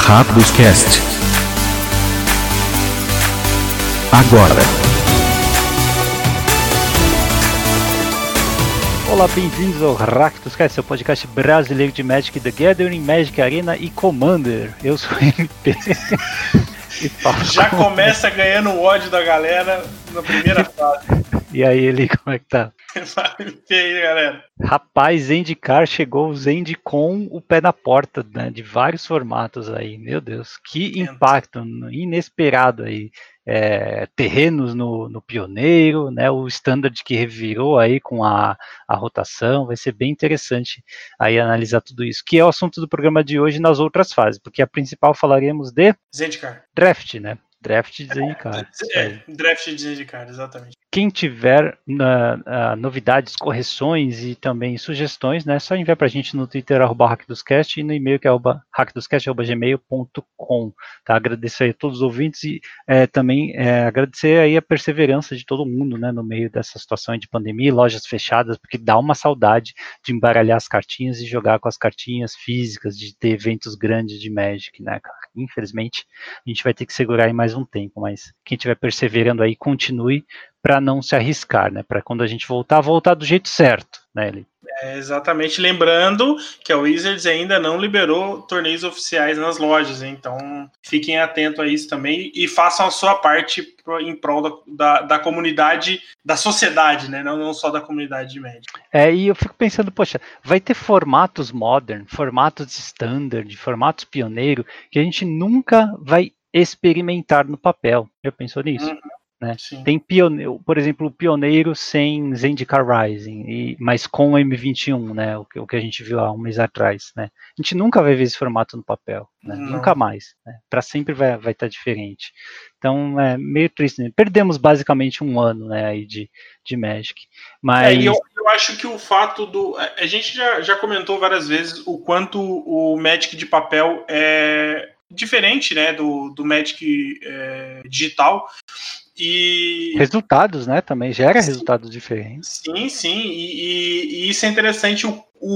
Rakdos Cast. Agora. Olá, bem-vindos ao Rakdos Cast, seu podcast brasileiro de Magic the Gathering, Magic Arena e Commander. Eu sou o MP. Já começa ganhando o ódio da galera na primeira fase. E aí, Eli, como é que tá? E aí, galera? Rapaz, Zendikar chegou o Zend com o pé na porta, né, de vários formatos aí. Meu Deus, que impacto inesperado aí. Terrenos no Pioneiro, né, o Standard que revirou aí com a rotação, vai ser bem interessante aí analisar tudo isso, que é o assunto do programa de hoje nas outras fases, porque a principal falaremos de Zendikar. Draft, né? Draft de Zendikar. Draft de Zendikar, exatamente. Quem tiver novidades, correções e também sugestões, né, só enviar pra gente no Twitter, @hackdoscast, e no e-mail que é hackdoscast@gmail.com. Tá? Agradeço aí a todos os ouvintes e também agradecer aí a perseverança de todo mundo, né, no meio dessa situação de pandemia, lojas fechadas, porque dá uma saudade de embaralhar as cartinhas e jogar com as cartinhas físicas, de ter eventos grandes de Magic, né, cara? Infelizmente, a gente vai ter que segurar aí mais um tempo, mas quem estiver perseverando aí, continue, para não se arriscar, né? Para quando a gente voltar do jeito certo, né, Eli? Exatamente, lembrando que a Wizards ainda não liberou torneios oficiais nas lojas, então fiquem atentos a isso também e façam a sua parte em prol da comunidade, da sociedade, né? Não só da comunidade de Magic. E eu fico pensando, poxa, vai ter formatos modern, formatos standard, formatos pioneiro, que a gente nunca vai experimentar no papel. Já pensou nisso? Né? Tem pioneiro, por exemplo, o Pioneiro sem Zendikar Rising, mas com o M21, né? O que a gente viu há um mês atrás, né? A gente nunca vai ver esse formato no papel, né? Nunca mais, né? Para sempre vai estar diferente. Então é meio triste, né? Perdemos basicamente um ano, né, aí de Magic. Mas eu acho que o fato do... A gente já comentou várias vezes o quanto o Magic de papel é diferente, né, do Magic digital. E resultados, né, também gera resultados diferentes. Sim, e isso é interessante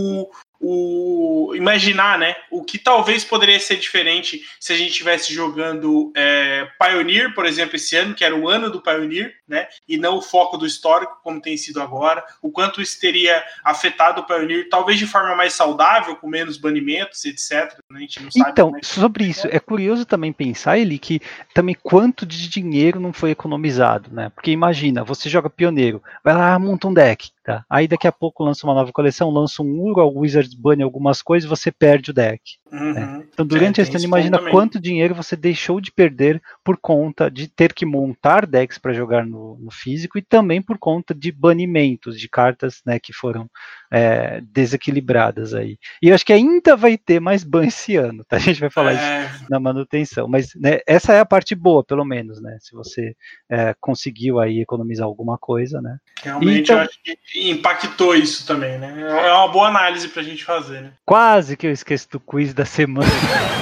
imaginar, né, o que talvez poderia ser diferente se a gente estivesse jogando Pioneer, por exemplo, esse ano, que era o ano do Pioneer, né, e não o foco do histórico, como tem sido agora, o quanto isso teria afetado o Pioneer, talvez de forma mais saudável, com menos banimentos, etc. A gente não sabe. Então, sobre isso, é curioso também pensar, Eli, que também quanto de dinheiro não foi economizado, né? Porque imagina, você joga Pioneiro, vai lá, monta um deck, tá? Aí daqui a pouco lança uma nova coleção, lança um Uro, o Wizards bane algumas coisas, você perde o deck. Né? Então, durante esse ano, imagina quanto dinheiro você deixou de perder por conta de ter que montar decks para jogar no físico e também por conta de banimentos de cartas, né, que foram desequilibradas aí. E eu acho que ainda vai ter mais ban esse ano, tá? A gente vai falar isso na manutenção, mas né, essa é a parte boa, pelo menos, né? Se você conseguiu aí economizar alguma coisa, né? Realmente, eu acho que impactou isso também, né? É uma boa análise pra gente fazer, né? Quase que eu esqueço do quiz da semana.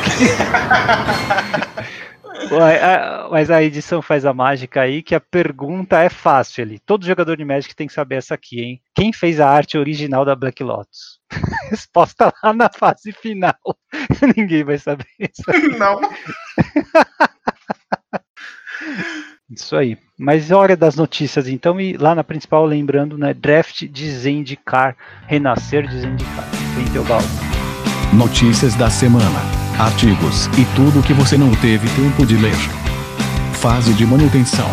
Mas a edição faz a mágica aí, que a pergunta é fácil ali. Todo jogador de Magic tem que saber essa aqui, hein? Quem fez a arte original da Black Lotus? Resposta lá na fase final. Ninguém vai saber isso. Não. Isso aí. Mas é hora das notícias, então, e lá na principal, lembrando, né, Draft de Zendikar, Renascer de Zendikar. Tem teu balde. Notícias da semana, artigos e tudo que você não teve tempo de ler. Fase de manutenção.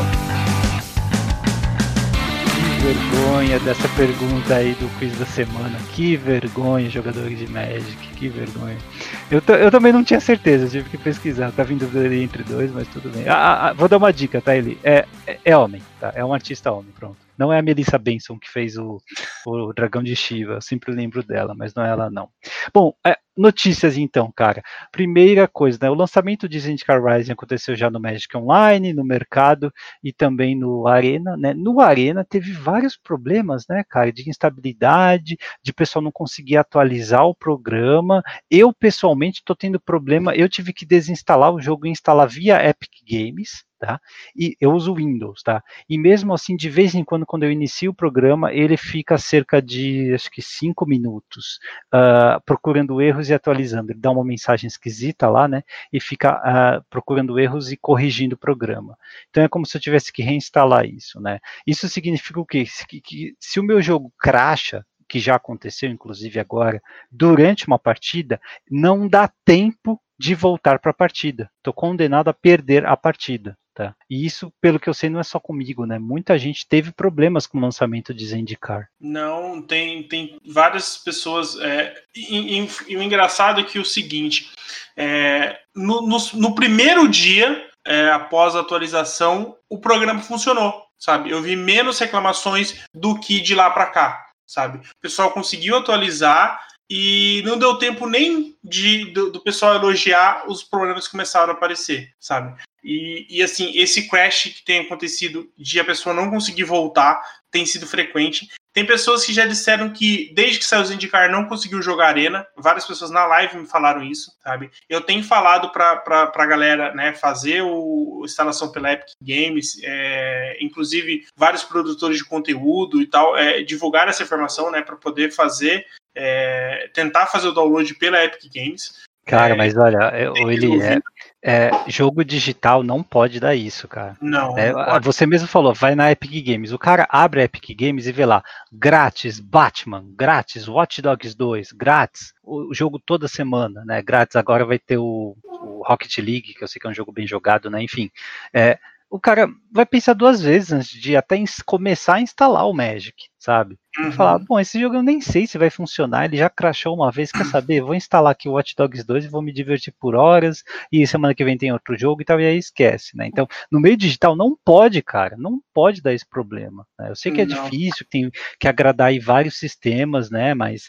Que vergonha dessa pergunta aí do quiz da semana. Que vergonha, jogadores de Magic, que vergonha. Eu também não tinha certeza, tive que pesquisar. Tava em dúvida ali entre dois, mas tudo bem. Vou dar uma dica, tá, Eli? É homem, tá? É um artista homem, pronto. Não é a Melissa Benson que fez o Dragão de Shiva, eu sempre lembro dela, mas não é ela não. Bom, notícias então, cara. Primeira coisa, né, o lançamento de Zendikar Rising aconteceu já no Magic Online, no mercado e também no Arena, né? No Arena teve vários problemas, né, cara, de instabilidade, de pessoal não conseguir atualizar o programa. Eu, pessoalmente, estou tendo problema, eu tive que desinstalar o jogo e instalar via Epic Games, tá? E eu uso o Windows, tá? E mesmo assim, de vez em quando eu inicio o programa, ele fica cerca de, acho que 5 minutos, procurando erros e atualizando. Ele dá uma mensagem esquisita lá, né? E fica procurando erros e corrigindo o programa. Então é como se eu tivesse que reinstalar isso, né? Isso significa o quê? Que se o meu jogo crasha, que já aconteceu, inclusive agora, durante uma partida, não dá tempo de voltar para a partida. Estou condenado a perder a partida. Tá? E isso, pelo que eu sei, não é só comigo, né? Muita gente teve problemas com o lançamento de Zendikar. Não, tem várias pessoas. E o engraçado é que o seguinte: no primeiro dia, após a atualização, o programa funcionou, sabe? Eu vi menos reclamações do que de lá para cá, sabe? O pessoal conseguiu atualizar e não deu tempo nem do pessoal elogiar, os problemas começaram a aparecer, sabe? E assim, esse crash que tem acontecido de a pessoa não conseguir voltar tem sido frequente. Tem pessoas que já disseram que desde que saiu o Zendikar não conseguiu jogar Arena. Várias pessoas na live me falaram isso, sabe? Eu tenho falado pra galera, né, fazer a instalação pela Epic Games, inclusive vários produtores de conteúdo e tal, divulgar essa informação, né, para poder fazer, tentar fazer o download pela Epic Games. Cara, mas olha, jogo digital não pode dar isso, cara. Não pode. Você mesmo falou, vai na Epic Games. O cara abre a Epic Games e vê lá, grátis Batman, grátis Watch Dogs 2, grátis o jogo toda semana, né? Grátis agora vai ter o Rocket League, que eu sei que é um jogo bem jogado, né? Enfim, o cara vai pensar duas vezes antes de até começar a instalar o Magic, sabe? Vai falar, bom, esse jogo eu nem sei se vai funcionar, ele já crashou uma vez, quer saber? Vou instalar aqui o Watch Dogs 2 e vou me divertir por horas, e semana que vem tem outro jogo e tal, e aí esquece, né? Então, no meio digital não pode, cara, não pode dar esse problema, né? Eu sei que é difícil, tem que agradar aí vários sistemas, né? Mas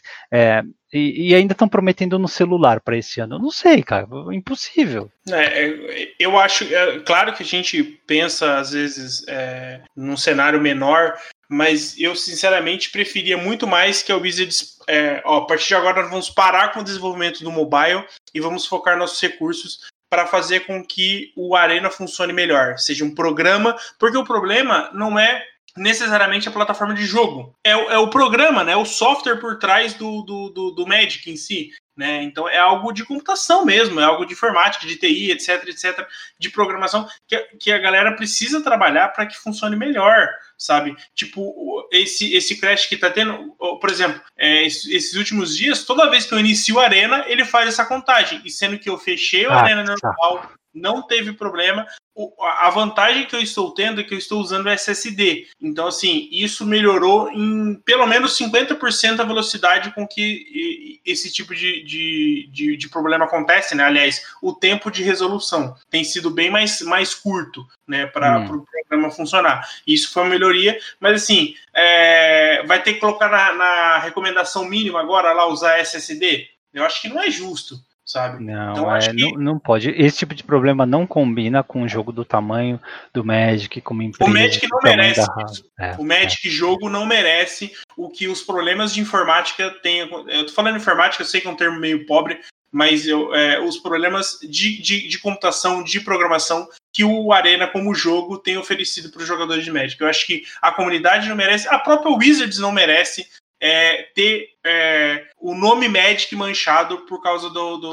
e ainda estão prometendo no celular para esse ano. Eu não sei, cara, impossível. Eu acho, claro que a gente pensa às vezes num cenário menor, mas eu sinceramente preferia muito mais que a Wizards, a partir de agora nós vamos parar com o desenvolvimento do mobile e vamos focar nossos recursos para fazer com que o Arena funcione melhor, seja um programa, porque o problema não é necessariamente a plataforma de jogo, é o programa, né, o software por trás do Magic em si, né? Então é algo de computação mesmo, é algo de informática, de TI, etc, de programação que a galera precisa trabalhar para que funcione melhor, sabe? Tipo, esse crash que tá tendo, por exemplo, esses últimos dias, toda vez que eu inicio a Arena, ele faz essa contagem, e sendo que eu fechei a Arena normal, não teve problema. A vantagem que eu estou tendo é que eu estou usando o SSD. Então, assim, isso melhorou em pelo menos 50% a velocidade com que esse tipo de problema acontece, né? Aliás, o tempo de resolução tem sido bem mais curto, né, para o programa funcionar. Isso foi uma melhoria, mas assim, vai ter que colocar na recomendação mínima agora lá usar SSD? Eu acho que não é justo, sabe? Não, então, não pode. Esse tipo de problema não combina com um jogo do tamanho do Magic, como empresa. O Magic não merece isso. O Magic jogo não merece o que os problemas de informática têm. Eu tô falando informática, eu sei que é um termo meio pobre, mas os problemas de computação, de programação que o Arena como jogo tem oferecido para os jogadores de Magic. Eu acho que a comunidade não merece, a própria Wizards não merece ter o nome Magic manchado por causa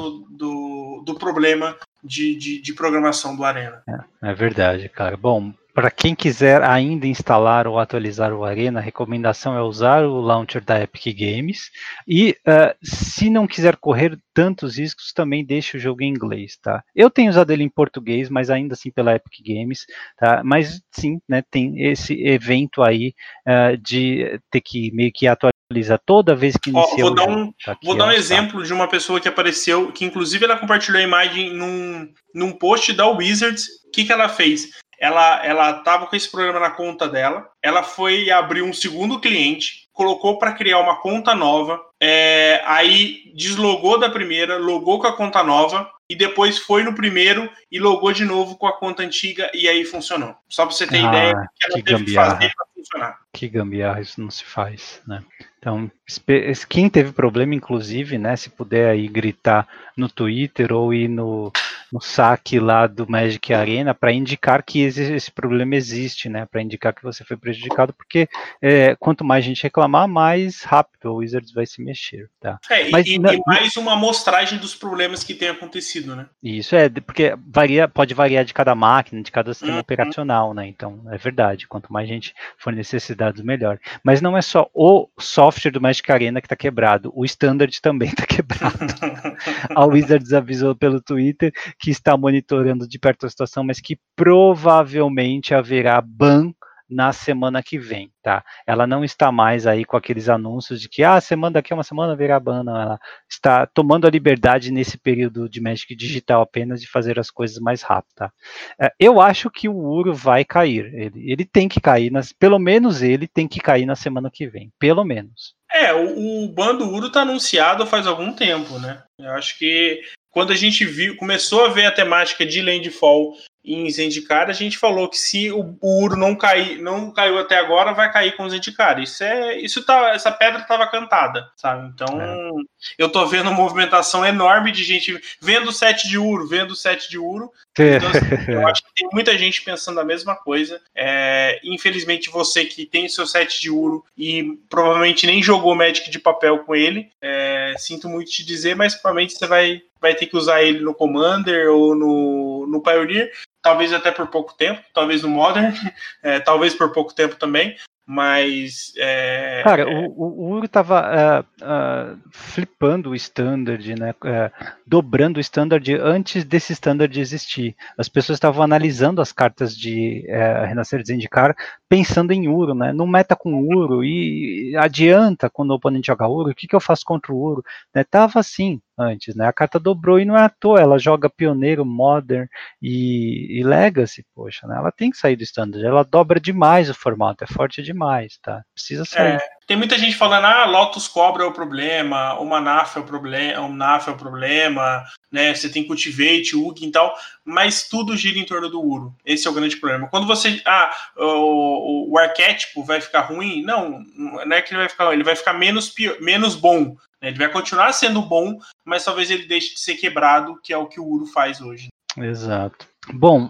do problema de programação do Arena. É verdade, cara. Bom, para quem quiser ainda instalar ou atualizar o Arena, a recomendação é usar o launcher da Epic Games e se não quiser correr tantos riscos, também deixe o jogo em inglês, tá? Eu tenho usado ele em português, mas ainda assim pela Epic Games, tá? Mas sim, né, tem esse evento aí de ter que meio que atualizar toda vez que inicia o jogo. Vou dar um exemplo de uma pessoa que apareceu, que inclusive ela compartilhou a imagem num post da Wizards. O que ela fez? Ela estava com esse problema na conta dela, ela foi abrir um segundo cliente, colocou para criar uma conta nova, aí deslogou da primeira, logou com a conta nova, e depois foi no primeiro e logou de novo com a conta antiga, e aí funcionou. Só para você ter ideia do que ela teve que fazer para funcionar. Que gambiarra, isso não se faz, né? Então, quem teve problema, inclusive, né, se puder aí gritar no Twitter ou ir no no saque lá do Magic Arena para indicar que esse problema existe, né? Para indicar que você foi prejudicado, porque quanto mais gente reclamar, mais rápido o Wizards vai se mexer, tá? Mas, e mais uma amostragem dos problemas que tem acontecido, né? Isso porque pode variar de cada máquina, de cada sistema operacional, né? Então, é verdade, quanto mais gente fornecer esses dados, melhor. Mas não é só o software do Magic Arena que está quebrado, o standard também está quebrado. A Wizards avisou pelo Twitter que está monitorando de perto a situação, mas que provavelmente haverá ban na semana que vem, tá? Ela não está mais aí com aqueles anúncios de que daqui a uma semana virá ban, não. Ela está tomando a liberdade nesse período de Magic digital apenas de fazer as coisas mais rápido, tá? Eu acho que o Uro vai cair, ele tem que cair, pelo menos ele tem que cair na semana que vem, pelo menos. O ban do Uro está anunciado faz algum tempo, né? Eu acho que quando a gente começou a ver a temática de Landfall em Zendikar, a gente falou que se o Uro não caiu até agora, vai cair com o Zendikar. Essa pedra estava cantada, sabe? Então, eu tô vendo uma movimentação enorme de gente vendo o set de Uro. Então, assim, eu acho que tem muita gente pensando a mesma coisa. Infelizmente, você que tem o seu set de Uro e provavelmente nem jogou Magic de papel com ele, sinto muito te dizer, mas provavelmente você vai ter que usar ele no Commander ou no Pioneer, talvez até por pouco tempo, talvez no Modern, talvez por pouco tempo também, mas... Cara, o Uro estava flipando o Standard, né, dobrando o Standard antes desse Standard existir. As pessoas estavam analisando as cartas de Renascer de Zendikar pensando em Uro, né, não meta com Uro, e adianta quando o oponente joga Uro, o que eu faço contra o Uro? Tava assim antes, né, a carta dobrou e não é à toa, ela joga Pioneiro, Modern e Legacy, poxa, né, ela tem que sair do Standard, ela dobra demais o formato, é forte demais, tá, precisa sair. Tem muita gente falando, Lotus Cobra é o problema, o Manaf é o problema, né, você tem Cultivate, Ugin e tal, mas tudo gira em torno do Uro, esse é o grande problema. Quando você, o arquétipo vai ficar ruim, não é que ele vai ficar ruim, ele vai ficar menos bom, né? Ele vai continuar sendo bom, mas talvez ele deixe de ser quebrado, que é o que o Uro faz hoje. Exato. Bom,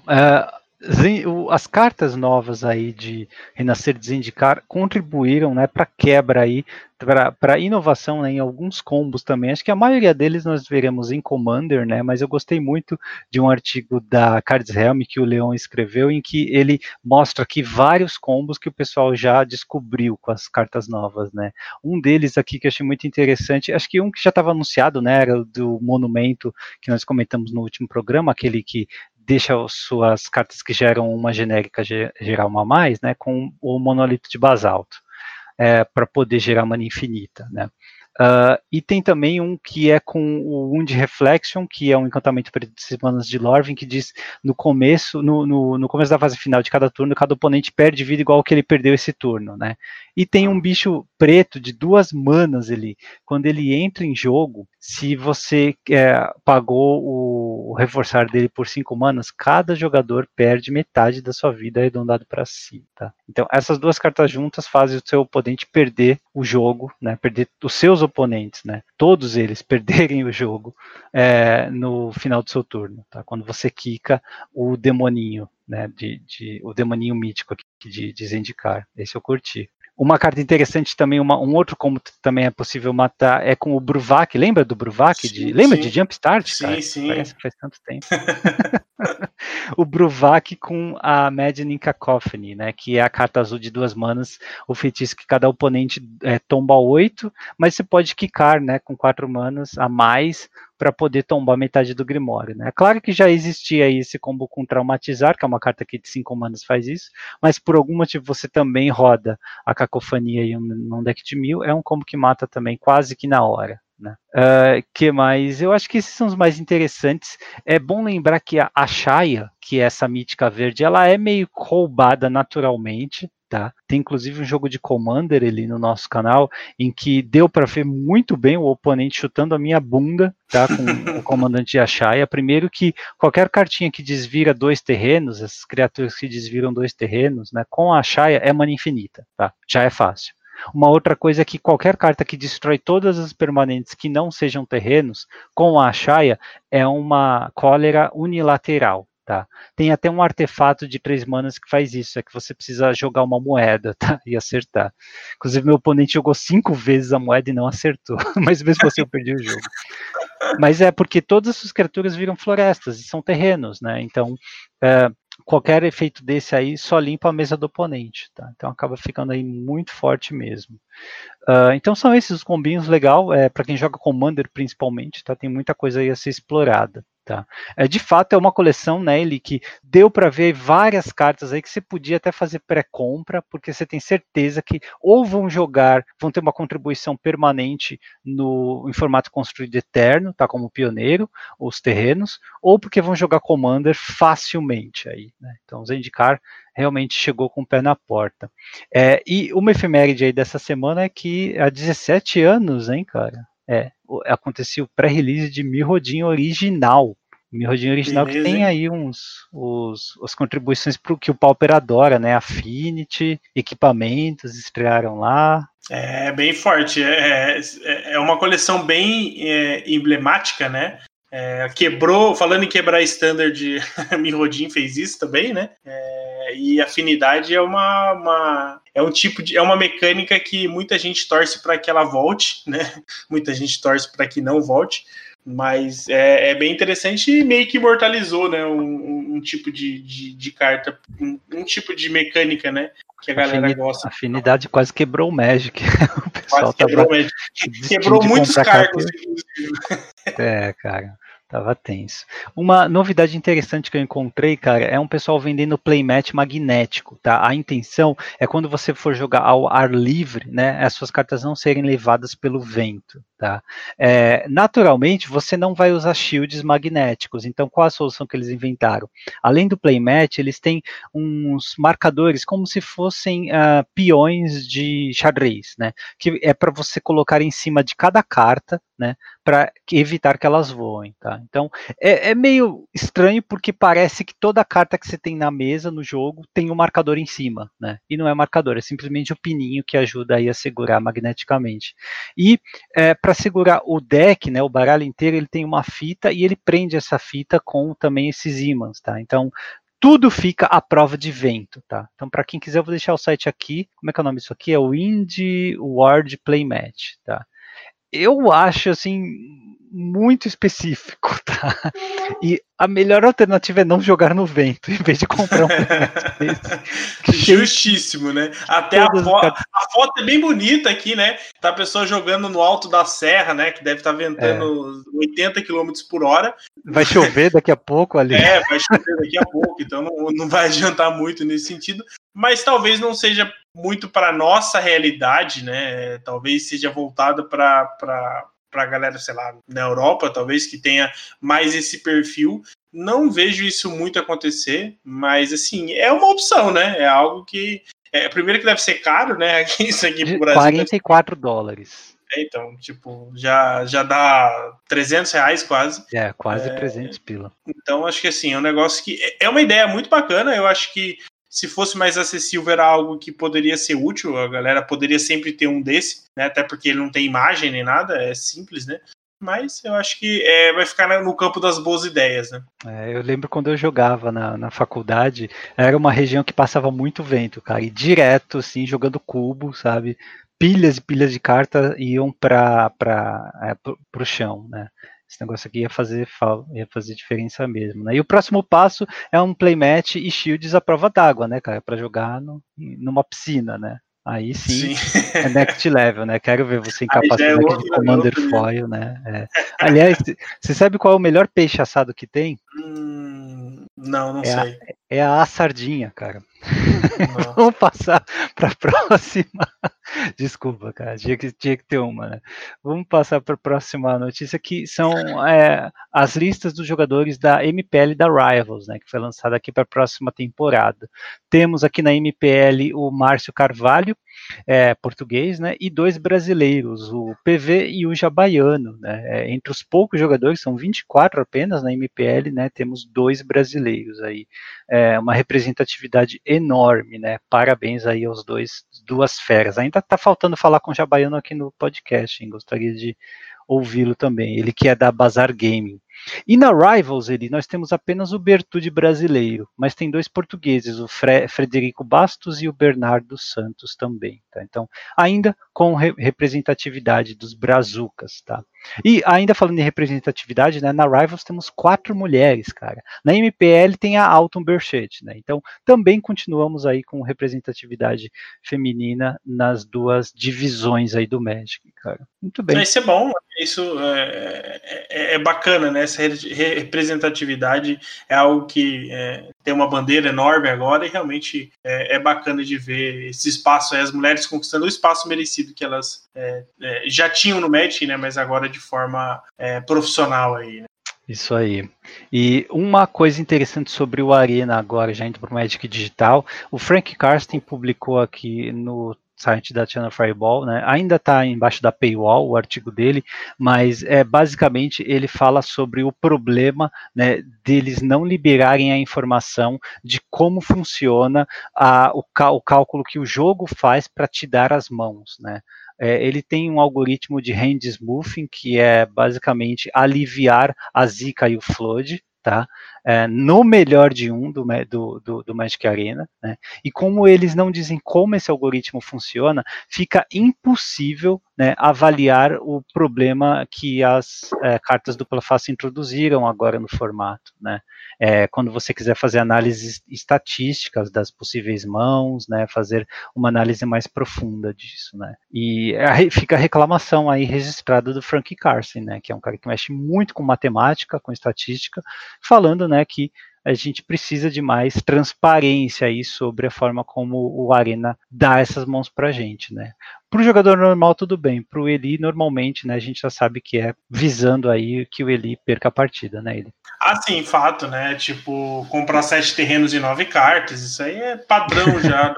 as cartas novas aí de Renascer de Zendikar contribuíram, né, para quebra aí, para inovação, né, em alguns combos também. Acho que a maioria deles nós veremos em Commander, né, mas eu gostei muito de um artigo da Cards Helm que o Leon escreveu, em que ele mostra aqui vários combos que o pessoal já descobriu com as cartas novas, né. Um deles aqui que eu achei muito interessante, acho que um que já estava anunciado, né, era o do Monumento, que nós comentamos no último programa, aquele que deixa suas cartas que geram uma genérica gerar uma a mais, né, com o monolito de basalto, para poder gerar mana infinita, né. E tem também um que é com o Wound Reflection, que é um encantamento para 6 manas de Lorwyn, que diz no começo da fase final de cada turno, cada oponente perde vida igual que ele perdeu esse turno, né? E tem um bicho preto de 2 manas ali. Quando ele entra em jogo, se você pagou o reforçar dele por 5 manas, cada jogador perde metade da sua vida arredondado para si, tá? Então essas 2 cartas juntas fazem o seu oponente perder o jogo, né? Perder os seus oponentes, né? Todos eles perderem o jogo no final do seu turno, tá? Quando você quica o demoninho, né? O demoninho mítico aqui de Zendikar. Esse eu curti. Uma carta interessante também, um outro como também é possível matar, é com o Bruvak. Lembra do Bruvak? Lembra de Jumpstart? Sim. Parece que faz tanto tempo. O Bruvak com a Maddening Cacophony, né, que é a carta azul de 2 manas, o feitiço que cada oponente tomba 8, mas você pode quicar, né, com 4 manas a mais para poder tombar metade do Grimório, né. É claro que já existia aí esse combo com Traumatizar, que é uma carta que de 5 manas faz isso, mas por algum motivo você também roda a Cacofonia aí num deck de 1000, é um combo que mata também quase que na hora. Né? Que mais? Eu acho que esses são os mais interessantes. É bom lembrar que a Shaya, que é essa mítica verde, ela é meio roubada naturalmente, tá? Tem inclusive um jogo de Commander ali no nosso canal, em que deu para ver muito bem o oponente chutando a minha bunda, tá? Com o comandante de Ashaya. Primeiro que qualquer cartinha que desvira 2 terrenos, essas criaturas que desviram 2 terrenos, né? Com a Ashaya é mana infinita, tá? Já é fácil. Uma outra coisa é que qualquer carta que destrói todas as permanentes que não sejam terrenos, com a Ashaya, é uma cólera unilateral. Tá? Tem até um artefato de 3 manas que faz isso, é que você precisa jogar uma moeda, tá? E acertar. Inclusive, meu oponente jogou 5 vezes a moeda e não acertou, mas mesmo assim eu perdi o jogo. Mas é porque todas as criaturas viram florestas e são terrenos, né? Então, qualquer efeito desse aí só limpa a mesa do oponente, tá? Então acaba ficando aí muito forte mesmo. Então são esses os combinhos legal, para quem joga Commander principalmente, tá? Tem muita coisa aí a ser explorada. Tá. De fato é uma coleção, né, Eli, que deu para ver várias cartas aí que você podia até fazer pré-compra, porque você tem certeza que ou vão ter uma contribuição permanente em formato construído eterno, tá, como pioneiro, os terrenos, ou porque vão jogar Commander facilmente aí, né? Então Zendikar realmente chegou com o pé na porta. E uma efeméride aí dessa semana é que há 17 anos, hein, cara? Aconteceu o pré-release de Mirrodin original. Mirrodin original. Beleza, que tem aí as contribuições para o que o Pauper adora, né? Affinity, equipamentos estrearam lá. É bem forte. É uma coleção bem emblemática, né? Falando em quebrar standard, Mirrodin fez isso também, né? E afinidade é uma mecânica que muita gente torce para que ela volte, né? Muita gente torce para que não volte, mas é bem interessante e meio que imortalizou, né? Um tipo de carta, um tipo de mecânica, né? Que a galera gosta. A afinidade quase quebrou o Magic. O pessoal quase quebrou o Magic. Quebrou muitos cargos, inclusive. Cara. Tava tenso. Uma novidade interessante que eu encontrei, cara, é um pessoal vendendo playmat magnético, tá? A intenção é quando você for jogar ao ar livre, né, as suas cartas não serem levadas pelo vento, tá? Naturalmente, você não vai usar shields magnéticos, então qual a solução que eles inventaram? Além do playmat, eles têm uns marcadores como se fossem peões de xadrez, né? Que é para você colocar em cima de cada carta, né, para evitar que elas voem, tá? Então, é meio estranho porque parece que toda carta que você tem na mesa, no jogo, tem um marcador em cima, né? E não é marcador, é simplesmente o pininho que ajuda aí a segurar magneticamente. E para segurar o deck, né, o baralho inteiro, ele tem uma fita e ele prende essa fita com também esses ímãs, tá? Então, tudo fica à prova de vento, tá? Então, para quem quiser, eu vou deixar o site aqui. Como é que é o nome disso aqui? É o Indie World Playmat, tá? Eu acho, assim, muito específico, tá? E a melhor alternativa é não jogar no vento, em vez de comprar um playmat desse. Justíssimo, né? Até a foto é bem bonita aqui, né? Tá a pessoa jogando no alto da serra, né? Que deve estar ventando 80 km por hora. Vai chover daqui a pouco ali. Vai chover daqui a pouco, então não vai adiantar muito nesse sentido. Mas talvez não seja muito para nossa realidade, né? Talvez seja voltada para a galera, sei lá, na Europa, talvez que tenha mais esse perfil. Não vejo isso muito acontecer, mas assim, é uma opção, né? É algo que primeiro que deve ser caro, né? Isso aqui pro Brasil. $44. Então, tipo, já dá R$300 quase. Quase 300 pila. Então, acho que assim, é um negócio que é uma ideia muito bacana. Eu acho que se fosse mais acessível, era algo que poderia ser útil. A galera poderia sempre ter um desse, né? Até porque ele não tem imagem nem nada, é simples, né? Mas eu acho que vai ficar no campo das boas ideias, né? Eu lembro quando eu jogava na faculdade, era uma região que passava muito vento, cara, e direto, assim, jogando cubo, sabe? Pilhas e pilhas de carta iam pro chão, né? Esse negócio aqui ia fazer diferença mesmo, né? E o próximo passo é um playmat e shields à prova d'água, né, cara? Para jogar numa piscina, né? Aí sim, é next level, né? Quero ver você incapacitado aqui de Commander Foil, né? Aliás, você sabe qual é o melhor peixe assado que tem? Não sei. É a sardinha, cara. Vamos passar para a próxima. Desculpa, cara, tinha que ter uma, né? Vamos passar para a próxima notícia, que são as listas dos jogadores da MPL da Rivals, né? Que foi lançada aqui para a próxima temporada. Temos aqui na MPL o Márcio Carvalho, português, né? E 2 brasileiros, o PV e o Jabaiano, né? Entre os poucos jogadores, são 24 apenas na MPL, né? Temos 2 brasileiros aí. uma representatividade enorme, né? Parabéns aí aos duas feras. Ainda tá faltando falar com o Jabaiano aqui no podcast, hein? Gostaria de ouvi-lo também, ele que é da Bazar Gaming. E na Rivals, nós temos apenas o Bertucci brasileiro, mas tem 2 portugueses, o Frederico Bastos e o Bernardo Santos também. Tá? Então, ainda com representatividade dos brazucas. Tá? E ainda falando em representatividade, né, na Rivals temos 4 mulheres, cara. Na MPL tem a Alton Berchett, né? Então, também continuamos aí com representatividade feminina nas 2 divisões aí do Magic, cara. Muito bem. Isso é bom, isso é bacana, né? Essa representatividade é algo que tem uma bandeira enorme agora e realmente é bacana de ver esse espaço, as mulheres conquistando o espaço merecido que elas já tinham no Magic, né? Mas agora de forma profissional aí, né? Isso aí. E uma coisa interessante sobre o Arena agora, já indo para o Magic Digital, o Frank Karsten publicou aqui no site da Channel Fireball, né? Ainda está embaixo da paywall o artigo dele, mas basicamente ele fala sobre o problema, né, deles não liberarem a informação de como funciona o cálculo que o jogo faz para te dar as mãos, né? Ele tem um algoritmo de hand smoothing, que é basicamente aliviar a zica e o flood, tá? No melhor de um do Magic Arena, né? E como eles não dizem como esse algoritmo funciona, fica impossível, né, avaliar o problema que as cartas dupla face introduziram agora no formato, né? Quando você quiser fazer análises estatísticas das possíveis mãos, né, fazer uma análise mais profunda disso, né? E fica a reclamação aí registrada do Frank Karsten, né, que é um cara que mexe muito com matemática, com estatística, falando, né, que a gente precisa de mais transparência aí sobre a forma como o Arena dá essas mãos pra gente, né? Para o jogador normal, tudo bem. Para o Eli, normalmente, né, a gente já sabe que é visando aí que o Eli perca a partida, né, Eli? Ah, sim, fato, né? Tipo, comprar 7 terrenos e 9 cartas, isso aí é padrão já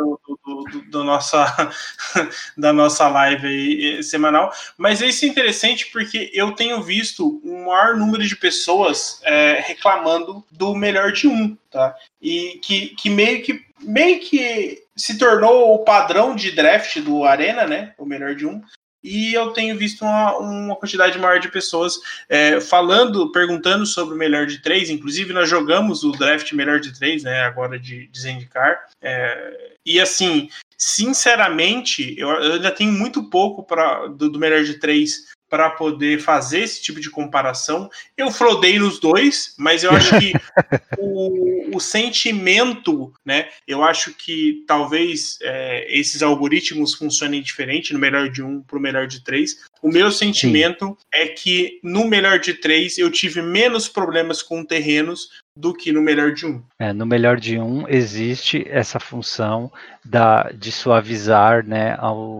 da nossa live aí, semanal. Mas isso é interessante porque eu tenho visto um maior número de pessoas reclamando do melhor de um, tá? E que meio que se tornou o padrão de draft do Arena, né? O melhor de um. E eu tenho visto uma quantidade maior de pessoas perguntando sobre o melhor de 3. Inclusive, nós jogamos o draft melhor de 3, né? Agora de Zendikar. E assim, sinceramente, eu ainda tenho muito pouco do melhor de 3 para poder fazer esse tipo de comparação. Eu flodei nos 2, mas eu acho que o sentimento, né? Eu acho que talvez esses algoritmos funcionem diferente no melhor de 1 para o melhor de 3. O meu sentimento é que no melhor de 3 eu tive menos problemas com terrenos do que no melhor de 1. No melhor de 1 existe essa função de suavizar, né,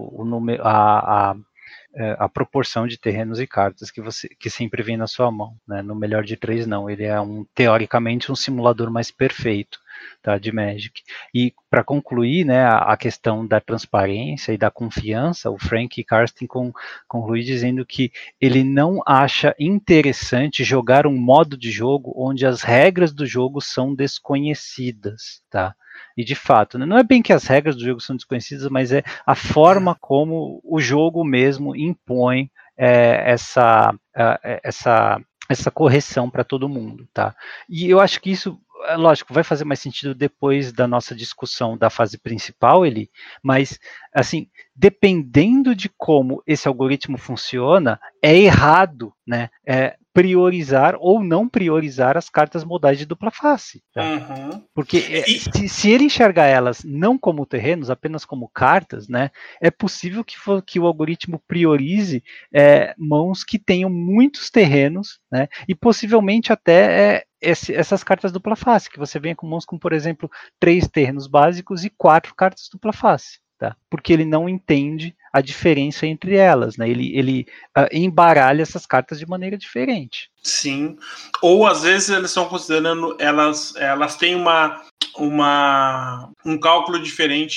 a proporção de terrenos e cartas que sempre vem na sua mão, né? No melhor de 3 não, ele é teoricamente um simulador mais perfeito, tá, de Magic. E para concluir, né, a questão da transparência e da confiança, o Frank Karsten conclui dizendo que ele não acha interessante jogar um modo de jogo onde as regras do jogo são desconhecidas, tá? E de fato, não é bem que as regras do jogo são desconhecidas, mas é a forma como o jogo mesmo impõe essa correção para todo mundo, tá? E eu acho que isso, lógico, vai fazer mais sentido depois da nossa discussão da fase principal, mas, assim, dependendo de como esse algoritmo funciona, é errado, né, priorizar ou não priorizar as cartas modais de dupla face. Tá? Uhum. Porque se ele enxergar elas não como terrenos, apenas como cartas, né, é possível que o algoritmo priorize mãos que tenham muitos terrenos, né, e possivelmente até essas cartas dupla face, que você venha com mãos com, por exemplo, 3 terrenos básicos e 4 cartas dupla face. Tá? Porque ele não entende a diferença entre elas, né? Ele embaralha essas cartas de maneira diferente. Sim, ou às vezes eles estão considerando, elas têm um cálculo diferente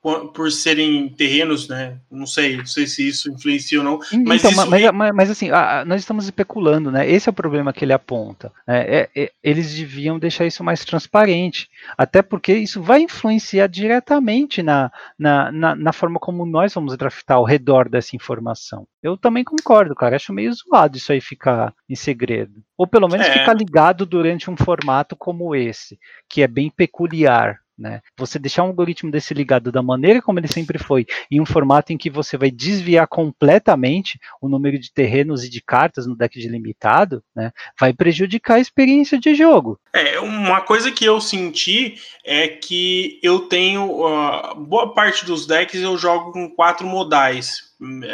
por serem terrenos, né? Não sei se isso influencia ou não. Mas assim, nós estamos especulando, né? Esse é o problema que ele aponta. Né? Eles deviam deixar isso mais transparente, até porque isso vai influenciar diretamente na forma como nós vamos draftar ao redor dessa informação. Eu também concordo, cara. Acho meio zoado isso aí ficar em segredo. Ou pelo menos ficar ligado durante um formato como esse, que é bem peculiar. Né? Você deixar um algoritmo desse ligado da maneira como ele sempre foi, em um formato em que você vai desviar completamente o número de terrenos e de cartas no deck de limitado, né? Vai prejudicar a experiência de jogo. Uma coisa que eu senti é que eu tenho boa parte dos decks eu jogo com 4 modais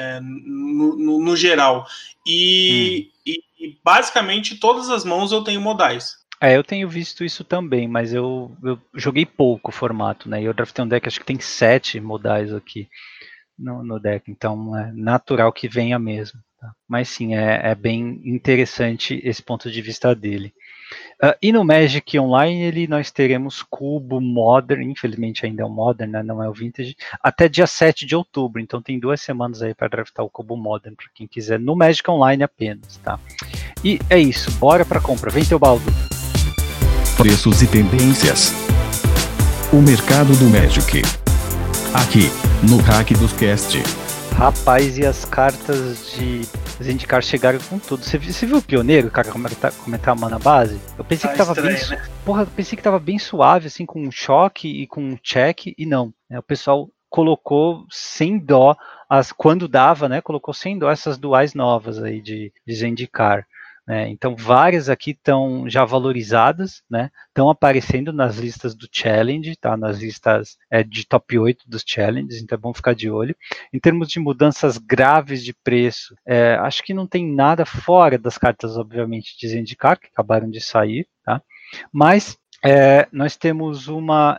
no geral e basicamente todas as mãos eu tenho modais. Eu tenho visto isso também, mas eu joguei pouco o formato, né? Eu draftei um deck, acho que tem 7 modais aqui no deck, então é natural que venha mesmo. Tá? Mas sim, é bem interessante esse ponto de vista dele. E no Magic Online nós teremos Cubo Modern, infelizmente ainda é o Modern, né? Não é o Vintage, até dia 7 de outubro, então tem 2 semanas aí para draftar o Cubo Modern, para quem quiser, no Magic Online apenas. Tá? E é isso, bora para compra, vem teu baldo. Preços e tendências. O mercado do Magic. Aqui, no Hack dos Cast. Rapaz, e as cartas de Zendikar chegaram com tudo. Você viu o Pioneiro, cara, como é que tá a mana base? Eu pensei que tava estranho, bem, né? Eu pensei que tava bem suave, assim, com um choque e com um check, e não. O pessoal colocou sem dó, quando dava, né, colocou sem dó essas duais novas aí de Zendikar. Né? Então várias aqui estão já valorizadas, né? Estão aparecendo nas listas do Challenge, tá? Nas listas de top 8 dos Challenges, então é bom ficar de olho. Em termos de mudanças graves de preço, acho que não tem nada fora das cartas, obviamente, de Zendikar, que acabaram de sair, tá? Mas nós temos uma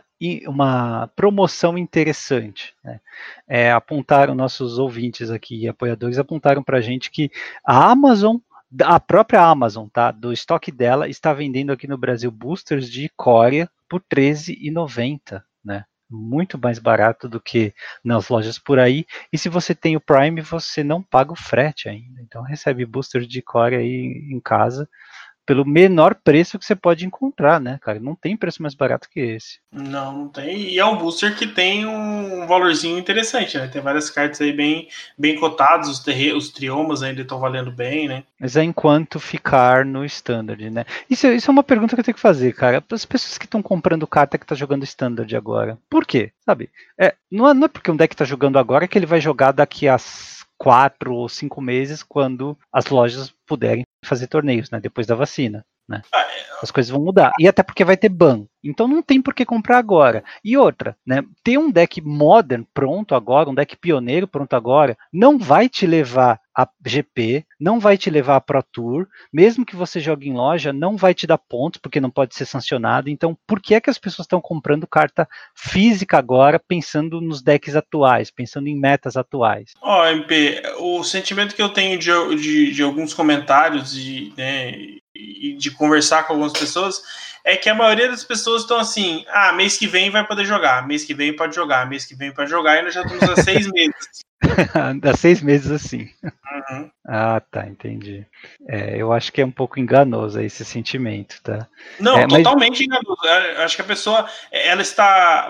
promoção interessante. Né? Apontaram nossos ouvintes aqui, apoiadores, apontaram para a gente que a Amazon, a própria Amazon, tá, do estoque dela, está vendendo aqui no Brasil boosters de Ikoria por R$13,90, né? Muito mais barato do que nas lojas por aí. E se você tem o Prime, você não paga o frete ainda. Então recebe boosters de Ikoria aí em casa pelo menor preço que você pode encontrar, né, cara? Não tem preço mais barato que esse. Não tem. E é um booster que tem um valorzinho interessante, né? Tem várias cartas aí bem cotadas, os triomas ainda estão valendo bem, né? Mas enquanto ficar no Standard, né? Isso é uma pergunta que eu tenho que fazer, cara. As pessoas que estão comprando carta que tá jogando Standard agora. Por quê? Sabe? Não é porque um deck tá jogando agora que ele vai jogar daqui a 4 ou 5 meses, quando as lojas puderem fazer torneios, né? Depois da vacina, né? As coisas vão mudar. E até porque vai ter ban. Então não tem por que comprar agora. E outra, né? Ter um deck Modern pronto agora, um deck pioneiro pronto agora, não vai te levar a GP, não vai te levar a Pro Tour, mesmo que você jogue em loja, não vai te dar pontos, porque não pode ser sancionado. Então, por que é que as pessoas estão comprando carta física agora, pensando nos decks atuais, pensando em metas atuais? MP, o sentimento que eu tenho de alguns comentários e de conversar com algumas pessoas é que a maioria das pessoas estão assim, mês que vem vai poder jogar, mês que vem pode jogar, mês que vem pode jogar, e nós já estamos há 6 meses. Há 6 meses assim. Uhum. Tá, entendi. Eu acho que é um pouco enganoso esse sentimento, tá? Não, totalmente enganoso. Acho que a pessoa, ela está,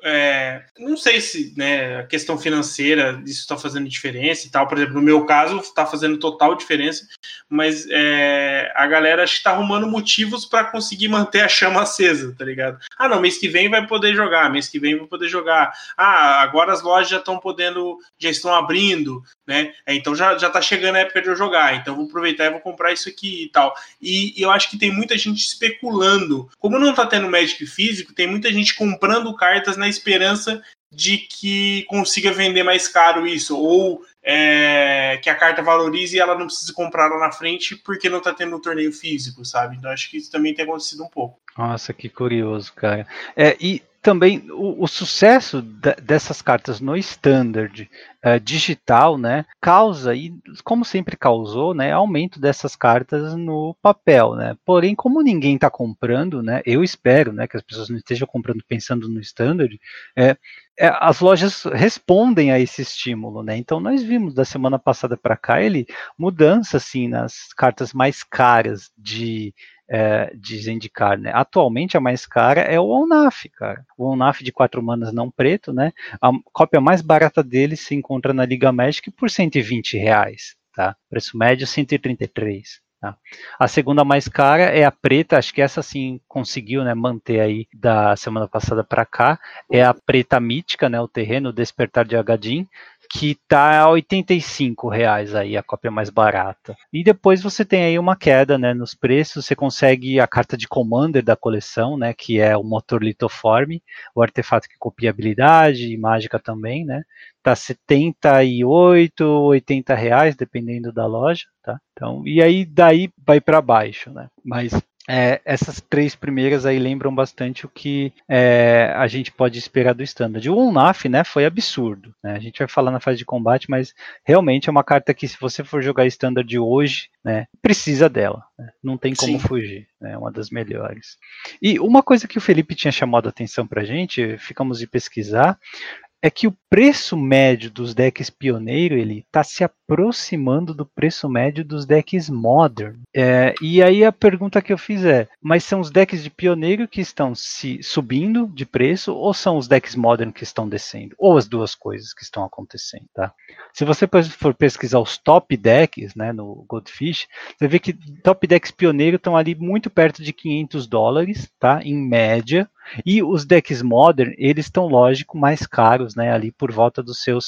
não sei se, né, a questão financeira disso está fazendo diferença e tal. Por exemplo, no meu caso, está fazendo total diferença, mas a galera acho que está arrumando motivos para conseguir manter a chama acesa, tá ligado? Não, mês que vem vai poder jogar, mês que vem vai poder jogar. Agora as lojas já estão abrindo, né? Então já tá chegando a época de eu jogar, então vou aproveitar e vou comprar isso aqui e tal. E eu acho que tem muita gente especulando. Como não tá tendo Magic físico, tem muita gente comprando cartas na esperança de que consiga vender mais caro isso, ou que a carta valorize e ela não precisa comprar lá na frente porque não tá tendo um torneio físico, sabe? Então acho que isso também tem acontecido um pouco. Nossa, que curioso, cara. E também o sucesso dessas cartas no Standard digital, né, causa, e como sempre causou, né, aumento dessas cartas no papel, né. Porém, como ninguém está comprando, né, eu espero, né, que as pessoas não estejam comprando pensando no Standard, as lojas respondem a esse estímulo, né. Então nós vimos da semana passada para cá mudança assim nas cartas mais caras de Zendikar, né? Atualmente a mais cara é o Onaf, cara. O Onaf de 4 manas não preto, né? A cópia mais barata dele se encontra na Liga Magic por R$120, tá? Preço médio 133. Tá? A segunda mais cara é a preta, acho que essa sim conseguiu, né, manter aí da semana passada para cá, é a preta mítica, né, o terreno, o Despertar de Agadim, que tá a R$85 aí, a cópia mais barata. E depois você tem aí uma queda, né, nos preços, você consegue a carta de Commander da coleção, né, que é o motor Lithoform, o artefato que copia habilidade e mágica também, né, tá R$78, R$80, dependendo da loja, tá? Então, e aí daí vai para baixo, né, mas essas 3 primeiras aí lembram bastante o que a gente pode esperar do Standard. O Onaf, né, foi absurdo, né? A gente vai falar na fase de combate, mas realmente é uma carta que, se você for jogar Standard hoje, né, precisa dela, né? Não tem como fugir, né? É uma das melhores. E uma coisa que o Felipe tinha chamado a atenção pra gente, ficamos de pesquisar, é que o preço médio dos decks pioneiro ele está se aproximando do preço médio dos decks modern. E aí a pergunta que eu fiz mas são os decks de pioneiro que estão se subindo de preço ou são os decks modern que estão descendo? Ou as duas coisas que estão acontecendo, tá? Se você for pesquisar os top decks, né, no Goldfish, você vê que top decks pioneiro estão ali muito perto de $500, tá? Em média. E os decks modern, eles estão, lógico, mais caros, né, ali por volta dos seus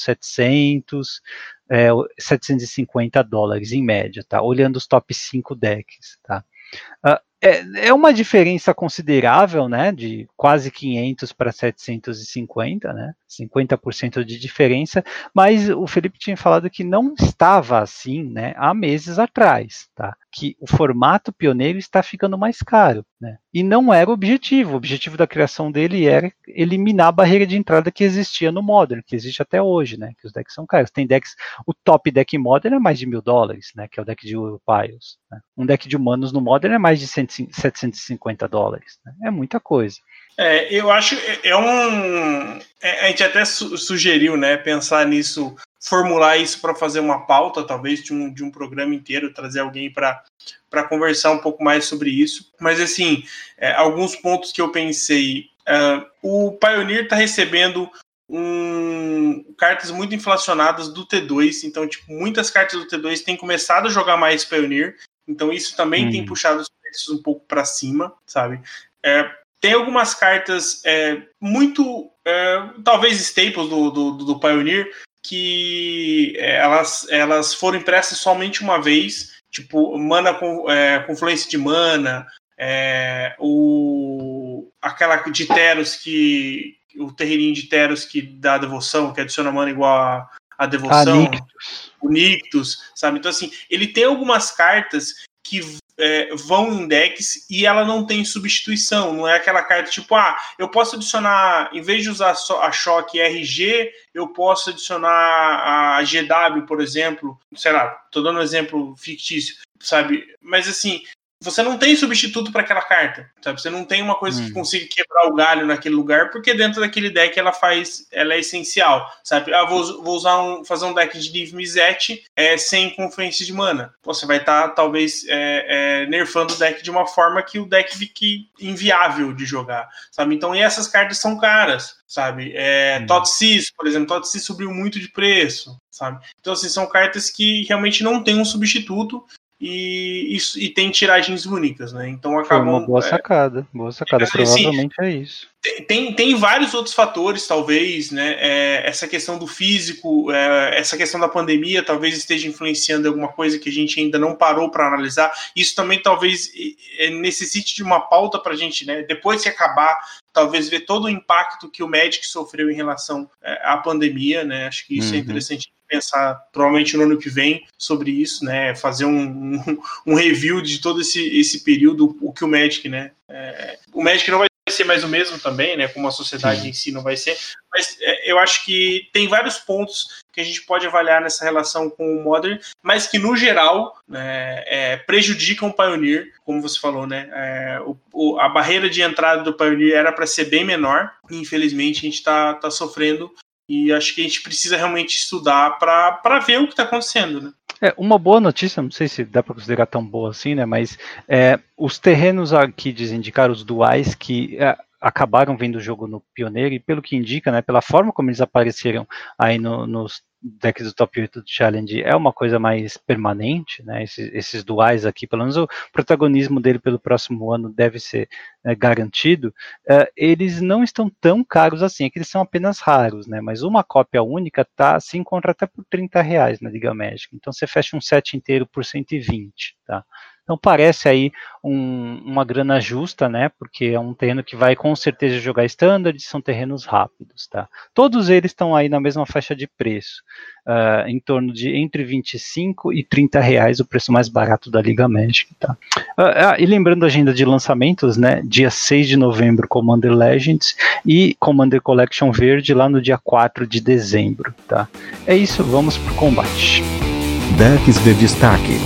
$750 em média, tá? Olhando os top 5 decks, tá? É uma diferença considerável, né, de quase 500 para 750, né, 50% de diferença, mas o Felipe tinha falado que não estava assim, né, há meses atrás, tá, que o formato pioneiro está ficando mais caro, né, e não era o objetivo da criação dele era eliminar a barreira de entrada que existia no Modern, que existe até hoje, né, que os decks são caros, tem decks, o top deck Modern é mais de $1.000, né, que é o deck de Piles, né, um deck de humanos no Modern é mais de $750, né? É muita coisa. Eu acho a gente até sugeriu, né, pensar nisso, formular isso para fazer uma pauta, talvez de um programa inteiro, trazer alguém para conversar um pouco mais sobre isso. Mas assim, alguns pontos que eu pensei, o Pioneer está recebendo cartas muito inflacionadas do T2, então tipo, muitas cartas do T2 têm começado a jogar mais Pioneer, então isso também tem puxado os preços um pouco para cima, sabe? Tem algumas cartas muito, talvez staples do Pioneer, que elas foram impressas somente uma vez, tipo mana com confluência de mana, aquela de Teros, o terreirinho de Teros que dá devoção, que adiciona mana igual a devoção, o Nictus, sabe? Então assim, ele tem algumas cartas que vão em decks e ela não tem substituição, não é aquela carta tipo, eu posso adicionar, em vez de usar a Shock RG, eu posso adicionar a GW, por exemplo, sei lá, tô dando um exemplo fictício, sabe? Mas assim, você não tem substituto para aquela carta, sabe? Você não tem uma coisa que consiga quebrar o galho naquele lugar, porque dentro daquele deck ela é essencial, sabe? Vou fazer um deck de Niv Mizzet sem confluência de mana. Você vai estar, talvez, nerfando o deck de uma forma que o deck fique inviável de jogar, sabe? Então, e essas cartas são caras, sabe? Thoughtseize, por exemplo, Thoughtseize subiu muito de preço, sabe? Então, assim, são cartas que realmente não tem um substituto, e tem tiragens únicas, né? Então acabam. Foi uma boa sacada, provavelmente é isso. Tem vários outros fatores, talvez, né? Essa questão do físico, essa questão da pandemia, talvez esteja influenciando alguma coisa que a gente ainda não parou para analisar. Isso também talvez necessite de uma pauta para a gente, né? Depois que acabar, talvez ver todo o impacto que o Magic sofreu em relação à pandemia, né? Acho que isso é interessante pensar, provavelmente no ano que vem, sobre isso, né? Fazer um review de todo esse período, o que o Magic, né? O Magic não vai ser mais o mesmo também, né? Como a sociedade Sim. em si não vai ser. Mas eu acho que tem vários pontos que a gente pode avaliar nessa relação com o Modern, mas que no geral prejudicam o Pioneer, como você falou, né? A barreira de entrada do Pioneer era para ser bem menor, e infelizmente a gente está sofrendo, e acho que a gente precisa realmente estudar para ver o que está acontecendo, né? Uma boa notícia, não sei se dá para considerar tão boa assim, né? Mas os terrenos aqui desindicaram, os duais, que acabaram vendo o jogo no Pioneiro, e pelo que indica, né, pela forma como eles apareceram aí nos decks do Top 8 do Challenge, é uma coisa mais permanente, né? Esses duais aqui, pelo menos o protagonismo dele pelo próximo ano deve ser garantido. Eles não estão tão caros assim, é que eles são apenas raros, né? Mas uma cópia única se encontra até por R$30 na Liga Magic. Então você fecha um set inteiro por 120, tá? Então parece aí uma grana justa, né? Porque é um terreno que vai com certeza jogar standard, são terrenos rápidos, tá? Todos eles estão aí na mesma faixa de preço, em torno de entre R$25 e R$30, o preço mais barato da Liga Magic, tá? E lembrando a agenda de lançamentos, né? Dia 6 de novembro, Commander Legends e Commander Collection Verde lá no dia 4 de dezembro, tá? É isso, vamos pro combate. Decks de destaque.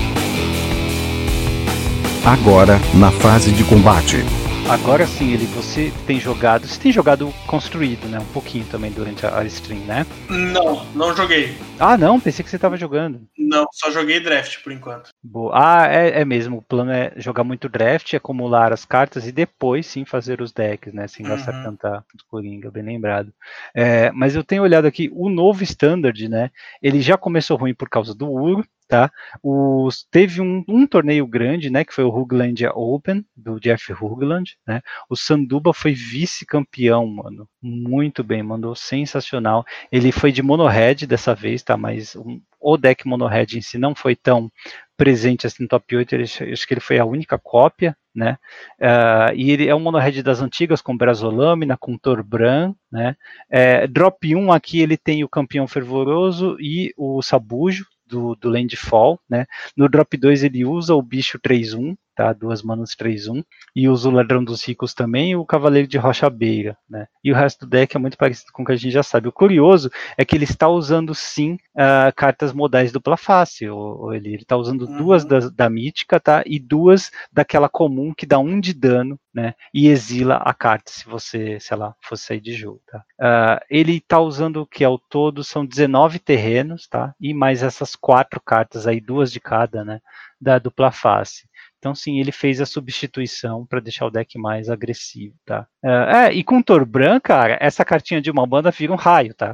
Agora, na fase de combate. Agora sim, você tem jogado construído, né? Um pouquinho também durante a stream, né? Não joguei. Ah, não, pensei que você estava jogando. Não, só joguei draft por enquanto. Boa. É mesmo, o plano é jogar muito draft, acumular as cartas e depois sim fazer os decks, né? Sem gastar tanta coringa, bem lembrado. Mas eu tenho olhado aqui, o novo Standard, né? Ele já começou ruim por causa do Uro, tá? Teve um torneio grande, né, que foi o Hooglandia Open, do Jeff Hoogland, né? O Sanduba foi vice-campeão, mano. Muito bem, mandou sensacional. Ele foi de mono-red dessa vez, tá? Mas o deck mono-red em si não foi tão presente assim no top 8, acho que ele foi a única cópia, né? E ele é um mono-red das antigas, com Brazolâmina, com Torbran, né? Drop 1 aqui ele tem o Campeão Fervoroso e o Sabujo, do Landfall, né? No drop 2 ele usa o bicho 3/1, tá? 2 manas 3/1, e usa o Ladrão dos Ricos também e o Cavaleiro de Rocha Beira, né? E o resto do deck é muito parecido com o que a gente já sabe. O curioso é que ele está usando sim cartas modais dupla face, ele está usando 2 da mítica, tá? E 2 daquela comum que dá 1 de dano, né? E exila a carta se ela fosse sair de jogo, tá? Ele está usando o que ao todo são 19 terrenos, tá? E mais essas 4 cartas aí, 2 de cada, né? Da dupla face. Então, sim, ele fez a substituição para deixar o deck mais agressivo, tá? E com Torbran, cara, essa cartinha de uma banda vira um raio, tá?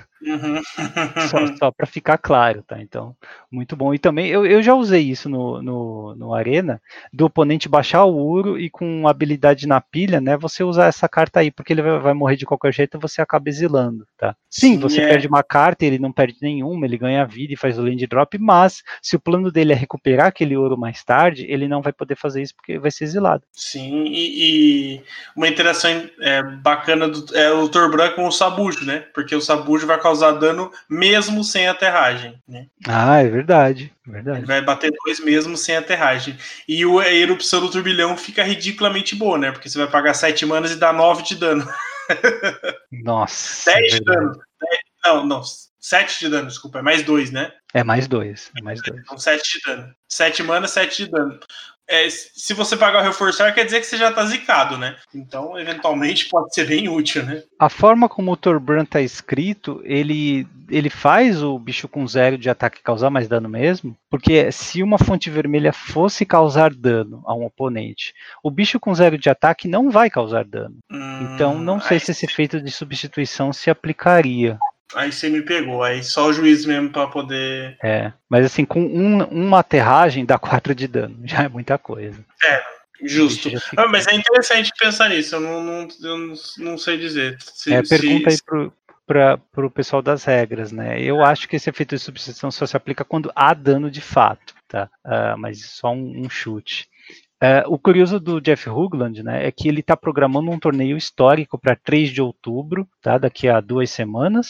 Só para ficar claro, tá? Então, muito bom. E também, eu já usei isso no Arena, do oponente baixar o Uro e com habilidade na pilha, né, você usar essa carta aí, porque ele vai morrer de qualquer jeito e você acaba exilando, tá? Sim, você perde uma carta, ele não perde nenhuma, ele ganha vida e faz o land drop, mas se o plano dele é recuperar aquele ouro mais tarde, ele não vai poder fazer isso porque vai ser exilado. Sim, e uma interação bacana é o Torbran com o Sabujo, né? Porque o Sabujo vai causar dano mesmo sem aterragem, né? Ah, é verdade. Ele vai bater 2 mesmo sem aterragem. E a erupção do turbilhão fica ridiculamente boa, né? Porque você vai pagar 7 manas e dá 9 de dano. Nossa. 10 de dano. Não, 7 de dano, desculpa. É mais 2, né? É mais 2. Então 7 de dano. 7 manas, 7 de dano. Se você pagar o reforçar, quer dizer que você já tá zicado, né? Então, eventualmente, pode ser bem útil, né? A forma como o Torbran tá escrito, ele faz o bicho com 0 de ataque causar mais dano mesmo, porque se uma fonte vermelha fosse causar dano a um oponente, o bicho com 0 de ataque não vai causar dano. Então, não sei se esse efeito de substituição se aplicaria. Aí você me pegou, aí só o juiz mesmo pra poder... Mas assim, com uma aterragem dá 4 de dano, já é muita coisa. Justo. Mas é interessante pensar nisso, eu não sei dizer. Pergunta aí pro pessoal das regras, né? Eu acho que esse efeito de substituição só se aplica quando há dano de fato, tá? Mas só um chute. O curioso do Jeff Hoogland, né, é que ele está programando um torneio histórico para 3 de outubro, tá, daqui a 2 semanas,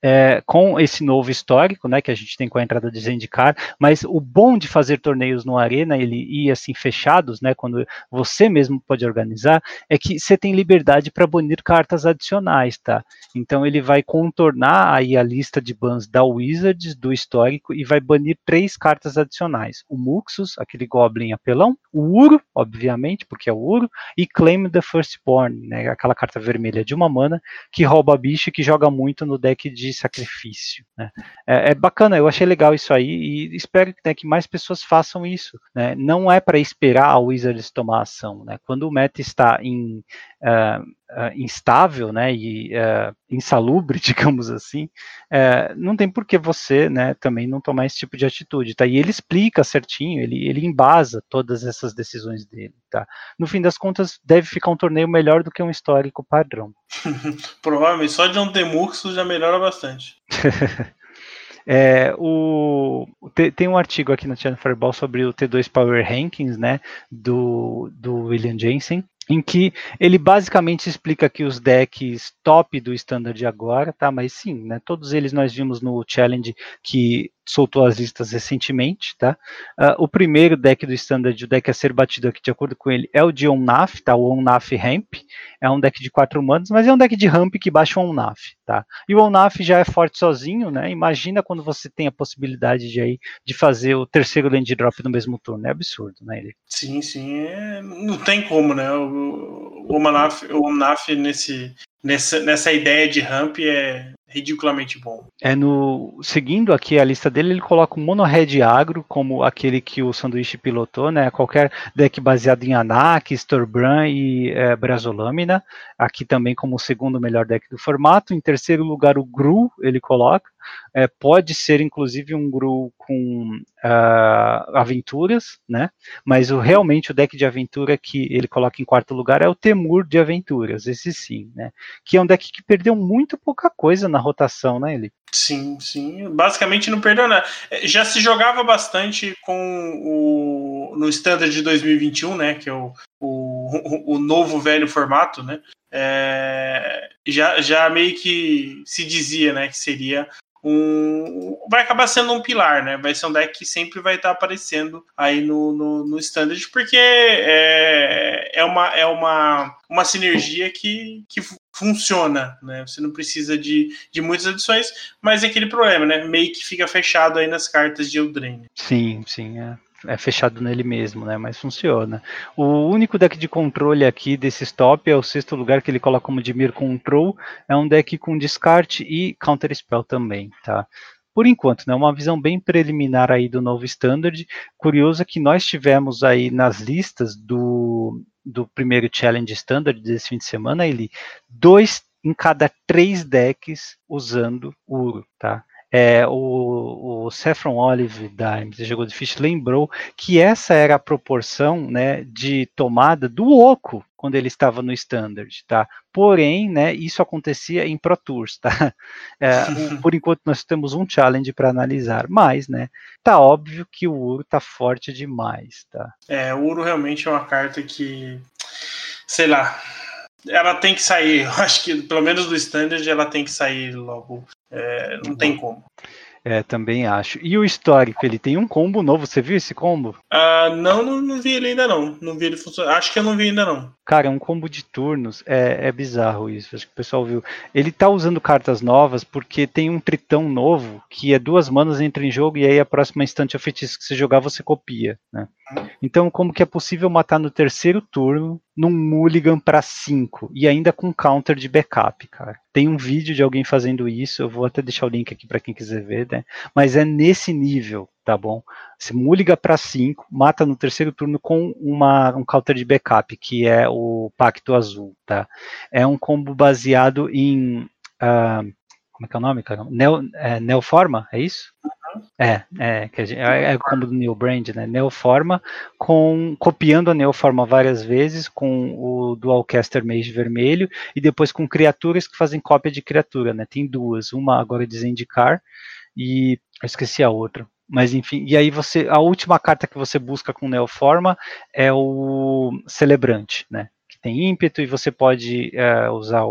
com esse novo histórico, né, que a gente tem com a entrada de Zendikar, mas o bom de fazer torneios no Arena e assim fechados, né, quando você mesmo pode organizar, é que você tem liberdade para banir cartas adicionais, tá? Então ele vai contornar aí a lista de bans da Wizards, do histórico, e vai banir 3 cartas adicionais. O Muxus, aquele Goblin apelão, o Uro, obviamente, porque é o Uro, e Claim the Firstborn, né, aquela carta vermelha de 1 mana, que rouba bicho e que joga muito no deck de sacrifício, né? É bacana, eu achei legal isso aí e espero que mais pessoas façam isso, né? Não é para esperar a Wizards tomar ação, né? Quando o meta está instável, né, e insalubre, digamos assim, não tem por que você, né, também não tomar esse tipo de atitude, tá? E ele explica certinho, ele embasa todas essas decisões dele, tá? No fim das contas, deve ficar um torneio melhor do que um histórico padrão. Provavelmente, só de não ter Muxus já melhora bastante. Tem um artigo aqui no Channel Fireball sobre o T2 Power Rankings, né, do William Jensen, em que ele basicamente explica aqui os decks top do Standard agora, tá? Mas sim, né? Todos eles nós vimos no Challenge que soltou as listas recentemente, tá? O primeiro deck do Standard, o deck a ser batido aqui de acordo com ele, é o de Omnath, tá? O Omnath Ramp, é um deck de 4 manas, mas é um deck de Ramp que baixa o Omnath, tá? E o Omnath já é forte sozinho, né? Imagina quando você tem a possibilidade de fazer o terceiro land drop no mesmo turno, é absurdo, né? Ele... Sim, não tem como, né? O Omnath nessa ideia de ramp é ridiculamente bom. Seguindo aqui a lista dele, ele coloca o Mono Red Agro como aquele que o Sanduíche pilotou, né? Qualquer deck baseado em Anak, Storbran e Brazolâmina, aqui também como o segundo melhor deck do formato. Em terceiro lugar, o Gru, ele coloca. Pode ser inclusive um Gru com aventuras, né? Mas realmente o deck de aventura que ele coloca em quarto lugar é o Temur de aventuras, esse sim, né? Que é um deck que perdeu muito pouca coisa na rotação, né, ele? Sim, basicamente não perdeu nada. Já se jogava bastante no Standard de 2021, né, que é o novo velho formato, né, já meio que se dizia, né, que seria vai acabar sendo um pilar, né? Vai ser um deck que sempre vai estar aparecendo aí no Standard, porque é uma sinergia que funciona, né? Você não precisa de muitas adições, mas é aquele problema, né? Meio que fica fechado aí nas cartas de Eldraine. Sim, é fechado nele mesmo, né? Mas funciona. O único deck de controle aqui desses top é o sexto lugar, que ele coloca como Dimir Control. É um deck com descarte e Counter Spell também, tá? Por enquanto, né? Uma visão bem preliminar aí do novo Standard. Curioso é que nós tivemos aí nas listas do primeiro Challenge Standard desse fim de semana, 2 em cada 3 decks usando Uro, tá? O Saffron Olive da MTG Goldfish lembrou que essa era a proporção, né, de tomada do Oco quando ele estava no Standard, tá? Porém, né, isso acontecia em Pro Tours, tá? Por enquanto nós temos um challenge para analisar, mas, né, tá óbvio que o Uro tá forte demais, tá? O Uro realmente é uma carta que, sei lá, ela tem que sair. Eu acho que pelo menos do Standard ela tem que sair logo. Não tem como. Também acho. E o histórico, ele tem um combo novo, você viu esse combo? Não vi ele ainda não. Não vi ele funcionar. Acho que eu não vi ainda não. Cara, é um combo de turnos, é bizarro isso, acho que o pessoal viu. Ele tá usando cartas novas porque tem um tritão novo, que é 2 manas, entra em jogo e aí a próxima instante of feitiço que você jogar, você copia, né? Então, como que é possível matar no terceiro turno, num mulligan para 5, e ainda com counter de backup, cara? Tem um vídeo de alguém fazendo isso, eu vou até deixar o link aqui para quem quiser ver, né? Mas é nesse nível, tá bom? Você mulliga para 5, mata no terceiro turno com um counter de backup, que é o Pacto Azul, tá? É um combo baseado em... como é que é o nome, cara? Neoforma, é isso? É o combo do New Brand, né? Neoforma, copiando a Neoforma várias vezes, com o Dualcaster Mage vermelho, e depois com criaturas que fazem cópia de criatura, né? Tem 2, uma agora de Zendikar, e eu esqueci a outra. Mas enfim, e aí a última carta que você busca com Neoforma é o Celebrante, né? Que tem ímpeto, e você pode usar o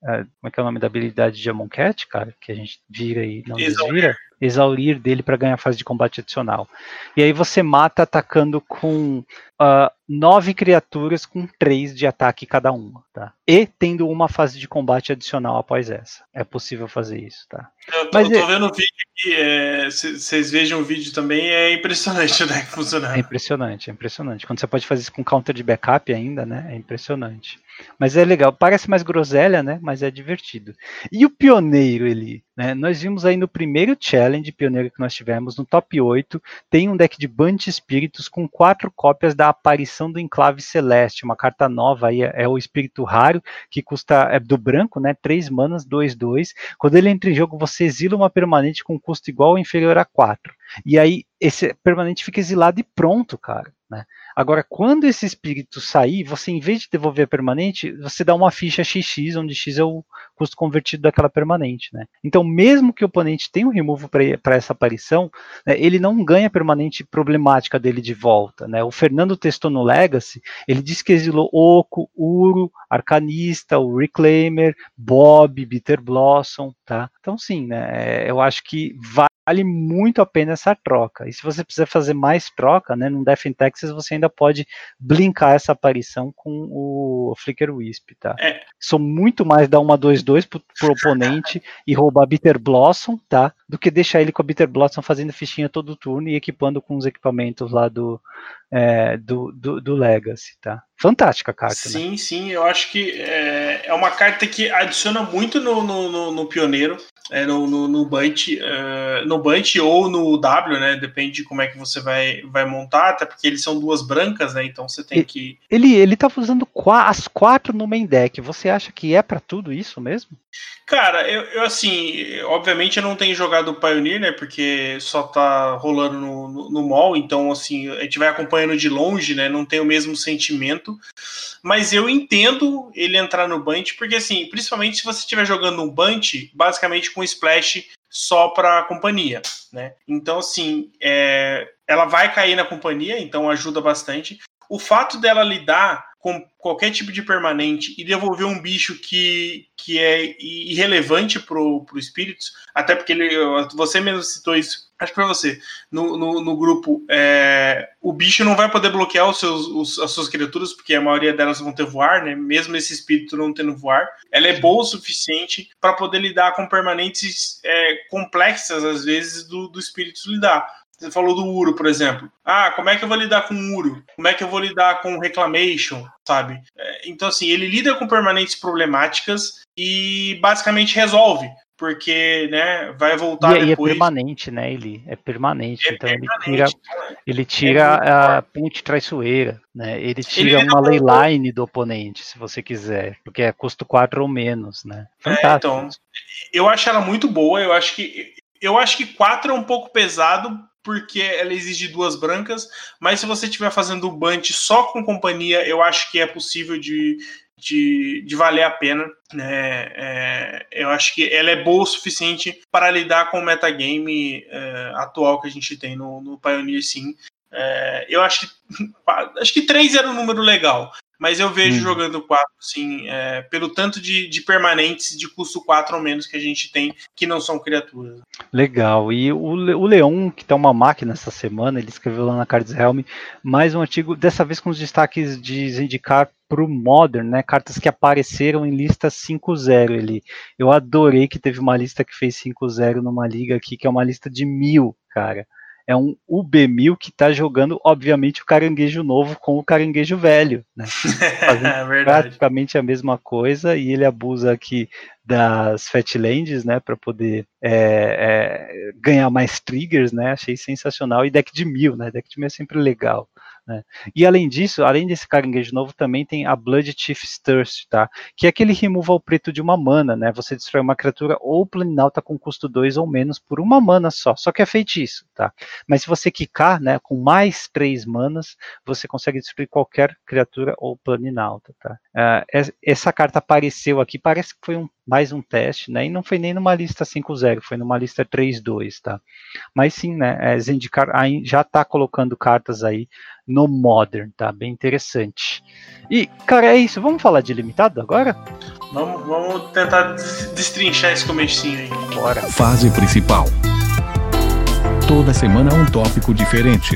como é que é o nome da habilidade de Amonkhet, cara? Que a gente vira e não desvira. Exaurir dele para ganhar fase de combate adicional. E aí você mata atacando com 9 criaturas com 3 de ataque cada uma, tá? E tendo uma fase de combate adicional após essa. É possível fazer isso, tá? Eu tô vendo o vídeo aqui, vocês vejam o vídeo também, é impressionante o deck funcionando. É impressionante. Quando você pode fazer isso com counter de backup ainda, né? É impressionante. Mas é legal, parece mais groselha, né? Mas é divertido. E o pioneiro, né? Nós vimos aí no primeiro challenge pioneiro que nós tivemos, no top 8, tem um deck de Bunch Espíritos com 4 cópias da Aparição do Enclave Celeste, uma carta nova aí, é o espírito raro, que custa, do branco, né? 3 manas, 2/2. Quando ele entra em jogo, você exila uma permanente com custo igual ou inferior a 4. E aí, esse permanente fica exilado e pronto, cara, né? Agora, quando esse espírito sair, você, em vez de devolver a permanente, você dá uma ficha XX, onde X é o custo convertido daquela permanente, né? Então, mesmo que o oponente tenha um removal para essa aparição, né, ele não ganha a permanente problemática dele de volta, né? O Fernando testou no Legacy, ele disse que exilou Oco, Uro, Arcanista, o Reclaimer, Bob, Bitter Blossom, tá? Então, sim, né? Eu acho que vale muito a pena essa troca. E se você precisar fazer mais troca, né, no Death in Texas, você ainda pode blinkar essa aparição com o Flicker Wisp, tá? Sou muito mais dar uma 2/2 pro oponente e roubar Bitter Blossom, tá? Do que deixar ele com a Bitter Blossom fazendo fichinha todo turno e equipando com os equipamentos lá do Legacy, tá? Fantástica a carta, sim, né? Sim, eu acho que é uma carta que adiciona muito no pioneiro, no Bunch ou no W, né? Depende de como é que você vai montar, até porque eles são 2 brancas, né? Então você tem que... Ele tá usando as 4 no main deck. Você acha que é pra tudo isso mesmo? Cara, eu assim, obviamente eu não tenho jogado o Pioneer, né? Porque só tá rolando no mall, então assim, a gente vai acompanhando de longe, né? Não tem o mesmo sentimento. Mas eu entendo ele entrar no Bunch, porque assim, principalmente se você estiver jogando um Bunch, basicamente com splash só para companhia, né? Então assim, ela vai cair na companhia, então ajuda bastante. O fato dela lidar com qualquer tipo de permanente e devolver um bicho que é irrelevante pro Espíritos, até porque você mesmo citou isso, acho que pra você, no grupo, o bicho não vai poder bloquear as suas criaturas, porque a maioria delas vão ter voar, né? Mesmo esse espírito não tendo voar, ela é boa o suficiente para poder lidar com permanentes complexas, às vezes, do Espíritos lidar. Você falou do Uro, por exemplo. Como é que eu vou lidar com o Uro? Como é que eu vou lidar com Reclamation, sabe? Então, assim, ele lida com permanentes problemáticas e basicamente resolve, porque, né, vai voltar depois. E é permanente, né? Ele é permanente, então ele tira a ponte traiçoeira, né? Ele tira uma leyline do oponente, se você quiser, porque é custo 4 ou menos, né? Fantástico. Então, eu acho ela muito boa, eu acho que 4 é um pouco pesado, porque ela exige 2 brancas, mas se você estiver fazendo o Bunch só com companhia, eu acho que é possível de valer a pena. Eu acho que ela é boa o suficiente para lidar com o metagame atual que a gente tem no Pioneer, sim. Eu acho que 3 era um número legal, mas eu vejo jogando 4, sim, pelo tanto de permanentes de custo 4 ou menos que a gente tem, que não são criaturas. Legal, e o Leon, que tá uma máquina essa semana, ele escreveu lá na Cards Helm mais um artigo, dessa vez com os destaques de Zendikar pro Modern, né, cartas que apareceram em lista 5-0. Eu adorei que teve uma lista que fez 5-0 numa liga aqui, que é uma lista de 1000, cara. É um UB1000 que está jogando, obviamente, o caranguejo novo com o caranguejo velho, né? Fazendo praticamente a mesma coisa, e ele abusa aqui das Fatlands, né, para poder ganhar mais triggers, né? Achei sensacional. E deck de 1000, né? Deck de 1000 é sempre legal, né? E além disso, além desse caranguejo novo, também tem a Blood Chief's Thirst, tá? Que é aquele removal preto de uma mana, né? Você destrói uma criatura ou planinalta com custo 2 ou menos por uma mana só que é feitiço, tá? Mas se você quicar, né, com mais 3 manas, você consegue destruir qualquer criatura ou planinalta, tá? Essa carta apareceu aqui, parece que foi mais um teste, né? E não foi nem numa lista 5-0, foi numa lista 3-2, tá? Mas sim, né? Zendikar já tá colocando cartas aí no Modern, tá? Bem interessante. E, cara, é isso. Vamos falar de limitado agora? Vamos tentar destrinchar esse comecinho aí. Bora. Fase principal. Toda semana um tópico diferente.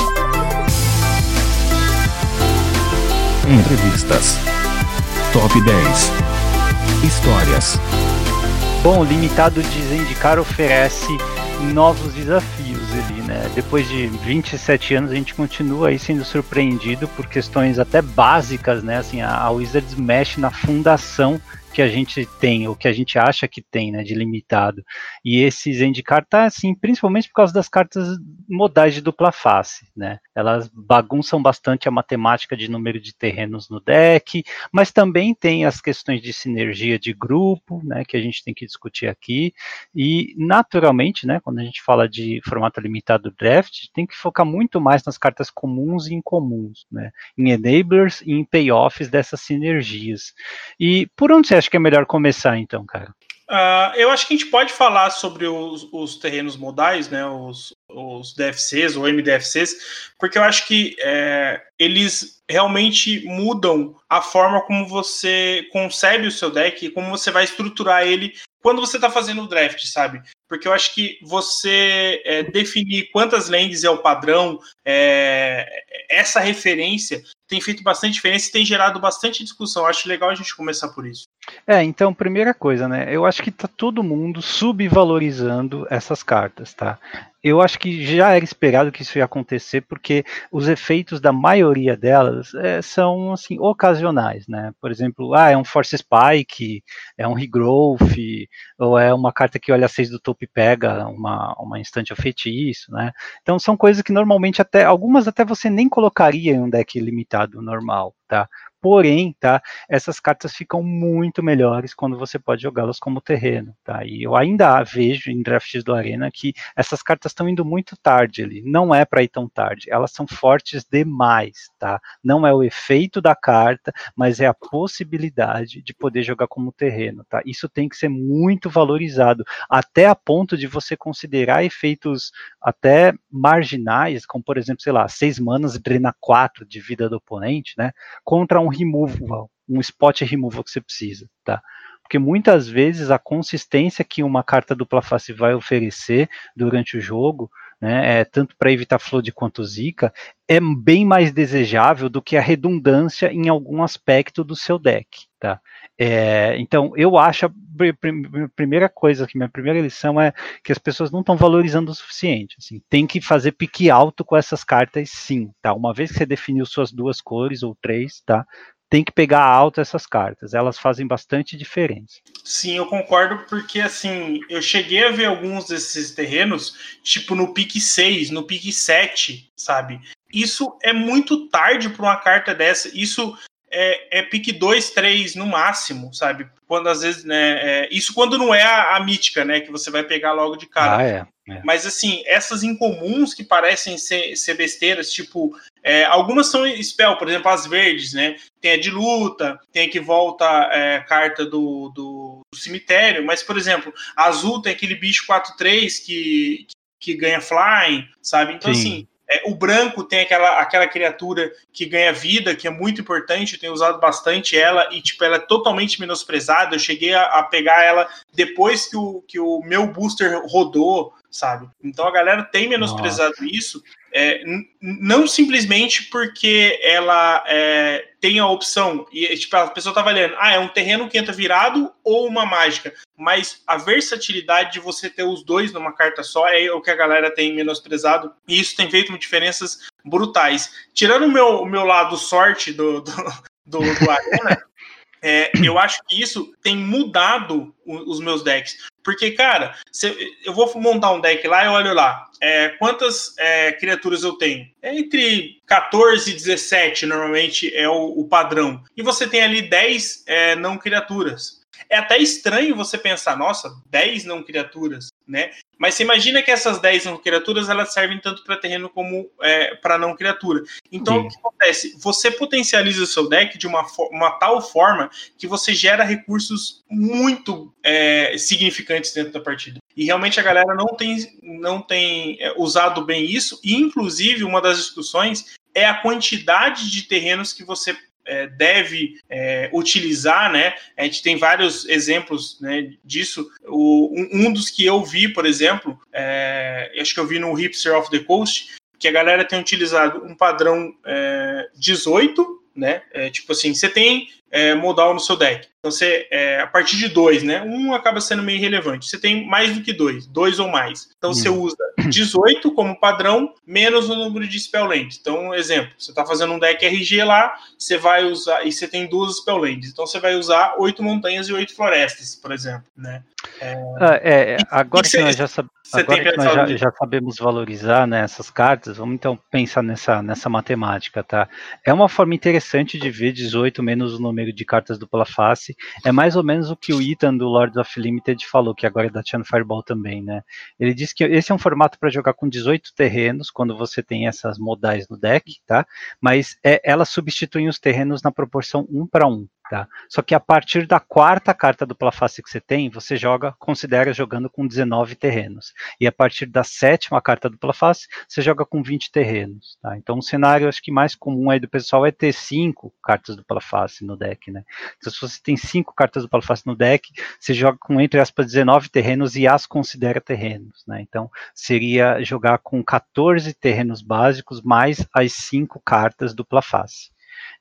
Entrevistas. Top 10. Histórias. Bom, o limitado de Zendikar oferece novos desafios ali, né? Depois de 27 anos a gente continua aí sendo surpreendido por questões até básicas, né? Assim, a Wizards mexe na fundação que a gente tem, ou que a gente acha que tem, né, de limitado. E esse Zendikar tá assim, principalmente por causa das cartas modais de dupla face, né? Elas bagunçam bastante a matemática de número de terrenos no deck, mas também tem as questões de sinergia de grupo, né, que a gente tem que discutir aqui. E naturalmente, né, quando a gente fala de formato limitado draft, tem que focar muito mais nas cartas comuns e incomuns, né? Em enablers e em payoffs dessas sinergias. E por onde você acha que é melhor começar, então, cara? Eu acho que a gente pode falar sobre os terrenos modais, né, os DFCs ou MDFCs, porque eu acho que eles realmente mudam a forma como você concebe o seu deck e como você vai estruturar ele quando você está fazendo o draft, sabe? Porque eu acho que você definir quantas lands é o padrão, essa referência tem feito bastante diferença e tem gerado bastante discussão. Eu acho legal a gente começar por isso. Então, primeira coisa, né? Eu acho que tá todo mundo subvalorizando essas cartas, tá? Eu acho que já era esperado que isso ia acontecer, porque os efeitos da maioria delas são, assim, ocasionais, né? Por exemplo, é um Force Spike, é um Regrowth, ou é uma carta que olha 6 do topo e pega uma instante of feitiço, né? Então são coisas que normalmente algumas até você nem colocaria em um deck limitado normal, tá? Porém, tá, essas cartas ficam muito melhores quando você pode jogá-las como terreno, tá? E eu ainda vejo em drafts do Arena que essas cartas estão indo muito tarde ali. Não é para ir tão tarde. Elas são fortes demais, tá? Não é o efeito da carta, mas é a possibilidade de poder jogar como terreno, tá? Isso tem que ser muito valorizado, até a ponto de você considerar efeitos até marginais, como por exemplo, sei lá, 6 manas drena 4 de vida do oponente, né? Contra um removal, um spot removal que você precisa, tá? Porque muitas vezes a consistência que uma carta dupla face vai oferecer durante o jogo, né, tanto para evitar flood quanto zica, é bem mais desejável do que a redundância em algum aspecto do seu deck, tá? Então, eu acho a primeira coisa, que minha primeira lição é que as pessoas não estão valorizando o suficiente. Assim, tem que fazer pique alto com essas cartas, sim, tá? Uma vez que você definiu suas 2 cores ou 3, tá? Tem que pegar alto essas cartas, elas fazem bastante diferença. Sim, eu concordo, porque assim, eu cheguei a ver alguns desses terrenos, tipo no pique 6, no pique 7, sabe? Isso é muito tarde para uma carta dessa, isso é pique 2, 3 no máximo, sabe? Quando às vezes, né, isso quando não é a mítica, né, que você vai pegar logo de cara. Mas assim, essas incomuns que parecem ser besteiras, tipo, algumas são spell, por exemplo, as verdes, né? Tem a de luta, tem a que volta carta do cemitério, mas, por exemplo, a azul tem aquele bicho 4/3 que ganha flying, sabe? Então, sim. Assim, o branco tem aquela criatura que ganha vida, que é muito importante, eu tenho usado bastante ela, e tipo, ela é totalmente menosprezada. Eu cheguei a pegar ela depois que o meu booster rodou, sabe? Então a galera tem menosprezado isso, não simplesmente porque ela tem a opção, e tipo, a pessoa tá avaliando, é um terreno que entra virado ou uma mágica, mas a versatilidade de você ter os dois numa carta só é o que a galera tem menosprezado, e isso tem feito diferenças brutais. Tirando o meu lado sorte do Arena, eu acho que isso tem mudado os meus decks. Porque, cara, eu vou montar um deck lá e olho lá. Quantas criaturas eu tenho? Entre 14 e 17, normalmente, é o padrão. E você tem ali 10 não criaturas. É até estranho você pensar, nossa, 10 não criaturas, né? Mas você imagina que essas 10 não criaturas, elas servem tanto para terreno como para não criatura. Então, o que acontece? Você potencializa o seu deck de uma tal forma que você gera recursos muito significantes dentro da partida. E realmente a galera não tem usado bem isso. E, inclusive, uma das discussões é a quantidade de terrenos que você deve utilizar, né? A gente tem vários exemplos, né, disso. Um dos que eu vi, por exemplo, acho que eu vi no Hipster of the Coast, que a galera tem utilizado um padrão 18, né? Tipo assim, você tem modal no seu deck. Então, a partir de 2, né? Um acaba sendo meio irrelevante. Você tem mais do que 2 ou mais. Então, você usa 18 como padrão, menos o número de Spelllands. Então, exemplo, você está fazendo um deck RG lá, você vai usar, e você tem 2 Spelllands. Então, você vai usar 8 montanhas e 8 florestas, por exemplo, né? Agora que nós já sabemos valorizar, né, essas cartas, vamos então pensar nessa matemática, tá? É uma forma interessante de ver 18 menos o número de cartas dupla face. É mais ou menos o que o Ethan do Lords of Limited falou, que agora é da Chan Fireball também, né? Ele disse que esse é um formato para jogar com 18 terrenos, quando você tem essas modais no deck, tá? Mas elas substituem os terrenos na proporção 1:1. Tá? Só que a partir da 4ª carta dupla face que você tem, você considera jogando com 19 terrenos. E a partir da 7ª carta dupla face, você joga com 20 terrenos. Tá? Então o cenário, acho que mais comum aí do pessoal é ter 5 cartas dupla face no deck, né? Então se você tem 5 cartas dupla face no deck, você joga com, entre aspas, 19 terrenos e as considera terrenos, né? Então seria jogar com 14 terrenos básicos mais as 5 cartas dupla face.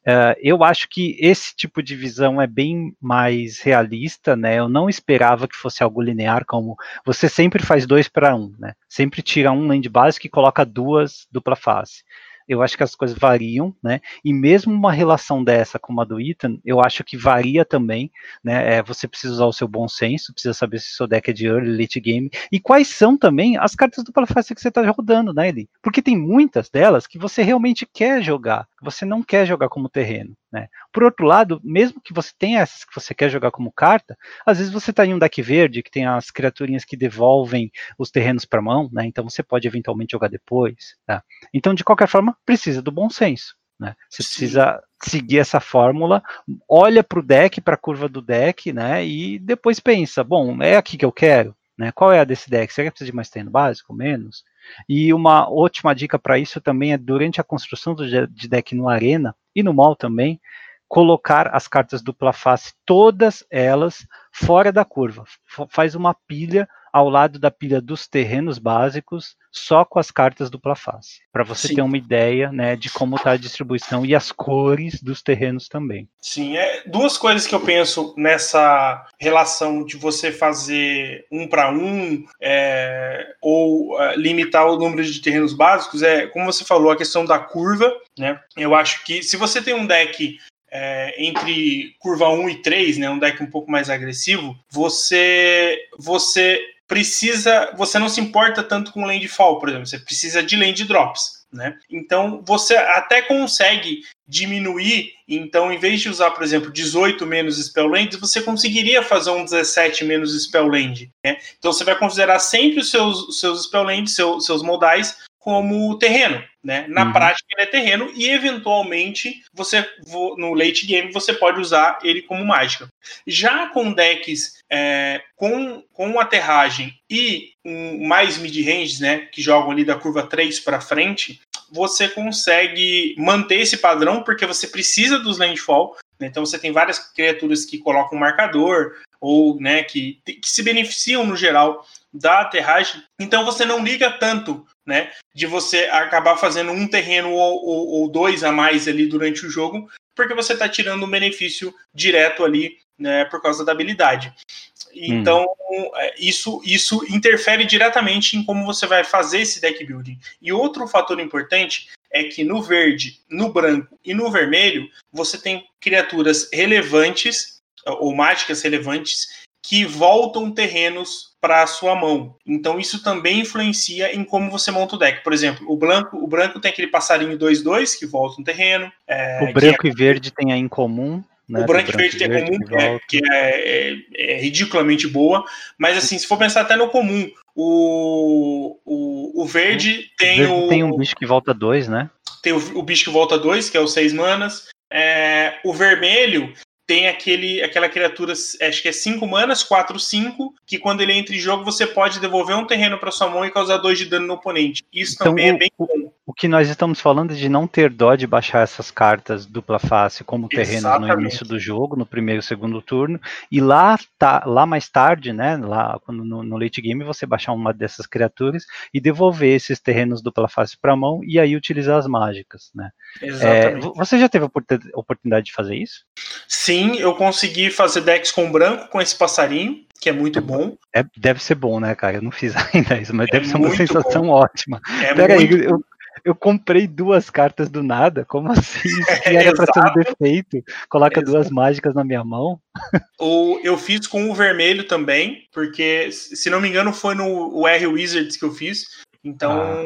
Eu acho que esse tipo de visão é bem mais realista, né? Eu não esperava que fosse algo linear, como você sempre faz 2:1, né? Sempre tira um land básico e coloca 2 dupla face. Eu acho que as coisas variam, né? E mesmo uma relação dessa como a do Ethan, eu acho que varia também, né? Você precisa usar o seu bom senso, precisa saber se o seu deck é de early, late game, e quais são também as cartas dupla face que você está rodando, né, Eli? Porque tem muitas delas que você realmente quer jogar, você não quer jogar como terreno, né? Por outro lado, mesmo que você tenha essas que você quer jogar como carta, às vezes você está em um deck verde que tem as criaturinhas que devolvem os terrenos para a mão, né? Então você pode eventualmente jogar depois, tá? Então, de qualquer forma, precisa do bom senso, né? Você precisa seguir essa fórmula, olha para o deck, para a curva do deck, né? E depois pensa, bom, é aqui que eu quero, né? Qual é a desse deck? Será que precisa de mais terreno básico? Menos? E uma ótima dica para isso também é, durante a construção de deck no Arena e no Mall também, colocar as cartas dupla face, todas elas, fora da curva. Faz uma pilha ao lado da pilha dos terrenos básicos, só com as cartas dupla face, para você ter uma ideia, né, de como está a distribuição e as cores dos terrenos também. Sim, duas coisas que eu penso nessa relação de você fazer 1:1 ou limitar o número de terrenos básicos, como você falou, a questão da curva, né? Eu acho que se você tem um deck entre curva 1 e 3, né, um deck um pouco mais agressivo, você não se importa tanto com landfall, por exemplo, você precisa de land drops, né? Então você até consegue diminuir, então em vez de usar, por exemplo, 18 menos Spelllands, você conseguiria fazer um 17 menos Spellland, né? Então você vai considerar sempre os seus Spelllands, seus modais, como terreno, né? Na prática ele é terreno e eventualmente no late game você pode usar ele como mágica. Já com decks com aterragem e mais mid-range, né, que jogam ali da curva 3 para frente, você consegue manter esse padrão porque você precisa dos landfall, né? Então você tem várias criaturas que colocam um marcador ou, né, que se beneficiam no geral da aterragem, então você não liga tanto, né, de você acabar fazendo um terreno ou 2 a mais ali durante o jogo, porque você está tirando um benefício direto ali, né, por causa da habilidade. Então, isso interfere diretamente em como você vai fazer esse deck building. E outro fator importante é que no verde, no branco e no vermelho, você tem criaturas relevantes, ou mágicas relevantes, que voltam terrenos para a sua mão. Então isso também influencia em como você monta o deck. Por exemplo, o branco tem aquele passarinho 2/2 que volta um terreno. O branco e verde tem a em comum. Né, o branco e verde tem comum, que é ridiculamente boa. Mas assim, se for pensar até no comum, o verde tem tem um bicho que volta 2, né? Tem o bicho que volta 2, que é o 6 manas. O vermelho tem aquela criatura, acho que é 5 manas, 4/5, que quando ele entra em jogo, você pode devolver um terreno para sua mão e causar 2 de dano no oponente. Isso então, também é bem bom. O que nós estamos falando é de não ter dó de baixar essas cartas dupla face como terrenos no início do jogo, no primeiro e segundo turno, e lá mais tarde, né, lá no late game, você baixar uma dessas criaturas e devolver esses terrenos dupla face para a mão e aí utilizar as mágicas, né? Exatamente. Você já teve a oportunidade de fazer isso? Sim, eu consegui fazer decks com branco com esse passarinho, que é muito bom. Deve ser bom, né, cara? Eu não fiz ainda isso, mas deve ser uma sensação ótima. Peraí, eu comprei 2 cartas do nada, como assim? Isso era pra ser um defeito, coloca 2 mágicas na minha mão. Eu fiz com o vermelho também, porque, se não me engano, foi no R Wizards que eu fiz. Então,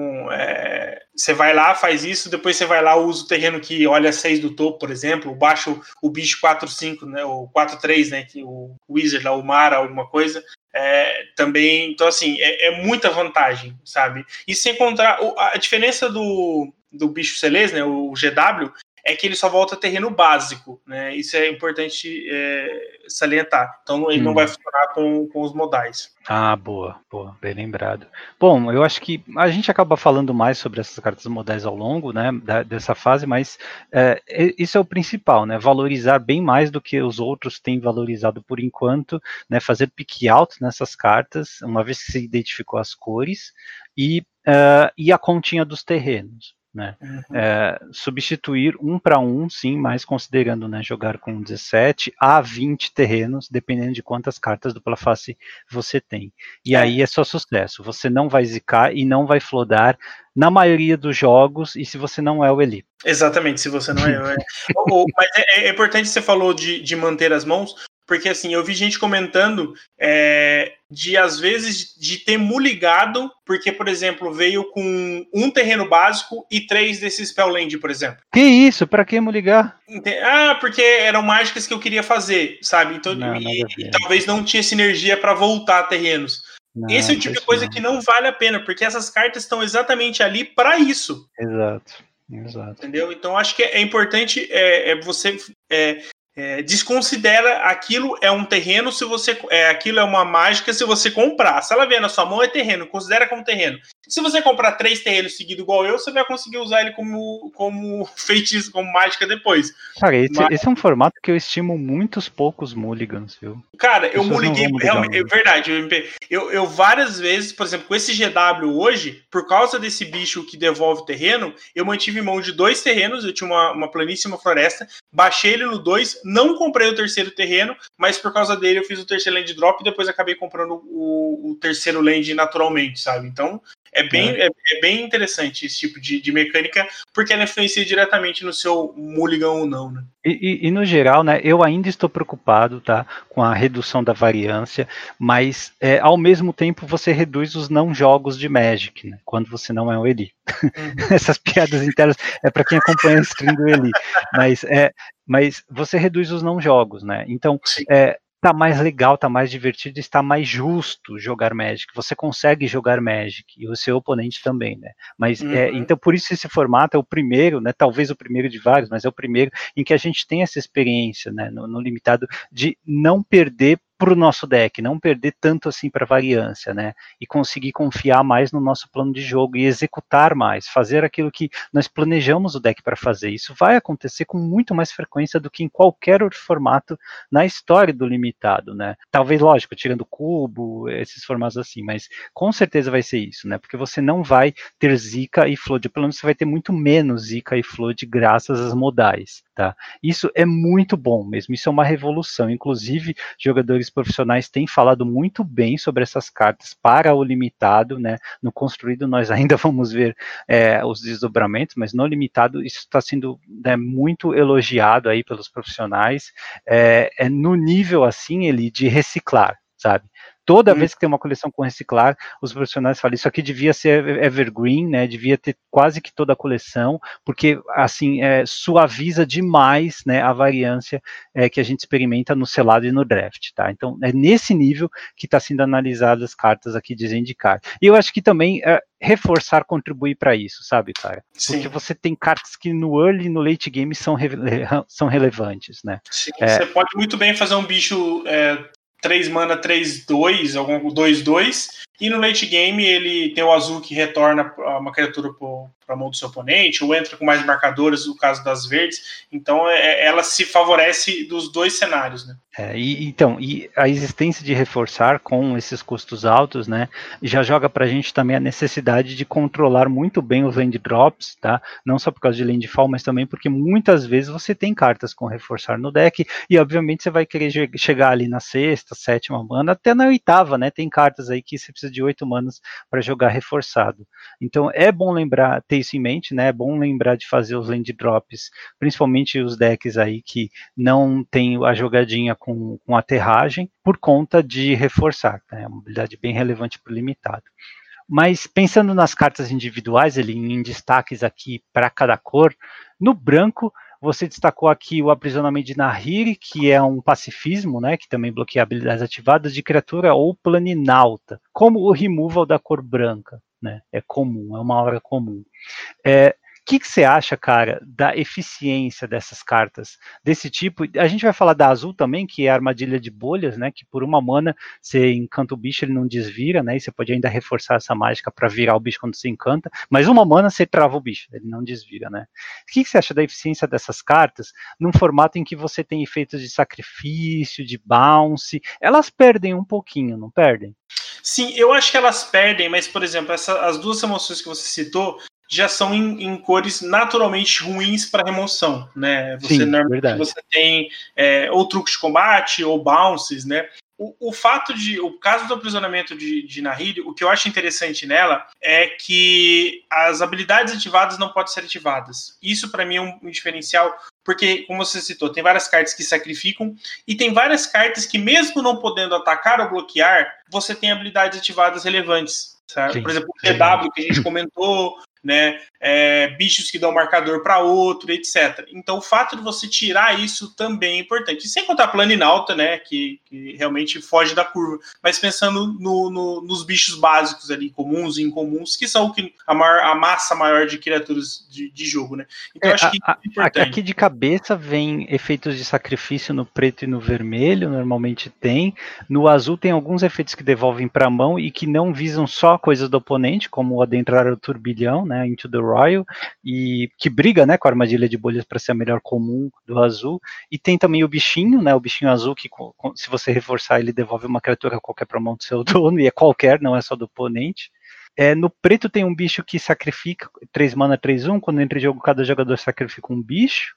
você vai lá, faz isso, depois você vai lá, usa o terreno que olha 6 do topo, por exemplo, baixa o bicho 4/5, né, ou 4/3, né, que o Wizard, lá, o Mara, alguma coisa. Também, então assim, é muita vantagem, sabe? E sem contar, a diferença do bicho Celeste, né, o GW, é que ele só volta a terreno básico, né? Isso é importante salientar. Então ele não vai funcionar com os modais. Boa, bem lembrado. Bom, eu acho que a gente acaba falando mais sobre essas cartas modais ao longo, né, dessa fase, mas isso é o principal, né? Valorizar bem mais do que os outros têm valorizado por enquanto, né? Fazer pick out nessas cartas, uma vez que se identificou as cores, e a continha dos terrenos. Né? Substituir 1 para 1, sim, mas considerando, né, jogar com 17 a 20 terrenos, dependendo de quantas cartas dupla face você tem. E aí é só sucesso. Você não vai zicar e não vai flodar na maioria dos jogos, e se você não é o Eli. Exatamente, se você não é o Eli. Mas é importante, você falou de manter as mãos, porque assim, eu vi gente comentando às vezes, de ter muligado, porque, por exemplo, veio com 1 terreno básico e 3 desses Spellland, por exemplo. Que isso? Pra que muligar? Porque eram mágicas que eu queria fazer, sabe? Então, e talvez não tinha sinergia para voltar a terrenos. Esse é o tipo de coisa que não vale a pena, porque essas cartas estão exatamente ali para isso. Exato. Entendeu? Então, acho que é importante você... desconsidera aquilo é um terreno se você aquilo é uma mágica se você comprar. Se ela vier na sua mão, é terreno, considera como terreno. Se você comprar 3 terrenos seguidos igual eu, você vai conseguir usar ele como feitiço, como mágica depois. Cara, esse é um formato que eu estimo muitos poucos mulligans, viu? Cara, eu muliguei, realmente, é verdade, eu várias vezes, por exemplo, com esse GW hoje, por causa desse bicho que devolve terreno, eu mantive mão de 2 terrenos, eu tinha uma planície e uma floresta, baixei ele no 2, não comprei o terceiro terreno, mas por causa dele eu fiz o terceiro land drop e depois acabei comprando o terceiro land naturalmente, sabe? Então, é bem interessante esse tipo de mecânica, porque ela influencia diretamente no seu mulligan ou não, né? E no geral, né, eu ainda estou preocupado, tá, com a redução da variância, mas ao mesmo tempo você reduz os não jogos de Magic, né, quando você não é o Eli. Essas piadas internas é para quem acompanha a stream do Eli, mas você reduz os não jogos, né? Então tá mais legal, tá mais divertido, está mais justo jogar Magic. Você consegue jogar Magic e o seu oponente também, né? Mas então por isso esse formato é o primeiro, né? Talvez o primeiro de vários, mas é o primeiro em que a gente tem essa experiência, né? No limitado de não perder para o nosso deck, não perder tanto assim para variância, né? E conseguir confiar mais no nosso plano de jogo e executar mais, fazer aquilo que nós planejamos o deck para fazer. Isso vai acontecer com muito mais frequência do que em qualquer outro formato na história do limitado, né? Talvez, lógico, tirando cubo, esses formatos assim, mas com certeza vai ser isso, né? Porque você não vai ter zica e flood, pelo menos você vai ter muito menos zica e flood graças às modais, tá? Isso é muito bom mesmo, isso é uma revolução. Inclusive, jogadores profissionais têm falado muito bem sobre essas cartas para o limitado, né? No construído nós ainda vamos ver os desdobramentos, mas no limitado isso está sendo muito elogiado aí pelos profissionais, no nível assim ele de reciclar, sabe? Toda vez que tem uma coleção com reciclar, os profissionais falam, isso aqui devia ser evergreen, né? Devia ter quase que toda a coleção, porque assim suaviza demais, né, a variância que a gente experimenta no selado e no draft, tá? Então é nesse nível que está sendo analisadas as cartas aqui de Zendikar. E eu acho que também reforçar contribuir para isso, sabe, cara? Sim. Porque você tem cartas que no early e no late game são relevantes, né? Sim, você pode muito bem fazer um bicho 3 mana, 3/2, algum 2/2, e no late game ele tem o azul que retorna uma criatura para a mão do seu oponente, ou entra com mais marcadores, no caso das verdes. Então ela se favorece dos dois cenários, né? Então, a existência de reforçar com esses custos altos, né, já joga pra gente também a necessidade de controlar muito bem os land drops, tá? Não só por causa de landfall, mas também porque muitas vezes você tem cartas com reforçar no deck, e obviamente você vai querer chegar ali na 6ª, 7ª mana, até na 8ª, né? Tem cartas aí que você precisa de 8 manas para jogar reforçado. Então é bom lembrar, ter isso em mente, né? É bom lembrar de fazer os land drops, principalmente os decks aí que não tem a jogadinha com aterragem, por conta de reforçar, né? É uma habilidade bem relevante para o limitado. Mas pensando nas cartas individuais, ele em destaques aqui para cada cor, no branco você destacou aqui o aprisionamento de Nahiri, que é um pacifismo, né, que também bloqueia habilidades ativadas de criatura ou planinauta, como o removal da cor branca, né? É comum, é uma aura comum. O que você acha, cara, da eficiência dessas cartas desse tipo? A gente vai falar da azul também, que é a armadilha de bolhas, né? Que por uma mana você encanta o bicho, ele não desvira, né? E você pode ainda reforçar essa mágica para virar o bicho quando você encanta. Mas uma mana você trava o bicho, ele não desvira, né? O que você acha da eficiência dessas cartas num formato em que você tem efeitos de sacrifício, de bounce? Elas perdem um pouquinho, não perdem? Sim, eu acho que elas perdem, mas, por exemplo, as duas emoções que você citou já são em cores naturalmente ruins para remoção, né? Sim, verdade. Você tem ou truques de combate ou bounces, né? O caso do aprisionamento de Nahiri, o que eu acho interessante nela é que as habilidades ativadas não podem ser ativadas. Isso para mim é um diferencial, porque, como você citou, tem várias cartas que sacrificam e tem várias cartas que, mesmo não podendo atacar ou bloquear, você tem habilidades ativadas relevantes. Sabe? Sim, por exemplo, o TW que a gente comentou, né? Bichos que dão marcador para outro, etc. Então, o fato de você tirar isso também é importante. E sem contar planinauta, né? Que realmente foge da curva. Mas pensando nos bichos básicos ali, comuns e incomuns, que são a massa maior de criaturas de jogo, né? Então, acho que é importante. Aqui de cabeça vem efeitos de sacrifício no preto e no vermelho, normalmente tem. No azul tem alguns efeitos que devolvem para a mão e que não visam só coisas do oponente, como o adentrar o turbilhão, né, Into the Royal, e que briga, né, com a armadilha de bolhas para ser a melhor comum do azul. E tem também o bichinho, né, o bichinho azul que se você reforçar ele devolve uma criatura qualquer para a mão do seu dono, e é qualquer, não é só do oponente. No preto tem um bicho que sacrifica 3 mana, 3/1, quando entra em jogo cada jogador sacrifica um bicho.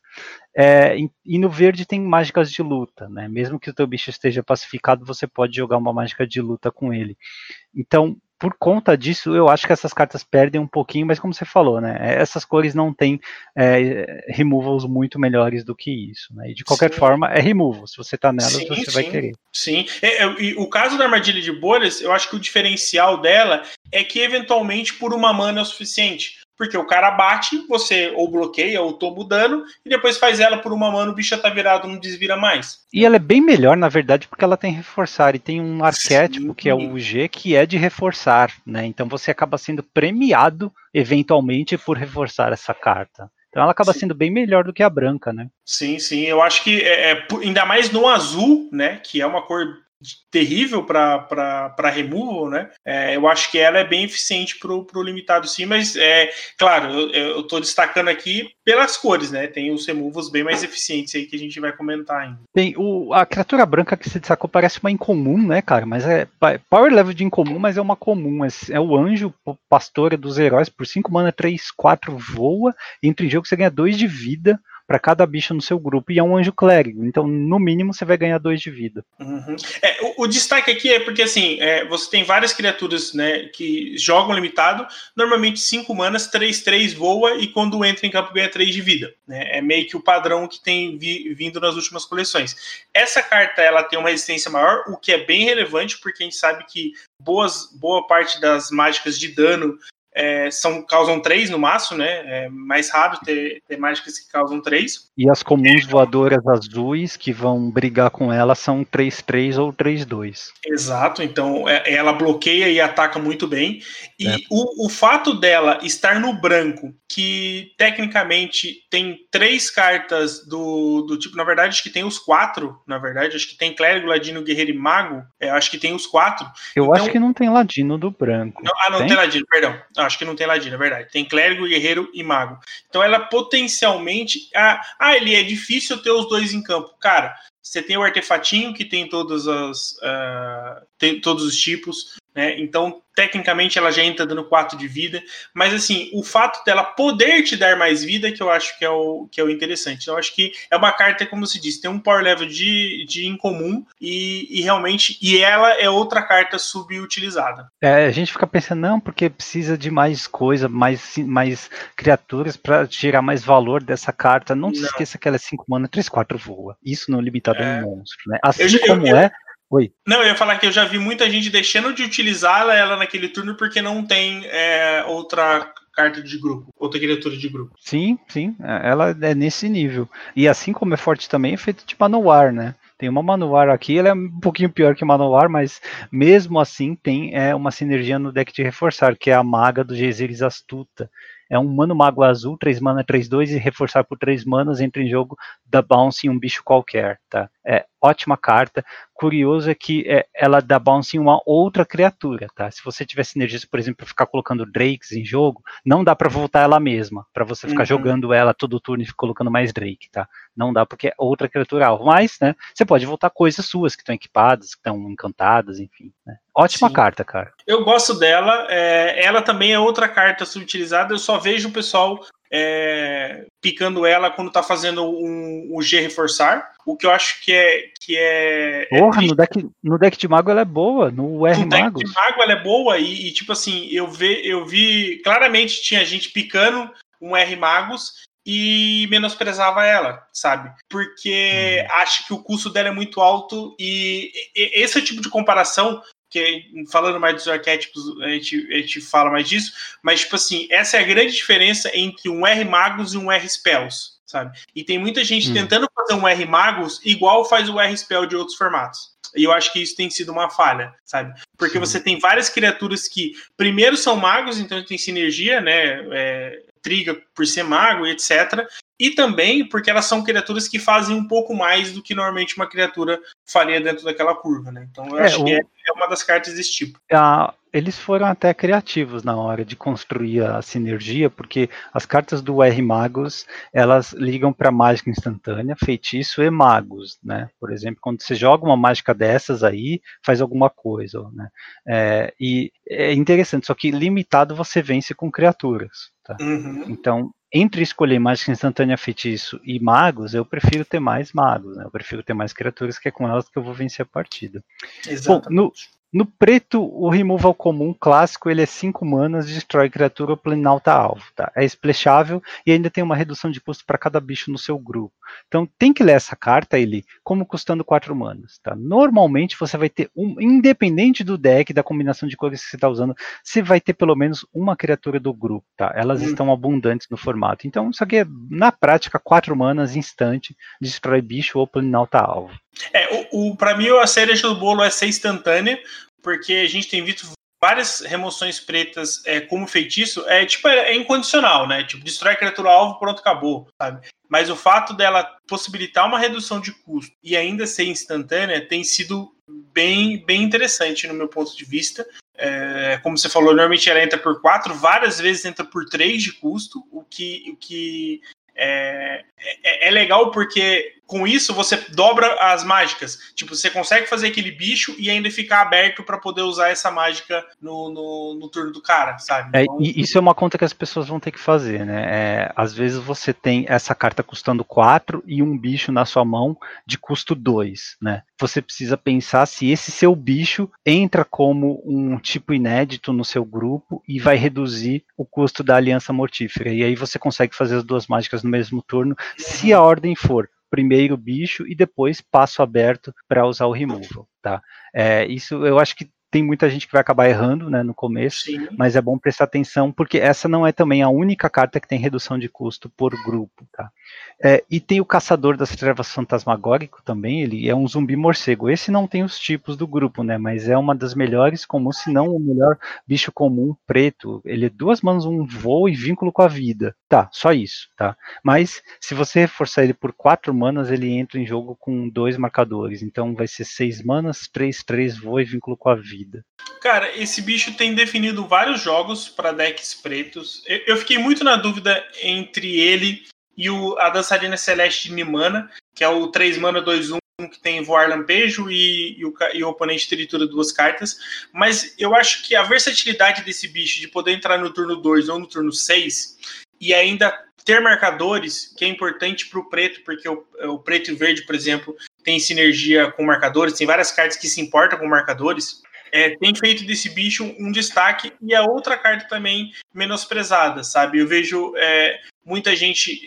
E no verde tem mágicas de luta, né? Mesmo que o teu bicho esteja pacificado, você pode jogar uma mágica de luta com ele. Então, por conta disso, eu acho que essas cartas perdem um pouquinho, mas como você falou, né? Essas cores não têm removals muito melhores do que isso, né? E de qualquer forma, é removal. Se você tá nelas, você vai querer. Sim. E o caso da armadilha de bolhas, eu acho que o diferencial dela é que, eventualmente, por uma mana é o suficiente. Porque o cara bate, você ou bloqueia ou toma o dano, e depois faz ela por uma mana, o bicho já tá virado, não desvira mais. E ela é bem melhor, na verdade, porque ela tem reforçar, e tem um arquétipo, que é o G, que é de reforçar, né? Então você acaba sendo premiado, eventualmente, por reforçar essa carta. Então ela acaba sendo bem melhor do que a branca, né? Sim. Eu acho que, ainda mais no azul, né? Que é uma cor terrível para removal, né? Eu acho que ela é bem eficiente pro limitado, sim, mas claro, eu tô destacando aqui pelas cores, né? Tem os removals bem mais eficientes aí que a gente vai comentar ainda. Tem a criatura branca que se destacou, parece uma incomum, né, cara? Mas é power level de incomum, mas é uma comum. É o anjo pastora dos heróis, por 5 mana, 3/4 voa, entra em jogo você ganha 2 de vida para cada bicho no seu grupo, e é um anjo clérigo, então no mínimo você vai ganhar 2 de vida. Uhum. O destaque aqui é porque, assim, você tem várias criaturas, né, que jogam limitado, normalmente 5 manas, 3/3 voa, e quando entra em campo ganha 3 de vida, né? É meio que o padrão que tem vindo nas últimas coleções. Essa carta, ela tem uma resistência maior, o que é bem relevante, porque a gente sabe que boa parte das mágicas de dano causam 3 no máximo, né? É mais raro ter mágicas que causam 3. E as comuns voadoras azuis que vão brigar com ela são 3/3 ou 3/2. Exato, então ela bloqueia e ataca muito bem. E o fato dela estar no branco, que tecnicamente tem 3 cartas do tipo, na verdade, acho que tem os 4, na verdade, acho que tem Clérigo, Ladino, Guerreiro e Mago, acho que tem os 4. Eu acho que não tem Ladino do branco. Não tem Ladino, perdão. Acho que não tem Ladino, é verdade. Tem Clérigo, Guerreiro e Mago. Então ela potencialmente... ele é difícil ter os 2 em campo. Cara, você tem o artefatinho que tem todos os tipos, né? Então, tecnicamente, ela já entra dando 4 de vida. Mas, assim, o fato dela poder te dar mais vida que eu acho que é o interessante. Eu acho que é uma carta, como se diz, tem um power level de incomum e realmente... E ela é outra carta subutilizada. A gente fica pensando, não, porque precisa de mais coisa, mais criaturas para tirar mais valor dessa carta. Não se esqueça que ela é 5 mana, 3/4 voa. Isso no limitado é um monstro, né? Assim Oi. Não, eu ia falar que eu já vi muita gente deixando de utilizar ela naquele turno porque não tem outra carta de grupo, outra criatura de grupo. Sim, ela é nesse nível. E assim como é forte também, é feito de Manowar, né? Tem uma Manowar aqui, ela é um pouquinho pior que Manowar, mas mesmo assim tem uma sinergia no deck de reforçar, que é a Maga do Gezeres Astuta. É um Mano Mago azul, 3 mana, 3/2, e reforçar por 3 manas, entra em jogo, dá bounce em um bicho qualquer, tá? É ótima carta. Curioso é que ela dá bounce em uma outra criatura, tá? Se você tiver sinergia, por exemplo, para ficar colocando Drakes em jogo, não dá para voltar ela mesma, para você ficar jogando ela todo turno e colocando mais Drake, tá? Não dá porque é outra criatura alvo, mas, né, você pode voltar coisas suas que estão equipadas, que estão encantadas, enfim, né? Ótima carta, cara. Eu gosto dela, ela também é outra carta subutilizada, eu só vejo o pessoal picando ela quando tá fazendo o G reforçar, o que eu acho que é Porra, no deck de mago ela é boa, no R Magos. No deck de mago ela é boa e tipo assim, eu vi claramente tinha gente picando um R Magos e menosprezava ela, sabe? Porque acho que o custo dela é muito alto e esse é o tipo de comparação que, falando mais dos arquétipos, a gente fala mais disso, mas, tipo assim, essa é a grande diferença entre um R Magos e um R Spells, sabe? E tem muita gente tentando fazer um R Magos igual faz o R Spell de outros formatos. E eu acho que isso tem sido uma falha, sabe? Porque você tem várias criaturas que, primeiro, são magos, então tem sinergia, né? Triga por ser mago, etc. E também porque elas são criaturas que fazem um pouco mais do que normalmente uma criatura faria dentro daquela curva, né? Então eu acho que é uma das cartas desse tipo. Eles foram até criativos na hora de construir a sinergia, porque as cartas do R Magos, elas ligam para mágica instantânea, feitiço e magos, né? Por exemplo, quando você joga uma mágica dessas aí, faz alguma coisa, né? E é interessante, só que limitado você vence com criaturas, tá? Então, entre escolher mágica instantânea, feitiço e magos, eu prefiro ter mais magos, né? Eu prefiro ter mais criaturas, que é com elas que eu vou vencer a partida. Exatamente. Bom, no preto, o removal comum clássico, ele é 5 manas, destrói criatura ou planalta alvo, tá? É splashável e ainda tem uma redução de custo para cada bicho no seu grupo. Então tem que ler essa carta, ele, como custando 4 manas, tá? Normalmente você vai ter independente do deck, da combinação de cores que você está usando, você vai ter pelo menos uma criatura do grupo, tá? Elas estão abundantes no formato. Então isso aqui é, na prática, 4 manas, instante, destrói bicho ou planalta alvo. Pra mim, a cereja do bolo é ser instantânea, porque a gente tem visto várias remoções pretas como feitiço, é incondicional, né? Tipo, destrói a criatura alvo, pronto, acabou, sabe? Mas o fato dela possibilitar uma redução de custo e ainda ser instantânea tem sido bem, bem interessante no meu ponto de vista. Como você falou, normalmente ela entra por 4, várias vezes entra por 3 de custo, o que é legal porque com isso você dobra as mágicas. Tipo, você consegue fazer aquele bicho e ainda ficar aberto para poder usar essa mágica no turno do cara, sabe? Então... Isso é uma conta que as pessoas vão ter que fazer, né? Às vezes você tem essa carta custando 4 e um bicho na sua mão de custo 2, né? Você precisa pensar se esse seu bicho entra como um tipo inédito no seu grupo e vai reduzir o custo da aliança mortífera. E aí você consegue fazer as duas mágicas no mesmo turno, se a ordem for primeiro bicho e depois passo aberto para usar o removal, tá? Isso eu acho que tem muita gente que vai acabar errando, né, no começo, Sim. mas é bom prestar atenção, porque essa não é também a única carta que tem redução de custo por grupo, tá? E tem o Caçador das Trevas Fantasmagórico também, ele é um zumbi morcego. Esse não tem os tipos do grupo, né, mas é uma das melhores comuns, se não o melhor bicho comum preto. Ele é 2 manas, 1 voo e vínculo com a vida. Tá, só isso, tá? Mas se você reforçar ele por 4 manas, ele entra em jogo com 2 marcadores. Então vai ser 6 manas, 3/3, voo e vínculo com a vida. Cara, esse bicho tem definido vários jogos para decks pretos. Eu fiquei muito na dúvida entre ele e a Dançarina Celeste de Nimana, que é o 3 mana 2/1 que tem voar lampejo e o oponente tritura 2 cartas. Mas eu acho que a versatilidade desse bicho de poder entrar no turno 2 ou no turno 6 e ainda ter marcadores, que é importante para o preto, porque o preto e o verde, por exemplo, tem sinergia com marcadores, tem várias cartas que se importam com marcadores. Tem feito desse bicho um destaque, e a outra carta também menosprezada, sabe? Eu vejo muita gente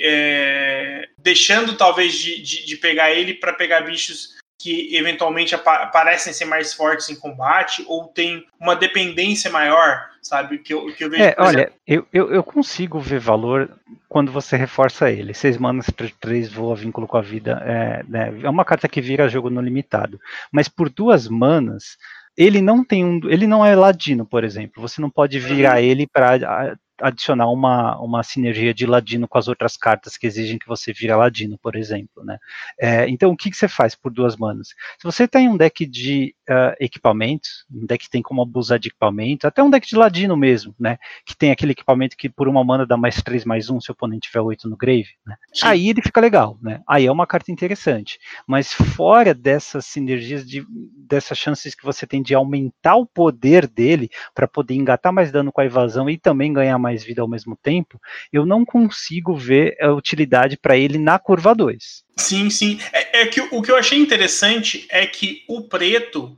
deixando talvez de pegar ele para pegar bichos que eventualmente parecem ser mais fortes em combate ou tem uma dependência maior, sabe? Que eu vejo, olha, eu consigo ver valor quando você reforça ele. 6 manas, 3 voa, vínculo com a vida. É uma carta que vira jogo no limitado. Mas por 2 manas, ele não é ladino, por exemplo. Você não pode virar ele para adicionar uma sinergia de ladino com as outras cartas que exigem que você vira ladino, por exemplo, né? Então, o que você faz por 2 manas? Se você tem um deck de equipamentos, um deck que tem como abusar de equipamento, até um deck de ladino mesmo, né? Que tem aquele equipamento que por 1 mana dá mais 3/1 se o oponente tiver 8 no grave, né? Aí ele fica legal, né? Aí é uma carta interessante. Mas fora dessas sinergias, dessas chances que você tem de aumentar o poder dele para poder engatar mais dano com a invasão e também ganhar mais vida ao mesmo tempo, eu não consigo ver a utilidade para ele na curva 2. Sim, sim. Que o que eu achei interessante é que o preto,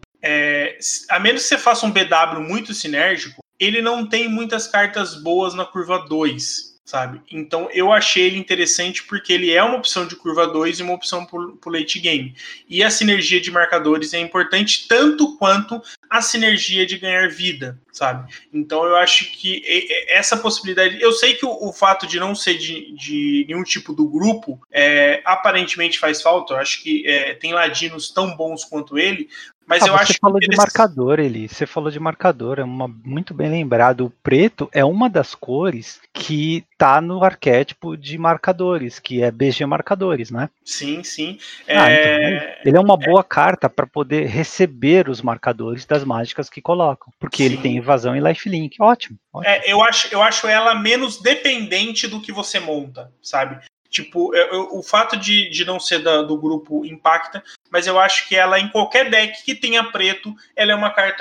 a menos que você faça um BW muito sinérgico, ele não tem muitas cartas boas na curva 2, sabe? Então eu achei ele interessante porque ele é uma opção de curva 2 e uma opção pro late game. E a sinergia de marcadores é importante tanto quanto a sinergia de ganhar vida, sabe? Então eu acho que essa possibilidade... Eu sei que o fato de não ser de nenhum tipo do grupo aparentemente faz falta. Eu acho que tem ladinos tão bons quanto ele, mas eu acho que... Você falou de marcador, Eli. Você falou de marcador, muito bem lembrado. O preto é uma das cores que tá no arquétipo de marcadores, que é BG marcadores, né? Sim, sim. Então, ele é uma boa carta para poder receber os marcadores das mágicas que colocam, porque ele tem evasão e lifelink. Ótimo. Eu acho ela menos dependente do que você monta, sabe? Tipo, o fato de não ser do grupo impacta, mas eu acho que ela, em qualquer deck que tenha preto, ela é uma carta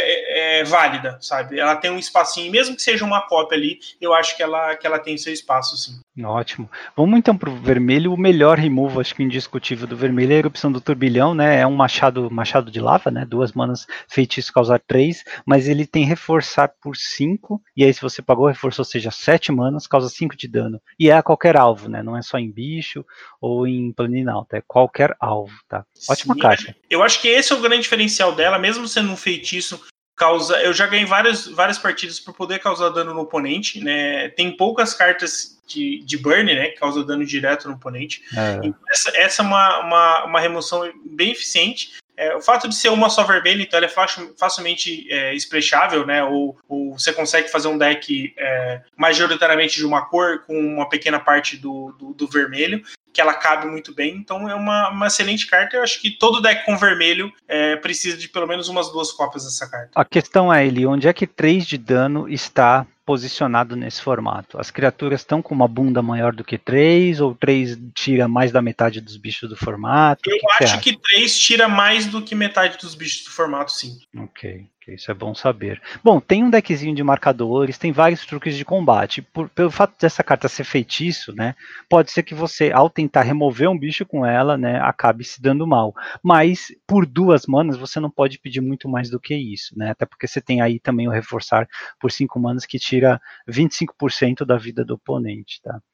válida, sabe? Ela tem um espacinho, mesmo que seja uma cópia ali, eu acho que ela tem seu espaço, sim. Ótimo. Vamos então pro vermelho. O melhor removal, acho que indiscutível do vermelho, é a erupção do turbilhão, né? É um machado de lava, né? 2 manas, feitiço causar 3, mas ele tem reforçar por 5, e aí se você pagou, reforçou, seja 7 manas, causa 5 de dano. E é a qualquer alvo, né? Não é só em bicho ou em planinalta, é qualquer alvo, tá? Ótima carta. Eu acho que esse é o grande diferencial dela, mesmo sendo um feitiço, eu já ganhei várias partidas para poder causar dano no oponente, né? Tem poucas cartas de burn, né? Que causa dano direto no oponente. Então, essa é uma remoção bem eficiente. O fato de ser uma só vermelha, então ela é facilmente splashável, né? Ou você consegue fazer um deck majoritariamente de uma cor com uma pequena parte do vermelho, que ela cabe muito bem. Então é uma excelente carta. Eu acho que todo deck com vermelho precisa de pelo menos umas 2 cópias dessa carta. A questão é, Eli, onde é que 3 de dano está posicionado nesse formato? As criaturas estão com uma bunda maior do que 3, ou 3 tira mais da metade dos bichos do formato? Eu acho que 3 tira mais do que metade dos bichos do formato, sim. Ok, isso é bom saber. Bom, tem um deckzinho de marcadores, tem vários truques de combate. Pelo fato dessa carta ser feitiço, né, pode ser que você, ao tentar remover um bicho com ela, né, acabe se dando mal. Mas, por 2 manas, você não pode pedir muito mais do que isso, né, até porque você tem aí também o reforçar por 5 manas que tira 25% da vida do oponente, tá?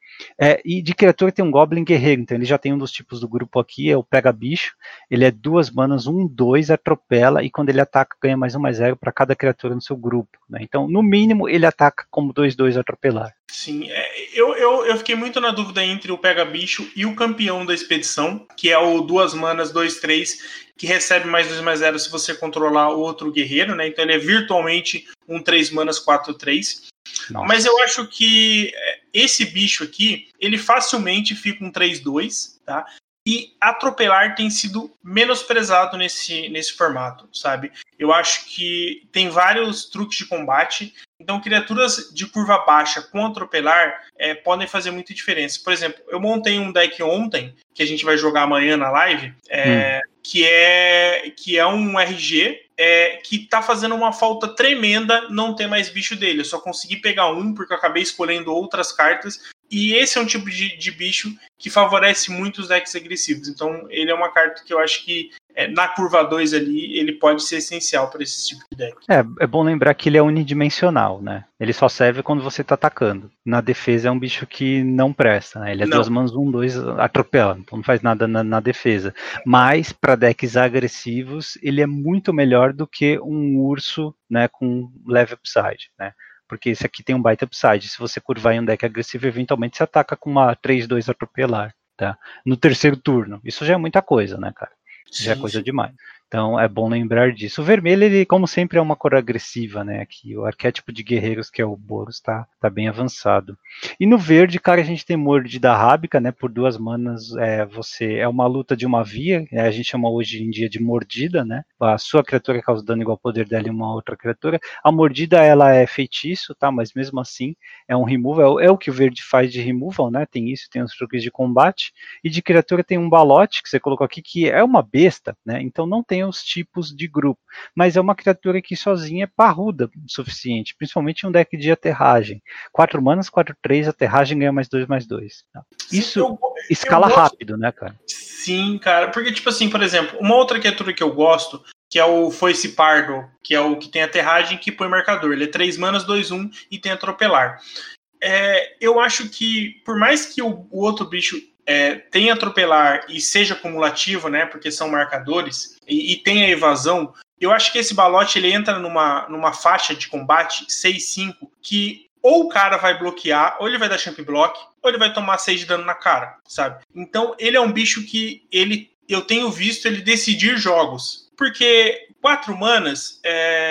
E de criatura tem um Goblin Guerreiro, então ele já tem um dos tipos do grupo aqui, é o Pega Bicho. Ele é 2 manas, 1/2, atropela, e quando ele ataca, ganha +1/+0 para cada criatura no seu grupo, né? Então, no mínimo, ele ataca como 2/2 atropelar. Sim, eu fiquei muito na dúvida entre o Pega Bicho e o campeão da expedição, que é o 2 manas, 2/3, que recebe +2/+0 se você controlar outro guerreiro, né? Então ele é virtualmente um 3 manas, 4/3. Nossa. Mas eu acho que esse bicho aqui, ele facilmente fica um 3/2, tá? E atropelar tem sido menosprezado nesse formato, sabe? Eu acho que tem vários truques de combate, então criaturas de curva baixa com atropelar podem fazer muita diferença. Por exemplo, eu montei um deck ontem, que a gente vai jogar amanhã na live, que é um RG, que tá fazendo uma falta tremenda não ter mais bicho dele. Eu só consegui pegar um porque eu acabei escolhendo outras cartas. E esse é um tipo de bicho que favorece muito os decks agressivos. Então ele é uma carta que eu acho que na curva 2 ali, ele pode ser essencial para esse tipo de deck. É bom lembrar que ele é unidimensional, né? Ele só serve quando você tá atacando. Na defesa é um bicho que não presta, né? Ele é 2 manas, 1/2 atropelando, então não faz nada na defesa. Mas para decks agressivos, ele é muito melhor do que um urso, né, com leve upside, né? Porque esse aqui tem um baita upside. Se você curvar em um deck agressivo, eventualmente você ataca com uma 3/2 atropelar, tá? No terceiro turno. Isso já é muita coisa, né, cara? Isso já é coisa demais. Então é bom lembrar disso. O vermelho, ele, como sempre, é uma cor agressiva, né? Aqui, o arquétipo de guerreiros, que é o Boros, tá bem avançado. E no verde, cara, a gente tem Mordida Rábica, né? Por 2 manas, é uma luta de uma via, a gente chama hoje em dia de mordida, né? A sua criatura causa dano igual ao poder dela em uma outra criatura. A mordida, ela é feitiço, tá? Mas mesmo assim, é um removal. É o que o verde faz de removal, né? Tem isso, tem os truques de combate. E de criatura tem um balote, que você colocou aqui, que é uma besta, né? Então não tem os tipos de grupo, mas é uma criatura que sozinha é parruda o suficiente, principalmente em um deck de aterragem. 4 manas, 4/3, aterragem ganha +2/2. Tá? Isso escala rápido, né, cara? Sim, cara, porque, tipo assim, por exemplo, uma outra criatura que eu gosto, que é o Foice Pardo, que é o que tem aterragem que põe marcador. Ele é 3 manas, 2/1 e tem atropelar. Eu acho que, por mais que o outro bicho tem atropelar e seja cumulativo, né, porque são marcadores, e tem a evasão, eu acho que esse balote ele entra numa faixa de combate 6/5, que ou o cara vai bloquear, ou ele vai dar champ block, ou ele vai tomar 6 de dano na cara, sabe? Então ele é um bicho que eu tenho visto ele decidir jogos, porque 4 manas,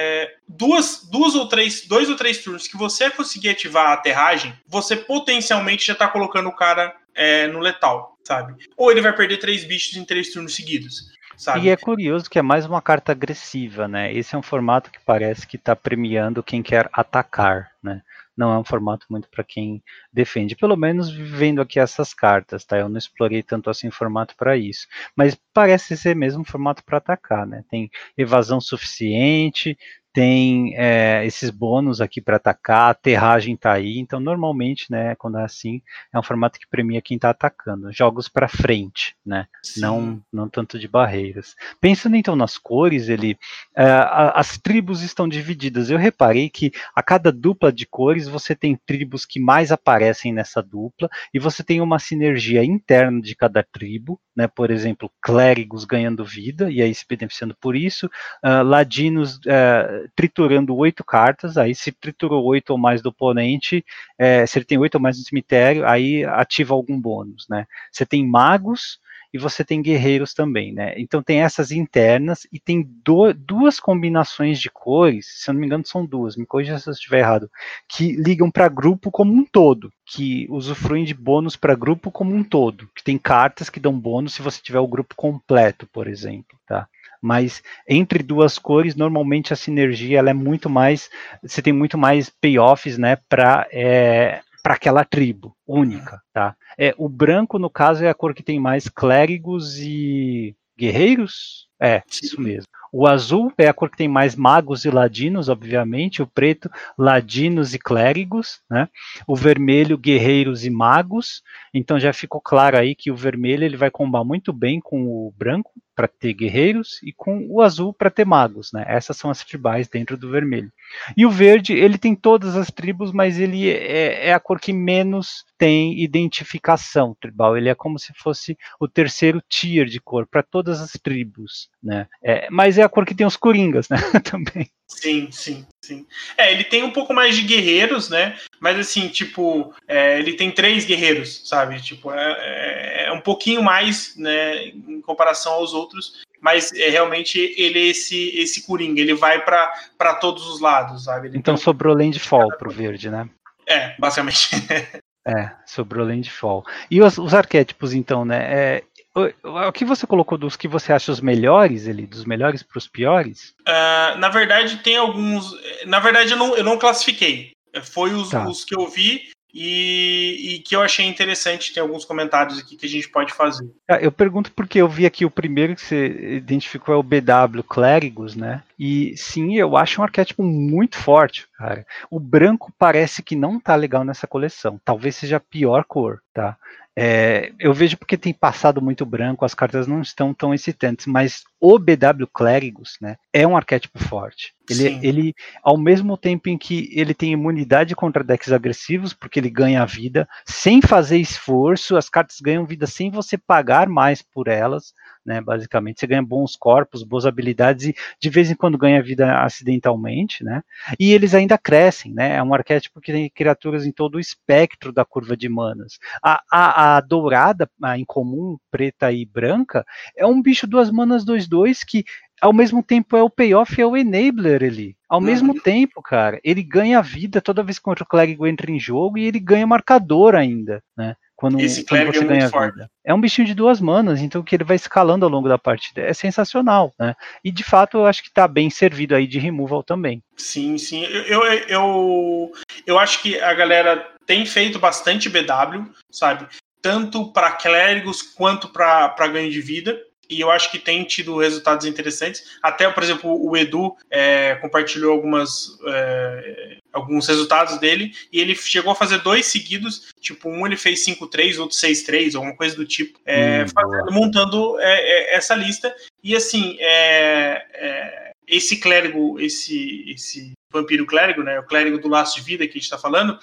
2 ou 3 turnos que você conseguir ativar a aterragem, você potencialmente já tá colocando o cara no letal, sabe? Ou ele vai perder 3 bichos em 3 turnos seguidos, sabe? E é curioso que é mais uma carta agressiva, né? Esse é um formato que parece que tá premiando quem quer atacar, né? Não é um formato muito para quem defende, pelo menos vendo aqui essas cartas, tá? Eu não explorei tanto assim o formato para isso, mas parece ser mesmo um formato para atacar, né? Tem evasão suficiente, tem esses bônus aqui para atacar, a aterragem tá aí, então normalmente, né, quando é assim, é um formato que premia quem tá atacando, jogos para frente, né? Não tanto de barreiras. Pensando então nas cores, as tribos estão divididas. Eu reparei que a cada dupla de cores você tem tribos que mais aparecem nessa dupla e você tem uma sinergia interna de cada tribo, né? Por exemplo, clérigos ganhando vida e aí se beneficiando por isso, ladinos triturando 8 cartas, aí se triturou 8 ou mais do oponente, se ele tem 8 ou mais no cemitério, aí ativa algum bônus, né? Você tem magos e você tem guerreiros também, né? Então tem essas internas e tem duas combinações de cores, se eu não me engano são 2, me corrija se eu estiver errado, que ligam para grupo como um todo, que usufruem de bônus para grupo como um todo, que tem cartas que dão bônus se você tiver o grupo completo, por exemplo, tá? Mas entre 2 cores, normalmente a sinergia ela é muito mais, você tem muito mais payoffs, né, para aquela tribo única, tá? O branco, no caso, é a cor que tem mais clérigos e guerreiros? Isso mesmo. O azul é a cor que tem mais magos e ladinos, obviamente. O preto, ladinos e clérigos, né? O vermelho, guerreiros e magos. Então já ficou claro aí que o vermelho ele vai combar muito bem com o branco para ter guerreiros e com o azul para ter magos, né? Essas são as tribais dentro do vermelho. E o verde, ele tem todas as tribos, mas ele é a cor que menos tem identificação tribal. Ele é como se fosse o terceiro tier de cor para todas as tribos, né? Mas é a cor que tem os coringas, né? Também. Sim. Ele tem um pouco mais de guerreiros, né? Mas assim, tipo, ele tem 3 guerreiros, sabe? Tipo, é um pouquinho mais, né? Em comparação aos outros. Mas realmente ele é esse coringa. Ele vai para todos os lados, sabe? Então sobrou Landfall pro verde, né? Basicamente. Sobrou Landfall. E os arquétipos, então, né? O que você colocou dos que você acha os melhores, dos melhores para os piores? Na verdade, tem alguns. Na verdade, eu não classifiquei. Foi os que eu vi e que eu achei interessante. Tem alguns comentários aqui que a gente pode fazer. Eu pergunto porque eu vi aqui o primeiro que você identificou é o BW Clérigos, né? E sim, eu acho um arquétipo muito forte, cara. O branco parece que não tá legal nessa coleção. Talvez seja a pior cor, tá? Eu vejo porque tem passado muito branco, as cartas não estão tão excitantes, mas o BW Clérigos, né, é um arquétipo forte. Ele, ao mesmo tempo em que ele tem imunidade contra decks agressivos, porque ele ganha vida, sem fazer esforço, as cartas ganham vida sem você pagar mais por elas, né, basicamente, você ganha bons corpos, boas habilidades e de vez em quando ganha vida acidentalmente, né, e eles ainda crescem, né, é um arquétipo que tem criaturas em todo o espectro da curva de manas. A dourada, a incomum, preta e branca, é um bicho 2 manas 2/2 que ao mesmo tempo é o payoff e é o enabler ali. Ao mesmo tempo, cara, ele ganha vida toda vez que o clérigo entra em jogo e ele ganha marcador ainda, né? Quando você ganha vida. É um bichinho de 2 manas, então que ele vai escalando ao longo da partida. É sensacional, né? E de fato eu acho que tá bem servido aí de removal também. Sim. Eu acho que a galera tem feito bastante BW, sabe? Tanto para clérigos quanto para ganho de vida. E eu acho que tem tido resultados interessantes. Até, por exemplo, o Edu compartilhou alguns resultados dele, e ele chegou a fazer 2 seguidos, tipo, um ele fez 5-3, outro 6-3, alguma coisa do tipo, montando essa lista. E assim, esse clérigo, esse vampiro clérigo, né, o clérigo do laço de vida que a gente está falando,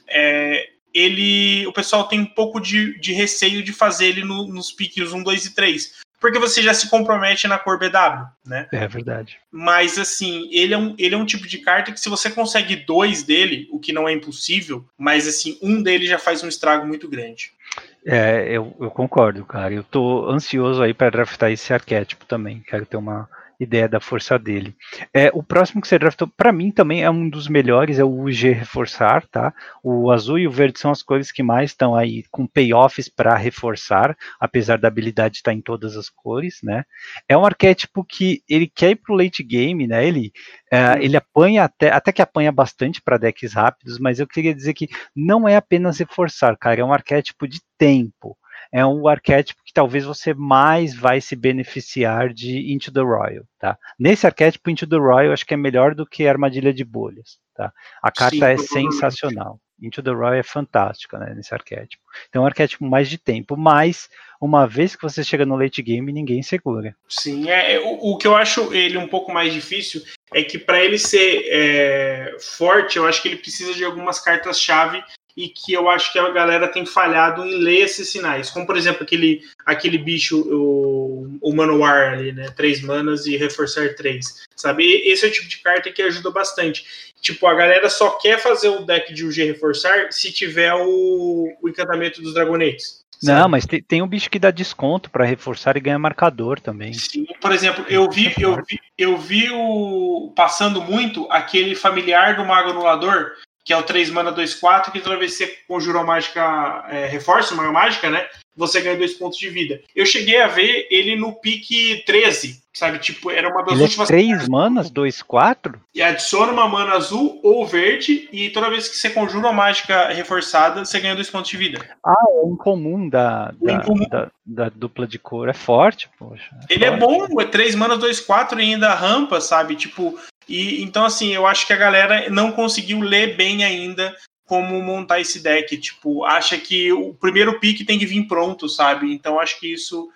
o pessoal tem um pouco de receio de fazer ele nos piques 1, 2 e 3. Porque você já se compromete na cor BW, né? É verdade. Mas, assim, ele é um tipo de carta que se você consegue 2 dele, o que não é impossível, mas, assim, um dele já faz um estrago muito grande. Eu concordo, cara. Eu tô ansioso aí para draftar esse arquétipo também. Quero ter uma ideia da força dele. O próximo que você draftou, para mim também é um dos melhores, é o UG Reforçar, tá? O azul e o verde são as cores que mais estão aí com payoffs para reforçar, apesar da habilidade estar em todas as cores, né? É um arquétipo que ele quer ir pro late game, né? Ele apanha até que apanha bastante para decks rápidos, mas eu queria dizer que não é apenas reforçar, cara, é um arquétipo de tempo. É um arquétipo que talvez você mais vai se beneficiar de Into the Royal, tá? Nesse arquétipo, Into the Royal, acho que é melhor do que a Armadilha de Bolhas, tá? A carta é sensacional. Into the Royal é fantástica, né, nesse arquétipo. Então é um arquétipo mais de tempo, mas uma vez que você chega no late game, ninguém segura. Sim, o que eu acho ele um pouco mais difícil é que para ele ser forte, eu acho que ele precisa de algumas cartas-chave e que eu acho que a galera tem falhado em ler esses sinais. Como, por exemplo, aquele bicho, o Manowar ali, né? 3 manas e reforçar 3. Sabe? Esse é o tipo de carta que ajuda bastante. Tipo, a galera só quer fazer o deck de UG reforçar se tiver o encantamento dos Dragonetes. Sabe? Não, mas tem um bicho que dá desconto para reforçar e ganha marcador também. Sim, por exemplo, eu vi passando muito aquele familiar do Mago Anulador, que é o 3 mana 2/4, que toda vez que você conjura uma mágica, reforça uma mágica, né? Você ganha 2 pontos de vida. Eu cheguei a ver ele no pique 13, sabe? Tipo, era uma das Ele últimas. 3 manas, 2/4? E adiciona uma mana azul ou verde, e toda vez que você conjura uma mágica reforçada, você ganha 2 pontos de vida. O incomum da dupla de cor é forte, poxa. Ele forte. É bom, é 3 manas 2/4 e ainda rampa, sabe? Tipo, então assim, eu acho que a galera não conseguiu ler bem ainda como montar esse deck, tipo, acha que o primeiro pick tem que vir pronto, sabe? Então acho que isso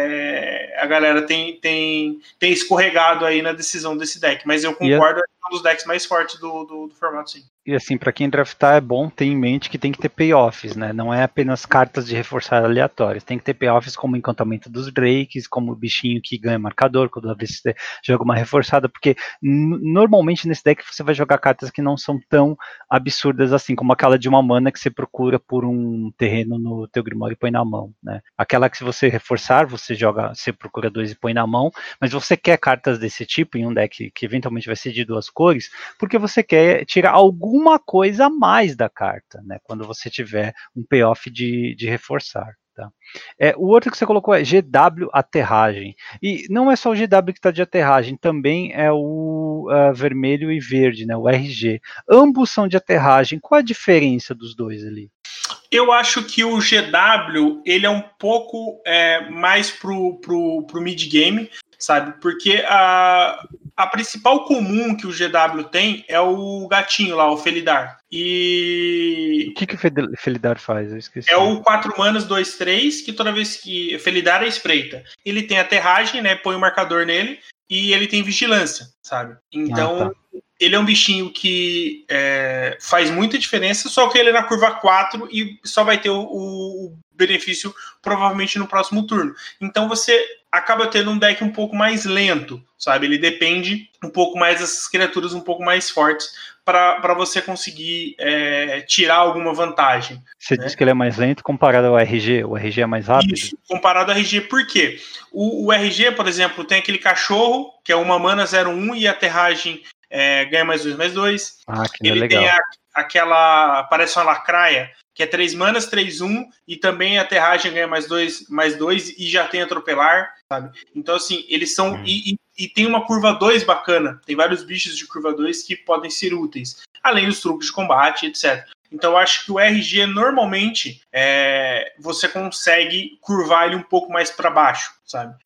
a galera tem escorregado aí na decisão desse deck, mas eu concordo, é um dos decks mais fortes do formato, sim. E assim, para quem draftar é bom ter em mente que tem que ter payoffs, né? Não é apenas cartas de reforçar aleatórias. Tem que ter payoffs como o encantamento dos Drakes, como o bichinho que ganha marcador quando você joga uma reforçada, porque normalmente nesse deck você vai jogar cartas que não são tão absurdas assim, como aquela de uma mana que você procura por um terreno no teu Grimório e põe na mão, né? Aquela que se você reforçar, você procura 2 e põe na mão, mas você quer cartas desse tipo em um deck que eventualmente vai ser de 2 cores, porque você quer tirar alguma coisa a mais da carta, né? Quando você tiver um payoff de reforçar. Tá? O outro que você colocou é GW Aterragem. E não é só o GW que está de aterragem, também é o vermelho e verde, né? O RG. Ambos são de aterragem. Qual a diferença dos dois ali? Eu acho que o GW ele é um pouco mais pro mid-game, sabe? Porque a principal comum que o GW tem é o gatinho lá, o Felidar. E... O que o Felidar faz? Eu esqueci. É o 4 manas 2/3, que toda vez que... Felidar é espreita. Ele tem aterragem, né? Põe o marcador nele. E ele tem vigilância, sabe? Então, ele é um bichinho que faz muita diferença, só que ele é na curva 4 e só vai ter o benefício provavelmente no próximo turno. Então você acaba tendo um deck um pouco mais lento, sabe? Ele depende um pouco mais dessas criaturas um pouco mais fortes para você conseguir tirar alguma vantagem. Você diz que ele é mais lento comparado ao RG? O RG é mais rápido? Isso, comparado ao RG, por quê? O RG, por exemplo, tem aquele cachorro, que é uma mana 0/1 e a aterragem ganha +2/+2. Que ele legal. Tem aquela, parece uma lacraia, que é 3 manas, 3/1, e também a aterragem ganha +2/+2 e já tem atropelar, sabe? Então, assim, eles são... E tem uma curva 2 bacana. Tem vários bichos de curva 2 que podem ser úteis. Além dos truques de combate, etc. Então, eu acho que o RG, normalmente, você consegue curvar ele um pouco mais para baixo, sabe?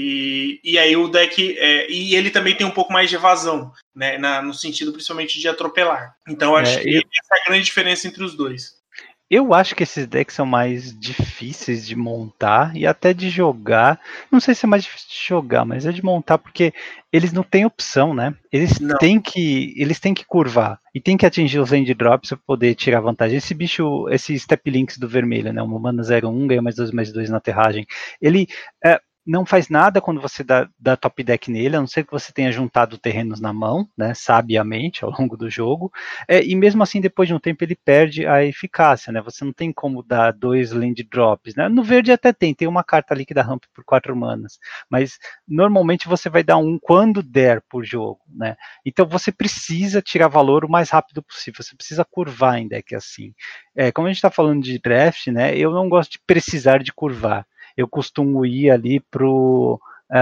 E aí o deck... e ele também tem um pouco mais de evasão, né? No sentido, principalmente, de atropelar. Então, eu acho que essa é a grande diferença entre os dois. Eu acho que esses decks são mais difíceis de montar e até de jogar. Não sei se é mais difícil de jogar, mas é de montar porque eles não têm opção, né? Eles têm que curvar e tem que atingir os end drops para poder tirar vantagem. Esse bicho, esse Step Links do vermelho, né? Uma mana 0/1, ganha +2/+2 na aterragem. Ele não faz nada quando você dá top deck nele, a não ser que você tenha juntado terrenos na mão, né, sabiamente, ao longo do jogo, e mesmo assim, depois de um tempo, ele perde a eficácia, né, você não tem como dar 2 land drops, né, no verde até tem uma carta ali que dá ramp por 4 manas, mas normalmente você vai dar um quando der por jogo, né, então você precisa tirar valor o mais rápido possível, você precisa curvar em deck assim. Como a gente está falando de draft, né, eu não gosto de precisar de curvar, eu costumo ir ali pros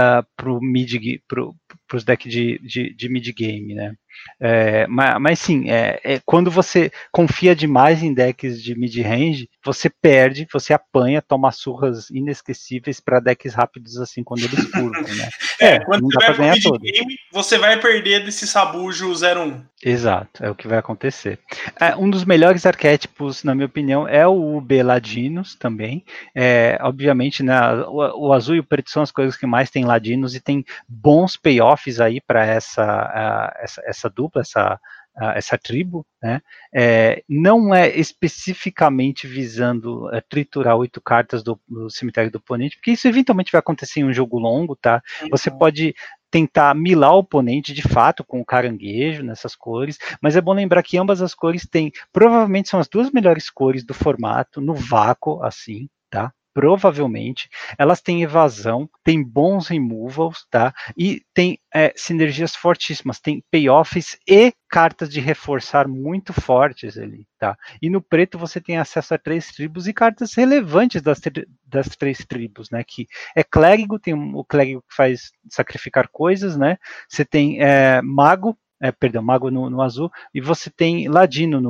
decks de mid-game, né? Mas sim, quando você confia demais em decks de mid-range, você perde, você apanha, toma surras inesquecíveis para decks rápidos assim, quando eles curvam, né? Quando não você dá vai para ganhar pro todo. mid-game, você vai perder desse sabujo 0/1. Exato, é o que vai acontecer. Um dos melhores arquétipos, na minha opinião, é o Ladinos também. Obviamente, né, o azul e o preto são as coisas que mais tem Ladinos e tem bons payoffs aí para essa dupla, essa tribo, né? Não é especificamente visando triturar 8 cartas do cemitério do oponente, porque isso eventualmente vai acontecer em um jogo longo, tá? Você pode tentar milar o oponente de fato com o caranguejo nessas cores, mas é bom lembrar que ambas as cores provavelmente são as 2 melhores cores do formato, no vácuo, assim, tá? provavelmente. Elas têm evasão, tem bons removals, tá? E tem sinergias fortíssimas, tem payoffs e cartas de reforçar muito fortes ali, tá? E no preto você tem acesso a 3 tribos e cartas relevantes das 3 tribos, né? Que é clérigo, tem o clérigo que faz sacrificar coisas, né? Você tem mago, mago no azul, e você tem ladino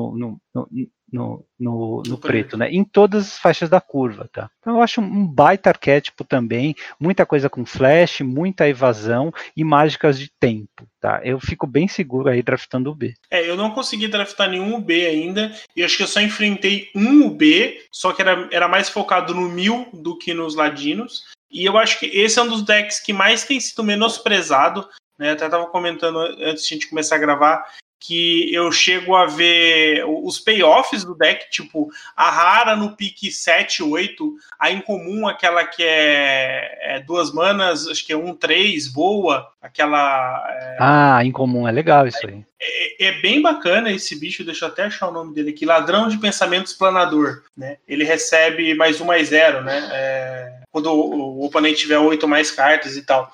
no preto, né? Em todas as faixas da curva, tá? Então eu acho um baita arquétipo também, muita coisa com flash, muita evasão e mágicas de tempo, tá? Eu fico bem seguro aí draftando o B. Eu não consegui draftar nenhum UB ainda, e acho que eu só enfrentei um UB, só que era mais focado no 1000 do que nos ladinos, e eu acho que esse é um dos decks que mais tem sido menosprezado, né? Eu até estava comentando antes de a gente começar a gravar, que eu chego a ver os payoffs do deck, tipo a rara no pique 7, 8, a incomum, aquela que é 2 manas, acho que é 1/3, voa, aquela... incomum, é legal isso aí. É bem bacana esse bicho, deixa eu até achar o nome dele aqui, Ladrão de Pensamento Explanador, né? Ele recebe +1/+0, né? Quando o oponente tiver 8 ou mais cartas e tal.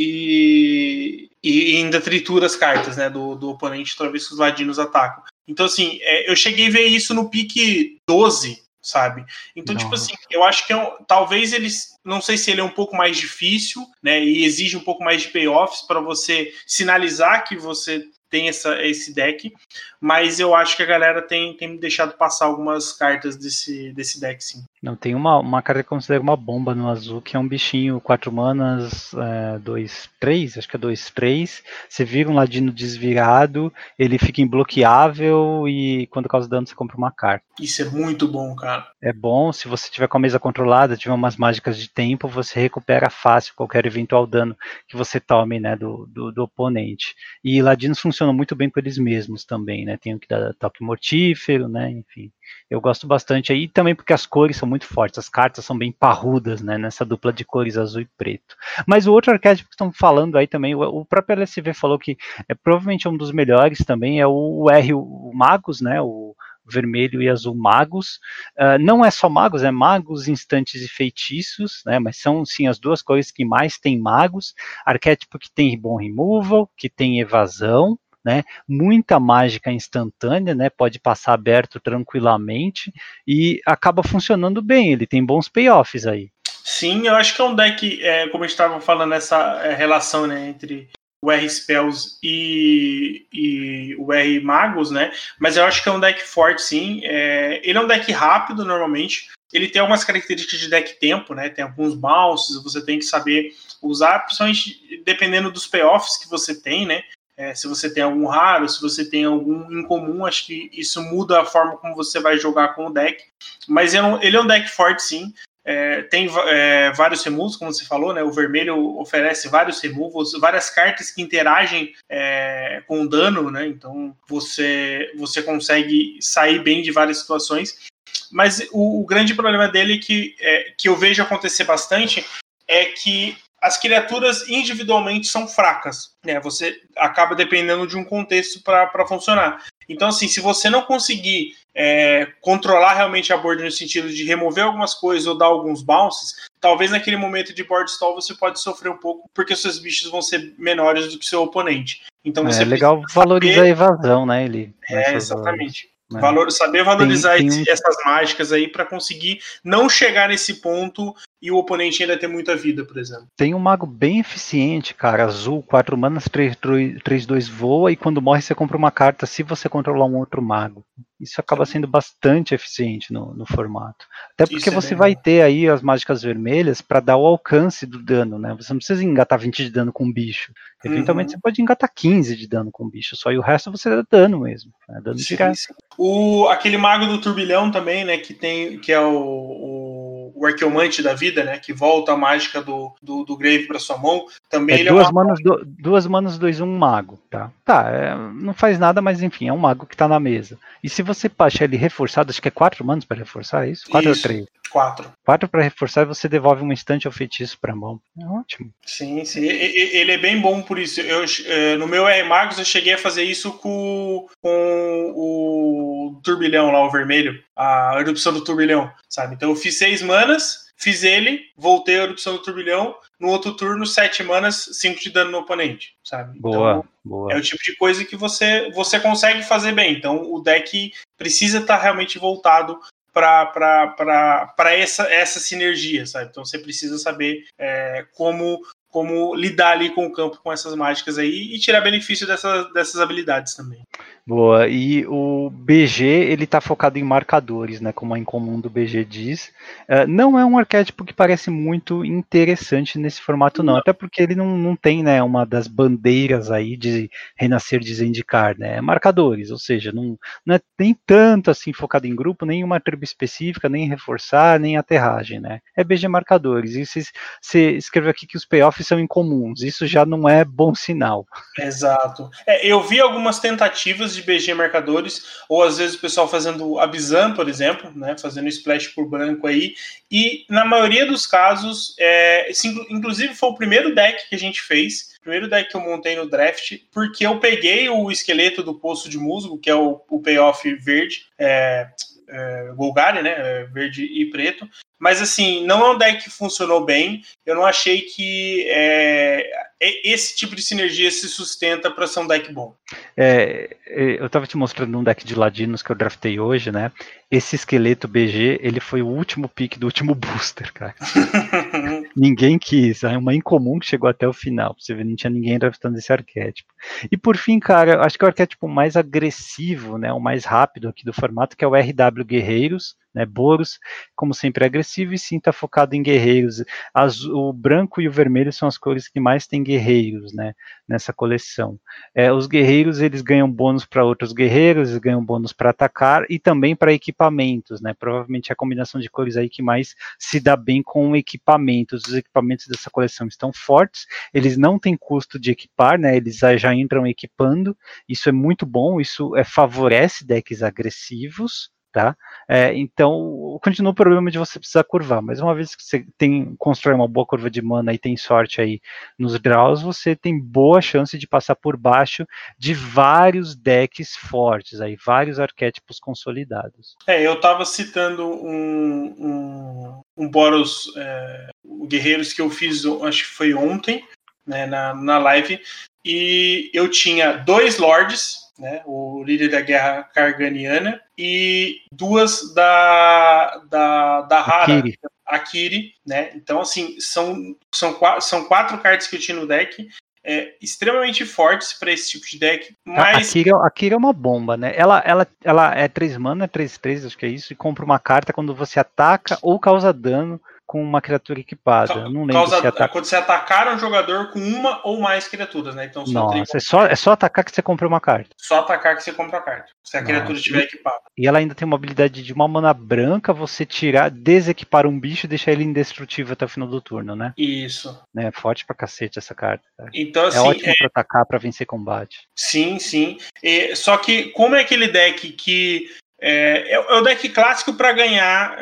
E ainda tritura as cartas, né, do oponente toda vez que os ladinos atacam. Então, assim, eu cheguei a ver isso no pique 12, sabe? Então, tipo assim, eu acho que talvez eles... Não sei se ele é um pouco mais difícil, né, e exige um pouco mais de payoffs para você sinalizar que você tem esse deck, mas eu acho que a galera tem me deixado passar algumas cartas desse deck, sim. Não, tem uma carta que eu considero uma bomba no azul, que é um bichinho 4 manas, 2/3, acho que é 2/3. Você vira um ladino desvirado, ele fica imbloqueável e quando causa dano você compra uma carta. Isso é muito bom, cara. É bom, se você tiver com a mesa controlada, tiver umas mágicas de tempo, você recupera fácil qualquer eventual dano que você tome, né, do oponente. E ladinos funcionam muito bem com eles mesmos também, né? Tem o que dá toque mortífero, né? Enfim, eu gosto bastante aí, também porque as cores são muito fortes, as cartas são bem parrudas, né? Nessa dupla de cores azul e preto. Mas o outro arquétipo que estão falando aí também, o próprio LSV falou que provavelmente é um dos melhores também, é o Magos, né? O vermelho e azul magos, não é só magos, é magos, instantes e feitiços, né, mas são sim as duas cores que mais tem magos, arquétipo que tem bom removal, que tem evasão, né, muita mágica instantânea, né, pode passar aberto tranquilamente e acaba funcionando bem, ele tem bons payoffs aí. Sim, eu acho que é um deck, como a gente estava falando, essa relação, né, entre o R-Spells e o R-Magos, né? Mas eu acho que é um deck forte, sim. Ele é um deck rápido, normalmente. Ele tem algumas características de deck tempo, né? Tem alguns bounces, você tem que saber usar, principalmente dependendo dos payoffs que você tem, né? Se você tem algum raro, se você tem algum incomum, acho que isso muda a forma como você vai jogar com o deck. Mas ele é um deck forte, sim. Tem vários removals, como você falou, né? O vermelho oferece vários removals, várias cartas que interagem com dano, né? Então você consegue sair bem de várias situações. Mas o grande problema dele que eu vejo acontecer bastante é que as criaturas individualmente são fracas, né? Você acaba dependendo de um contexto para funcionar. Então, assim, se você não conseguir controlar realmente a board no sentido de remover algumas coisas ou dar alguns bounces, talvez naquele momento de board stall você pode sofrer um pouco, porque os seus bichos vão ser menores do que o seu oponente. Então você legal valorizar a evasão, né? Exatamente. Saber valorizar essas mágicas aí para conseguir não chegar nesse ponto e o oponente ainda ter muita vida, por exemplo. Tem um mago bem eficiente, cara, azul, 4 manas, 3/2 voa, e quando morre você compra uma carta se você controlar um outro mago. Isso acaba sendo bastante eficiente no formato. Até porque você vai ter aí as mágicas vermelhas para dar o alcance do dano, né? Você não precisa engatar 20 de dano com um bicho. Eventualmente você pode engatar 15 de dano com um bicho, só, e o resto você dá dano mesmo. Né? Dano direto. Aquele mago do turbilhão também, né? Que é o arqueomante da vida, né? Que volta a mágica do Grave para sua mão. Também ele duas manas, 2/1 mago, tá? Não faz nada, mas enfim, é um mago que tá na mesa. E se você baixar ele reforçado, acho que é 4 manos para reforçar, é isso? 4 ou 3? 4. 4 para reforçar e você devolve um instante ao feitiço para mão. É ótimo. Sim. Ele é bem bom por isso. No meu R-Magos eu cheguei a fazer isso com o turbilhão lá, o vermelho. A erupção do turbilhão, sabe? Então eu fiz 6 manas, fiz ele, voltei a erupção do turbilhão, no outro turno, 7 manas, 5 de dano no oponente, sabe? Boa, então, boa. É o tipo de coisa que você consegue fazer bem. Então, o deck precisa estar realmente voltado para essa sinergia, sabe? Então, você precisa saber como lidar ali com o campo com essas mágicas aí e tirar benefício dessas habilidades também. Boa, e o BG, ele tá focado em marcadores, né, como a Incomum do BG diz. Não é um arquétipo que parece muito interessante nesse formato, não. Até porque ele não tem, né, uma das bandeiras aí de renascer de Zendikar, né, é marcadores, ou seja, não é nem tanto assim focado em grupo, nem uma tribo específica, nem reforçar, nem aterragem, né, é BG marcadores. E você escreveu aqui que os payoffs são incomuns, isso já não é bom sinal. Exato. Eu vi algumas tentativas de BG marcadores, ou às vezes o pessoal fazendo Abzan, por exemplo, né, fazendo splash por branco aí, e na maioria dos casos, inclusive foi o primeiro deck que a gente fez, o primeiro deck que eu montei no draft, porque eu peguei o esqueleto do Poço de Musgo, que é o payoff verde, Golgari, né, verde e preto, mas assim, não é um deck que funcionou bem, eu não achei que esse tipo de sinergia se sustenta para ser um deck bom. Eu estava te mostrando um deck de ladinos que eu draftei hoje, né? Esse esqueleto BG, ele foi o último pick do último booster, cara. Ninguém quis, é uma incomum que chegou até o final. Você vê, não tinha ninguém draftando esse arquétipo. E por fim, cara, acho que é o arquétipo mais agressivo, né? O mais rápido aqui do formato, que é o RW Guerreiros, né? Boros, como sempre, é agressivo e sim está focado em guerreiros. O branco e o vermelho são as cores que mais tem guerreiros, né? Nessa coleção. Os guerreiros, eles ganham bônus para outros guerreiros, eles ganham bônus para atacar e também para equipamentos, né? Provavelmente é a combinação de cores aí que mais se dá bem com equipamentos. Os equipamentos dessa coleção estão fortes, eles não têm custo de equipar, né? Eles já entram equipando, isso é muito bom, isso favorece decks agressivos, tá? Então, continua o problema de você precisar curvar, mas uma vez que você constrói uma boa curva de mana e tem sorte aí nos draws, você tem boa chance de passar por baixo de vários decks fortes, aí, vários arquétipos consolidados. Eu estava citando um Boros Guerreiros que eu fiz, acho que foi ontem, né, na live, e eu tinha 2 Lords, né, o líder da guerra Karganiana, e 2 da Hara, Akiri, né? Então, assim, são 4 cartas que eu tinha no deck, extremamente fortes para esse tipo de deck. Mas A Akiri é uma bomba, né? Ela é 3 mana, 3/3, acho que é isso, e compra uma carta quando você ataca ou causa dano com uma criatura equipada. Não lembro se ataca. Quando você atacar um jogador com uma ou mais criaturas, né? Então, nossa, é só atacar que você compra uma carta. Só atacar que você compra a carta, se a criatura estiver equipada. E ela ainda tem uma habilidade de uma mana branca, você desequipar um bicho e deixar ele indestrutível até o final do turno, né? Isso. É forte pra cacete essa carta. Cara. Então, assim, ótimo pra atacar, pra vencer combate. Sim. Só que, como é aquele deck que é o deck clássico para ganhar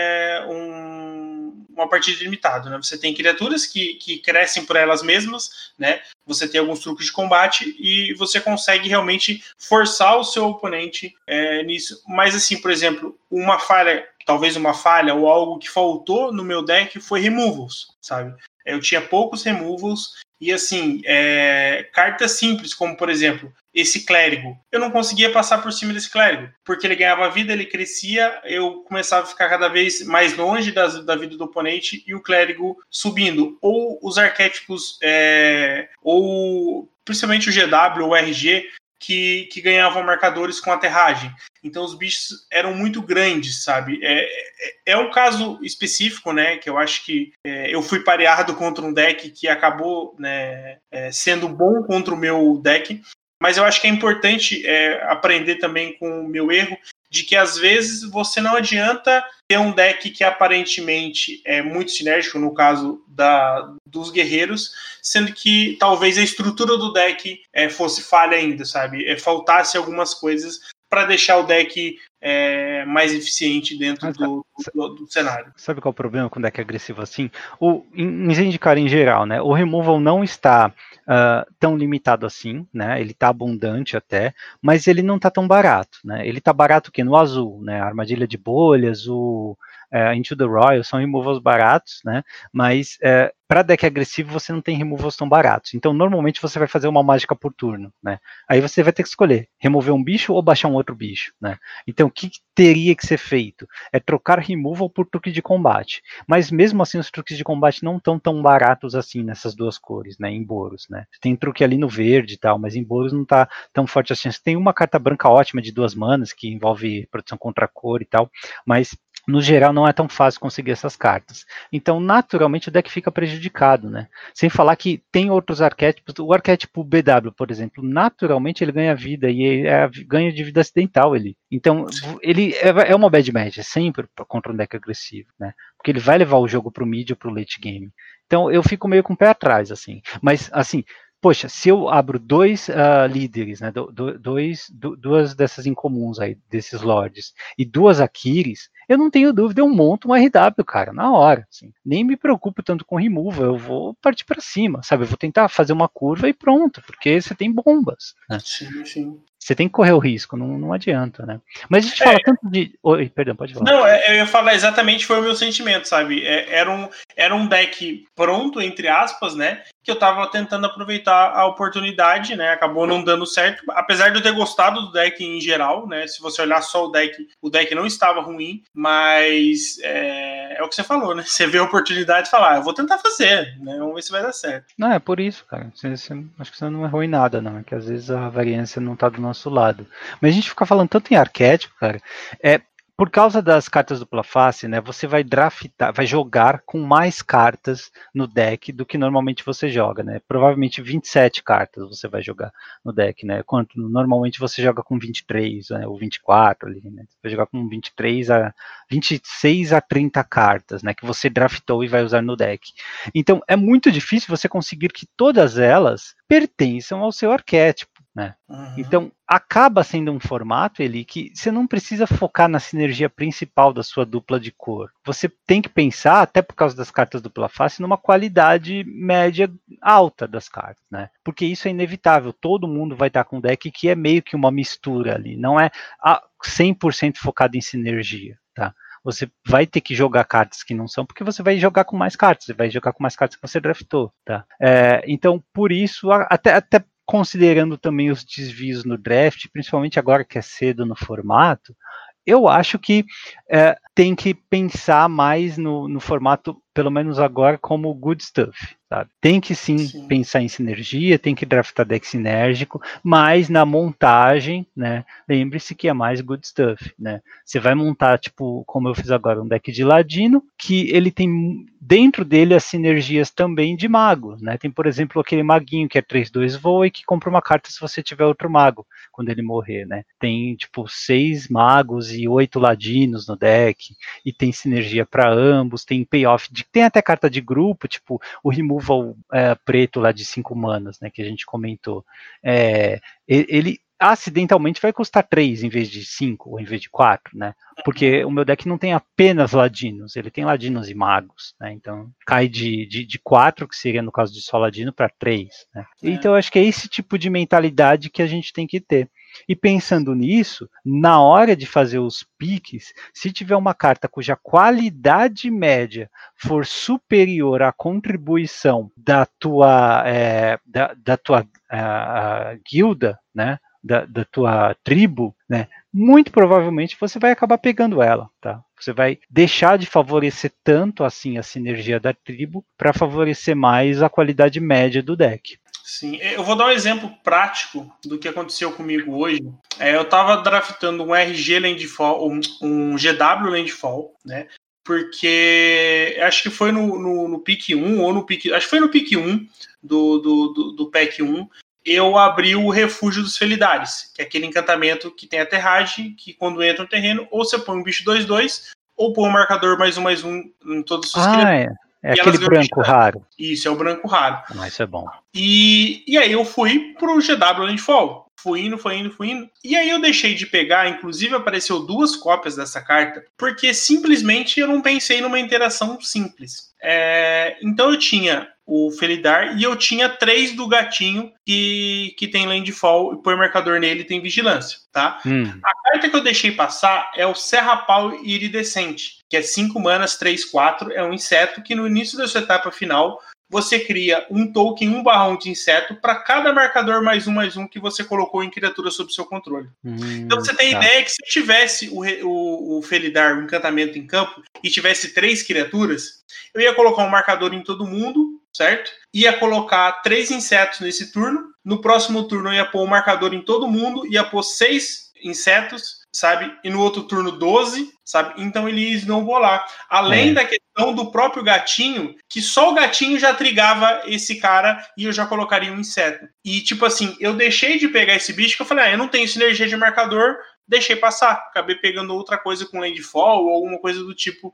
uma partida limitada, né? Você tem criaturas que crescem por elas mesmas, né? Você tem alguns truques de combate e você consegue realmente forçar o seu oponente nisso. Mas, assim, por exemplo, talvez uma falha ou algo que faltou no meu deck foi removals, sabe? Eu tinha poucos removals e, assim, cartas simples, como, por exemplo, esse clérigo. Eu não conseguia passar por cima desse clérigo, porque ele ganhava vida, ele crescia, eu começava a ficar cada vez mais longe da vida do oponente e o clérigo subindo. Ou os arquétipos, ou principalmente o GW ou o RG, que ganhavam marcadores com aterragem. Então os bichos eram muito grandes, sabe? É um caso específico, né? Que eu acho que eu fui pareado contra um deck que acabou, né, sendo bom contra o meu deck. Mas eu acho que é importante aprender também com o meu erro, de que às vezes você não adianta ter um deck que aparentemente é muito sinérgico, no caso dos guerreiros, sendo que talvez a estrutura do deck fosse falha ainda, sabe? Faltasse algumas coisas para deixar o deck mais eficiente dentro do cenário. Sabe qual é o problema com deck agressivo assim? Em Zendikar em geral, né? O removal não está tão limitado assim, né? Ele está abundante até, mas ele não está tão barato, né? Ele está barato que no azul, né? A armadilha de bolhas, Into the Royal, são removals baratos, né? Mas para deck agressivo você não tem removals tão baratos. Então normalmente você vai fazer uma mágica por turno, né? Aí você vai ter que escolher remover um bicho ou baixar um outro bicho, né? Então o que teria que ser feito? É trocar removal por truque de combate. Mas mesmo assim os truques de combate não estão tão baratos assim nessas duas cores, né? Em Boros, né? Tem truque ali no verde e tal, mas em Boros não tá tão forte assim. Você tem uma carta branca ótima de 2 manas que envolve proteção contra a cor e tal, mas no geral não é tão fácil conseguir essas cartas. Então, naturalmente, o deck fica prejudicado, né? Sem falar que tem outros arquétipos. O arquétipo BW, por exemplo, naturalmente ele ganha vida e ganha de vida acidental ele. Então, ele é uma bad match, sempre contra um deck agressivo, né? Porque ele vai levar o jogo pro mid ou pro late game. Então, eu fico meio com o pé atrás, assim. Mas, assim, poxa, se eu abro 2 líderes, né, duas dessas incomuns aí, desses lords, e 2 Akiris, eu não tenho dúvida, eu monto um RW, cara, na hora. Assim. Nem me preocupo tanto com removal, eu vou partir para cima, sabe? Eu vou tentar fazer uma curva e pronto, porque você tem bombas. Né? Sim, sim. Você tem que correr o risco, não adianta, né? Mas a gente fala tanto de... Oi, perdão, pode falar. Não, eu ia falar exatamente, foi o meu sentimento, sabe? Era um deck pronto, entre aspas, né? Que eu tava tentando aproveitar a oportunidade, né? Acabou não dando certo. Apesar de eu ter gostado do deck em geral, né? Se você olhar só o deck não estava ruim, mas é o que você falou, né? Você vê a oportunidade e fala, eu vou tentar fazer, né? Vamos ver se vai dar certo. Não, é por isso, cara. Acho que você não errou em nada, não. É que às vezes a variância não tá do nosso lado. Mas a gente fica falando tanto em arquétipo, cara. Por causa das cartas dupla face, né, você vai draftar, vai jogar com mais cartas no deck do que normalmente você joga, né? Provavelmente 27 cartas você vai jogar no deck, né? Quanto normalmente você joga com 23, né, ou 24 ali, né? Você vai jogar com 26 a 30 cartas, né, que você draftou e vai usar no deck. Então, é muito difícil você conseguir que todas elas pertençam ao seu arquétipo. Né? Uhum. Então, acaba sendo um formato, Eli, que você não precisa focar na sinergia principal da sua dupla de cor. Você tem que pensar, até por causa das cartas dupla face, numa qualidade média alta das cartas, né? Porque isso é inevitável. Todo mundo vai estar com um deck que é meio que uma mistura ali. Não é 100% focado em sinergia, tá? Você vai ter que jogar cartas que não são, porque você vai jogar com mais cartas. Você vai jogar com mais cartas que você draftou, tá? Então, por isso, até considerando também os desvios no draft, principalmente agora que é cedo no formato, eu acho que tem que pensar mais no formato, pelo menos agora, como good stuff. Sabe? Tem que sim pensar em sinergia, tem que draftar deck sinérgico, mas na montagem, né, lembre-se que é mais good stuff. Né? Você vai montar, tipo, como eu fiz agora, um deck de ladino, que ele tem dentro dele as sinergias também de mago. Né? Tem, por exemplo, aquele maguinho que é 3/2 voa e que compra uma carta se você tiver outro mago quando ele morrer. Né? Tem, tipo, 6 magos e 8 ladinos no deck, e tem sinergia para ambos, tem payoff, tem até carta de grupo, tipo o removal preto lá de 5 manas, né, que a gente comentou. Ele acidentalmente vai custar 3 em vez de 5, ou em vez de 4, né? Porque o meu deck não tem apenas ladinos, ele tem ladinos e magos, né? Então cai de 4, que seria no caso de só ladino, para 3, né? Então eu acho que é esse tipo de mentalidade que a gente tem que ter. E pensando nisso, na hora de fazer os piques, se tiver uma carta cuja qualidade média for superior à contribuição da tua, da tua guilda, né, da tua tribo, né, muito provavelmente você vai acabar pegando ela, tá? Você vai deixar de favorecer tanto assim a sinergia da tribo para favorecer mais a qualidade média do deck. Sim, eu vou dar um exemplo prático do que aconteceu comigo hoje. Eu estava draftando um RG Landfall, um GW Landfall, né? Porque acho que foi no pick 1 ou no pick. Acho que foi no pick 1 do pack 1. Eu abri o Refúgio dos Felidares, que é aquele encantamento que tem aterragem, que quando entra no terreno, ou você põe um bicho 2/2, ou põe um marcador +1/+1 em todos os criaturas. É aquele branco raro. Isso, é o branco raro. Mas isso é bom. E aí eu fui pro GW Landfall. Fui indo. E aí eu deixei de pegar, inclusive apareceu 2 cópias dessa carta, porque simplesmente eu não pensei numa interação simples. Então eu tinha o Felidar e eu tinha 3 do gatinho que tem Landfall e põe marcador nele e tem vigilância, tá? A carta que eu deixei passar é o Serrapau Iridescente, que é 5 manas, 3/4, é um inseto que no início da sua etapa final você cria um token 1/1 de inseto para cada marcador +1/1 que você colocou em criatura sob seu controle. Então você tem ideia que se eu tivesse o Felidar, o encantamento em campo, e tivesse 3 criaturas, eu ia colocar um marcador em todo mundo, certo? Ia colocar 3 insetos nesse turno. No próximo turno eu ia pôr um marcador em todo mundo, ia pôr 6 insetos, sabe? E no outro turno 12, sabe? Então ele ia snowballar. Além da questão do próprio gatinho, que só o gatinho já trigava esse cara e eu já colocaria um inseto. E tipo assim, eu deixei de pegar esse bicho que eu falei, eu não tenho sinergia de marcador, deixei passar. Acabei pegando outra coisa com Landfall ou alguma coisa do tipo,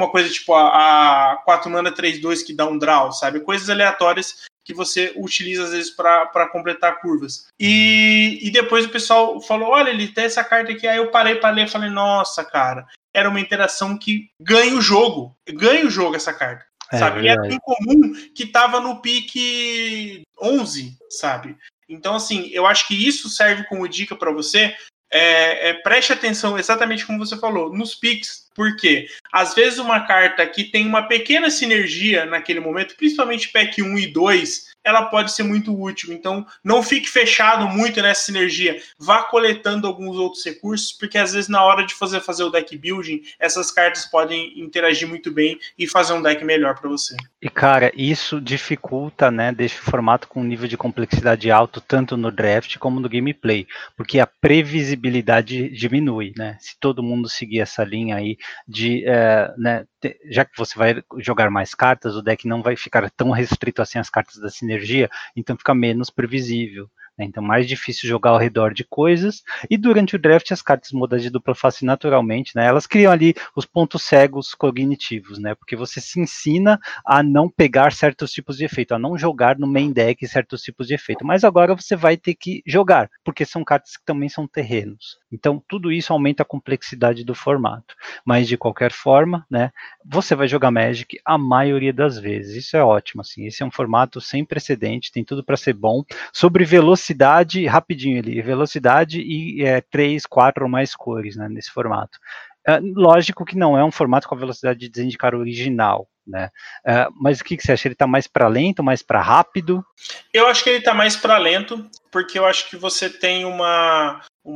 a 4 mana 3/2 que dá um draw, sabe? Coisas aleatórias que você utiliza às vezes para completar curvas. E depois o pessoal falou, olha, ele tem essa carta aqui. Aí eu parei para ler e falei, nossa, cara, era uma interação que ganha o jogo essa carta. Sabe? E era um comum que tava no pique 11, sabe? Então, assim, eu acho que isso serve como dica para você. Preste atenção, exatamente como você falou, nos picks, porque às vezes uma carta que tem uma pequena sinergia naquele momento, principalmente pack 1 e 2, ela pode ser muito útil. Então não fique fechado muito nessa sinergia, vá coletando alguns outros recursos, porque às vezes na hora de fazer o deck building, essas cartas podem interagir muito bem e fazer um deck melhor para você. E cara, isso dificulta, né, deixa o formato com um nível de complexidade alto, tanto no draft como no gameplay, porque a previsibilidade diminui, né, se todo mundo seguir essa linha aí de, né, já que você vai jogar mais cartas, o deck não vai ficar tão restrito assim às cartas da sinergia, então fica menos previsível. Então, mais difícil jogar ao redor de coisas. E durante o draft, as cartas modais de dupla face, naturalmente, né, elas criam ali os pontos cegos cognitivos, né? Porque você se ensina a não pegar certos tipos de efeito, a não jogar no main deck certos tipos de efeito. Mas agora você vai ter que jogar, porque são cartas que também são terrenos. Então, tudo isso aumenta a complexidade do formato. Mas, de qualquer forma, né, você vai jogar Magic a maioria das vezes. Isso é ótimo, assim. Esse é um formato sem precedente, tem tudo para ser bom. Sobre velocidade, rapidinho ali, velocidade e 3, 4 ou mais cores, né, nesse formato. Lógico que não é um formato com a velocidade de Zendikar original, né? Mas o que você acha? Ele está mais para lento, mais para rápido? Eu acho que ele está mais para lento, porque eu acho que você tem uma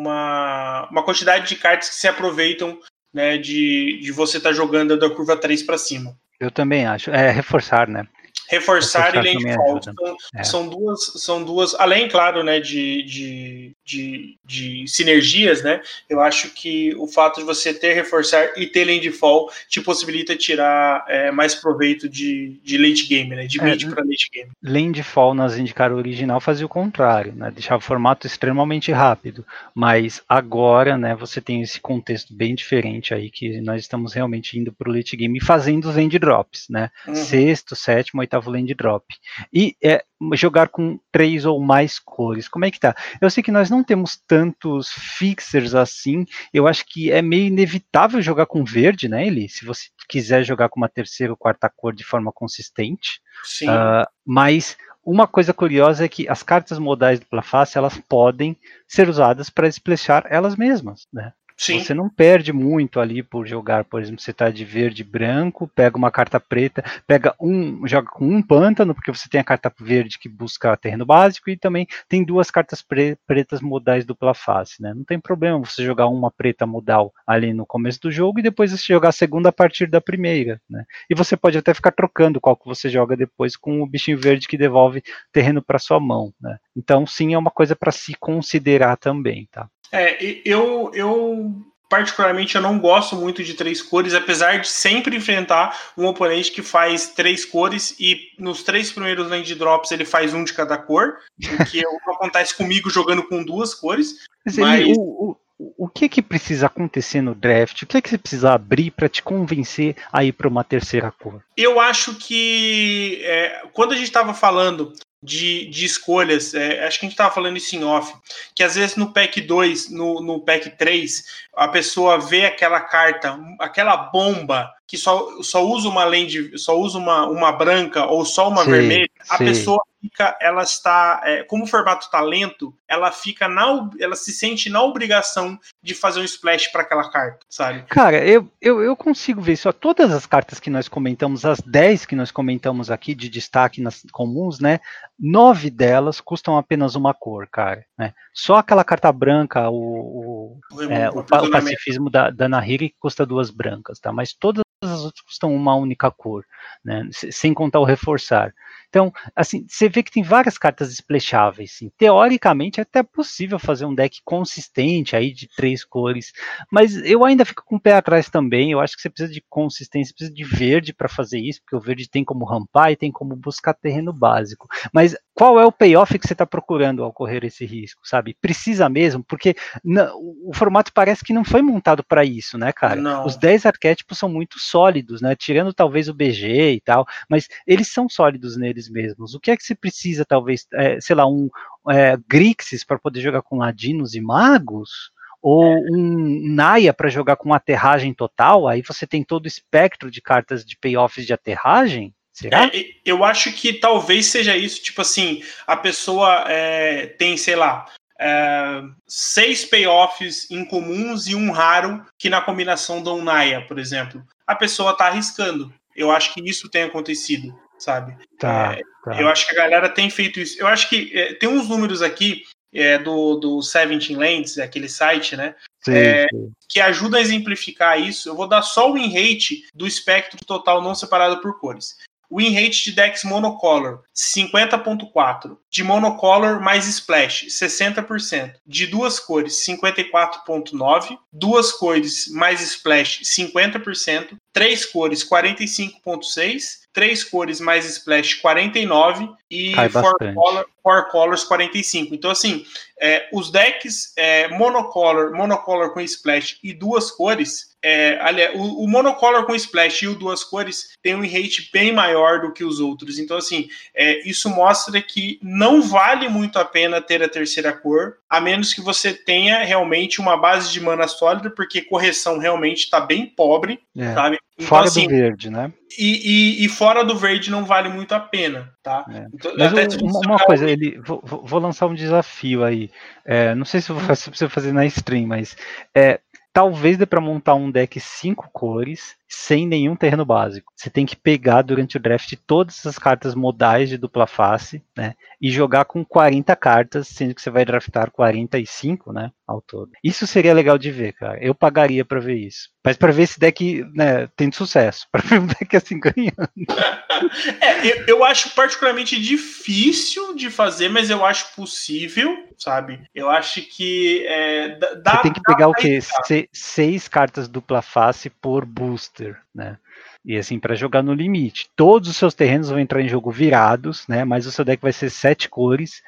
quantidade de cartas que se aproveitam, né, de você estar jogando da curva 3 para cima. Eu também acho. Reforçar, né? Reforçar e Landfall. São duas, além, claro, né, de sinergias, né? Eu acho que o fato de você ter Reforçar e ter Landfall te possibilita tirar mais proveito de late game, né? De mid para late game. Landfall na Zendikar original fazia o contrário, né? Deixava o formato extremamente rápido. Mas agora, né, você tem esse contexto bem diferente aí, que nós estamos realmente indo para o late game e fazendo os end drops, né? Sexto, sétimo, oitavo land drop. E jogar com 3 ou mais cores. Como é que tá? Eu sei que nós não temos tantos fixers assim. Eu acho que é meio inevitável jogar com verde, né, Eli? Se você quiser jogar com uma terceira ou quarta cor de forma consistente. Sim. Mas uma coisa curiosa é que as cartas modais dupla face, elas podem ser usadas para splashar elas mesmas, né? Sim. Você não perde muito ali por jogar, por exemplo, você está de verde e branco, pega uma carta preta, joga com um pântano, porque você tem a carta verde que busca terreno básico e também tem 2 cartas pretas modais dupla face, né? Não tem problema você jogar uma preta modal ali no começo do jogo e depois você jogar a segunda a partir da primeira, né? E você pode até ficar trocando qual que você joga depois com o bichinho verde que devolve terreno para sua mão, né? Então, sim, é uma coisa para se considerar também, tá? Eu particularmente eu não gosto muito de 3 cores, apesar de sempre enfrentar um oponente que faz 3 cores e nos 3 primeiros land drops ele faz um de cada cor, o que acontece comigo jogando com 2 cores. Mas o que precisa acontecer no draft? O que você precisa abrir para te convencer a ir para uma terceira cor? Eu acho que quando a gente estava falando de escolhas. Acho que a gente estava falando isso em off, que às vezes no pack 2, no pack 3, a pessoa vê aquela carta, aquela bomba que só usa uma lente, só usa uma branca ou só uma vermelha, a pessoa fica, ela está, como o formato tá lento, ela se sente na obrigação de fazer um splash para aquela carta, sabe? Cara, eu consigo ver só todas as cartas que nós comentamos, as 10 que nós comentamos aqui de destaque nas comuns, né? 9 delas custam apenas uma cor, cara. Né? Só aquela carta branca, o pacifismo da Nahiri, que custa 2 brancas, tá? Mas todas as outras custam uma única cor, né? Sem contar o reforçar. Então, assim, você vê que tem várias cartas splasháveis. Sim. Teoricamente, é até possível fazer um deck consistente aí de 3 cores, mas eu ainda fico com o pé atrás também. Eu acho que você precisa de consistência, precisa de verde para fazer isso, porque o verde tem como rampar e tem como buscar terreno básico. Mas qual é o payoff que você está procurando ao correr esse risco, sabe? Precisa mesmo, porque o formato parece que não foi montado para isso, né, cara? Não. Os 10 arquétipos são muito sólidos, né? Tirando talvez o BG e tal, mas eles são sólidos neles mesmos. O que é que você precisa, talvez, sei lá, um Grixis para poder jogar com ladinos e magos? Ou um Naya para jogar com aterragem total? Aí você tem todo o espectro de cartas de payoffs de aterragem? Será? Eu acho que talvez seja isso, tipo assim, a pessoa tem, sei lá, 6 payoffs incomuns e um raro que na combinação dão Naya, por exemplo. A pessoa tá arriscando. Eu acho que isso tem acontecido, sabe? Tá. Eu acho que a galera tem feito isso. Eu acho que tem uns números aqui do 17 Lands, aquele site, né? Sim. Que ajuda a exemplificar isso. Eu vou dar só o win rate do espectro total não separado por cores. Win rate de decks monocolor, 50.4. De monocolor mais splash, 60%. De 2 cores, 54.9. 2 cores mais splash, 50%. 3 cores, 45.6. 3 cores mais splash, 49%. E 4 colors, 45%. Então, assim, os decks monocolor com splash e 2 cores, aliás, o monocolor com splash e o 2 cores tem um rate bem maior do que os outros. Então, assim, isso mostra que não vale muito a pena ter a terceira cor, a menos que você tenha realmente uma base de mana sólida, porque correção realmente está bem pobre, sabe? Então, fora assim, do verde, né? E fora do verde não vale muito a pena, tá? Então, mas uma coisa, vou lançar um desafio aí. Não sei se eu preciso fazer na stream, mas talvez dê para montar um deck 5 cores sem nenhum terreno básico. Você tem que pegar durante o draft todas as cartas modais de dupla face, né? E jogar com 40 cartas, sendo que você vai draftar 45, né? Ao todo. Isso seria legal de ver, cara. Eu pagaria para ver isso. Mas para ver esse deck, né, tendo sucesso. Para ver um deck assim ganhando. Eu acho particularmente difícil de fazer, mas eu acho possível, sabe? Eu acho que você tem que pegar o quê? 6 cartas dupla face por booster, né? E assim, para jogar no limite. Todos os seus terrenos vão entrar em jogo virados, né? Mas o seu deck vai ser 5 cores,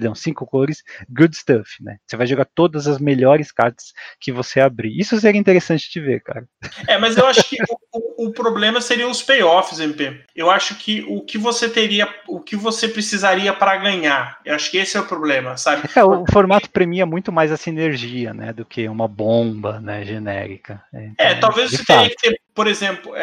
good stuff, né? Você vai jogar todas as melhores cartas que você abrir. Isso seria interessante de ver, cara. Mas eu acho que o problema seriam os payoffs, MP. Eu acho que o que você precisaria para ganhar. Eu acho que esse é o problema, sabe? O formato premia muito mais a sinergia, né? Do que uma bomba, né? Genérica. Então, talvez você tenha que ter, por exemplo,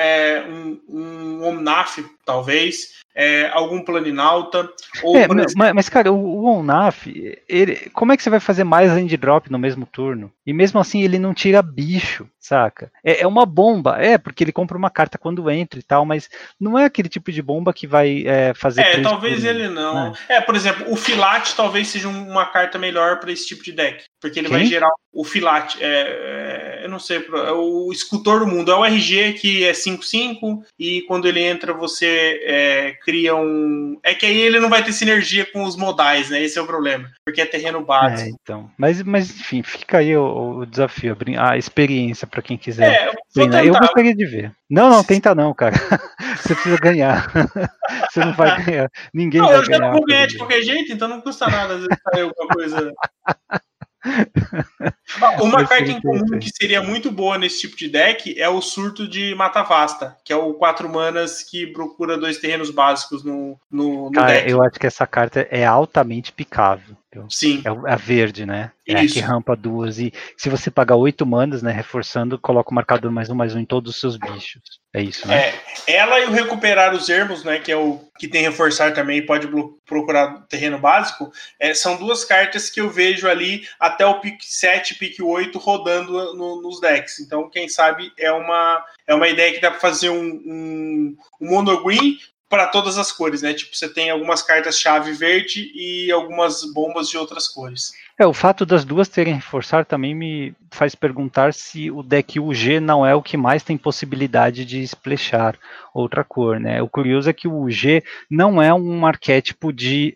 um Omnath, talvez, algum Planinauta. Mas, cara, o Omnath, como é que você vai fazer mais land drop no mesmo turno? E mesmo assim ele não tira bicho, saca? É uma bomba, porque ele compra uma carta quando entra e tal, mas não é aquele tipo de bomba que vai fazer... talvez ele não. Né? Por exemplo, o Filate talvez seja uma carta melhor para esse tipo de deck, porque ele vai gerar o Filate, eu não sei, o Escultor do Mundo, é o RG que é 5/5, e quando ele entra você cria um... que aí ele não vai ter sinergia com os modais, né? Esse é o problema, porque é terreno básico. Então. Mas enfim, fica aí o desafio, a experiência para quem quiser. Eu gostaria de ver. Não, tenta não, cara. Você precisa ganhar. Você não vai ganhar. Ninguém vai ganhar. Eu já vou ganhar de qualquer jeito, então não custa nada às vezes sair alguma coisa. Uma carta em comum que seria muito boa nesse tipo de deck é o Surto de Mata Vasta, que é o 4 manas que procura 2 terrenos básicos no Cara, deck. eu acho que essa carta é altamente picável. Sim. É a verde, né? É Isso. a que rampa 2. E se você pagar 8 manas, né? Reforçando, coloca o marcador +1/+1 em todos os seus bichos. É isso, né? Ela e o Recuperar os Ermos, né? Que é o que tem reforçar também, pode procurar terreno básico. São duas cartas que eu vejo ali até o pick 7, pick 8 rodando nos decks. Então, quem sabe é uma ideia que dá para fazer um monogreen para todas as cores, né? Tipo, você tem algumas cartas-chave verde e algumas bombas de outras cores. O fato das duas terem reforçar também me faz perguntar se o deck UG não é o que mais tem possibilidade de splashar outra cor, né? O curioso é que o UG não é um arquétipo de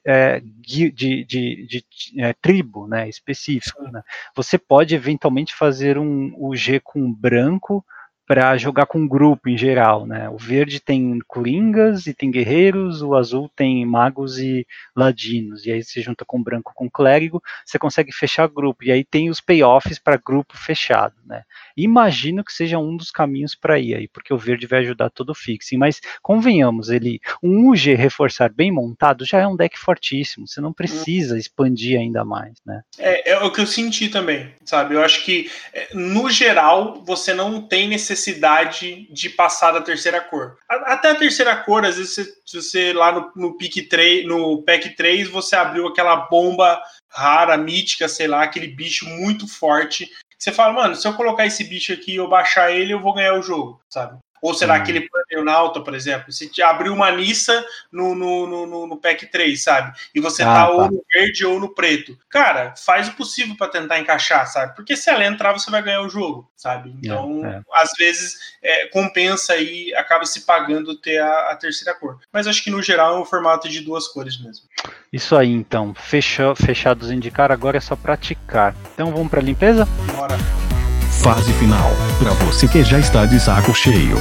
tribo, né, específico, né? Você pode eventualmente fazer um UG com branco para jogar com grupo em geral, né? O verde tem coringas e tem guerreiros, o azul tem magos e ladinos, e aí você junta com branco com clérigo, você consegue fechar grupo, e aí tem os payoffs para grupo fechado, né? Imagino que seja um dos caminhos para ir aí, porque o verde vai ajudar todo o fixing, mas convenhamos, um UG reforçar bem montado já é um deck fortíssimo, você não precisa expandir ainda mais, né? É o que eu senti também, sabe? Eu acho que, no geral, você não tem necessidade de passar da terceira cor. Até a terceira cor, às vezes, se você lá no pick 3, no pack 3, você abriu aquela bomba rara, mítica, sei lá, aquele bicho muito forte. Você fala, mano, se eu colocar esse bicho aqui e eu baixar ele, eu vou ganhar o jogo, sabe? Ou será aquele Planeuta, por exemplo? Se te abriu uma Nissa no pack 3, sabe? E você tá ou no verde ou no preto. Cara, faz o possível para tentar encaixar, sabe? Porque se ela entrar, você vai ganhar o jogo, sabe? Então, às vezes, compensa e acaba se pagando ter a terceira cor. Mas acho que, no geral, é um formato de duas cores mesmo. Isso aí, então. Fechados indicar, agora é só praticar. Então, vamos pra limpeza? Bora. Fase final, para você que já está de saco cheio.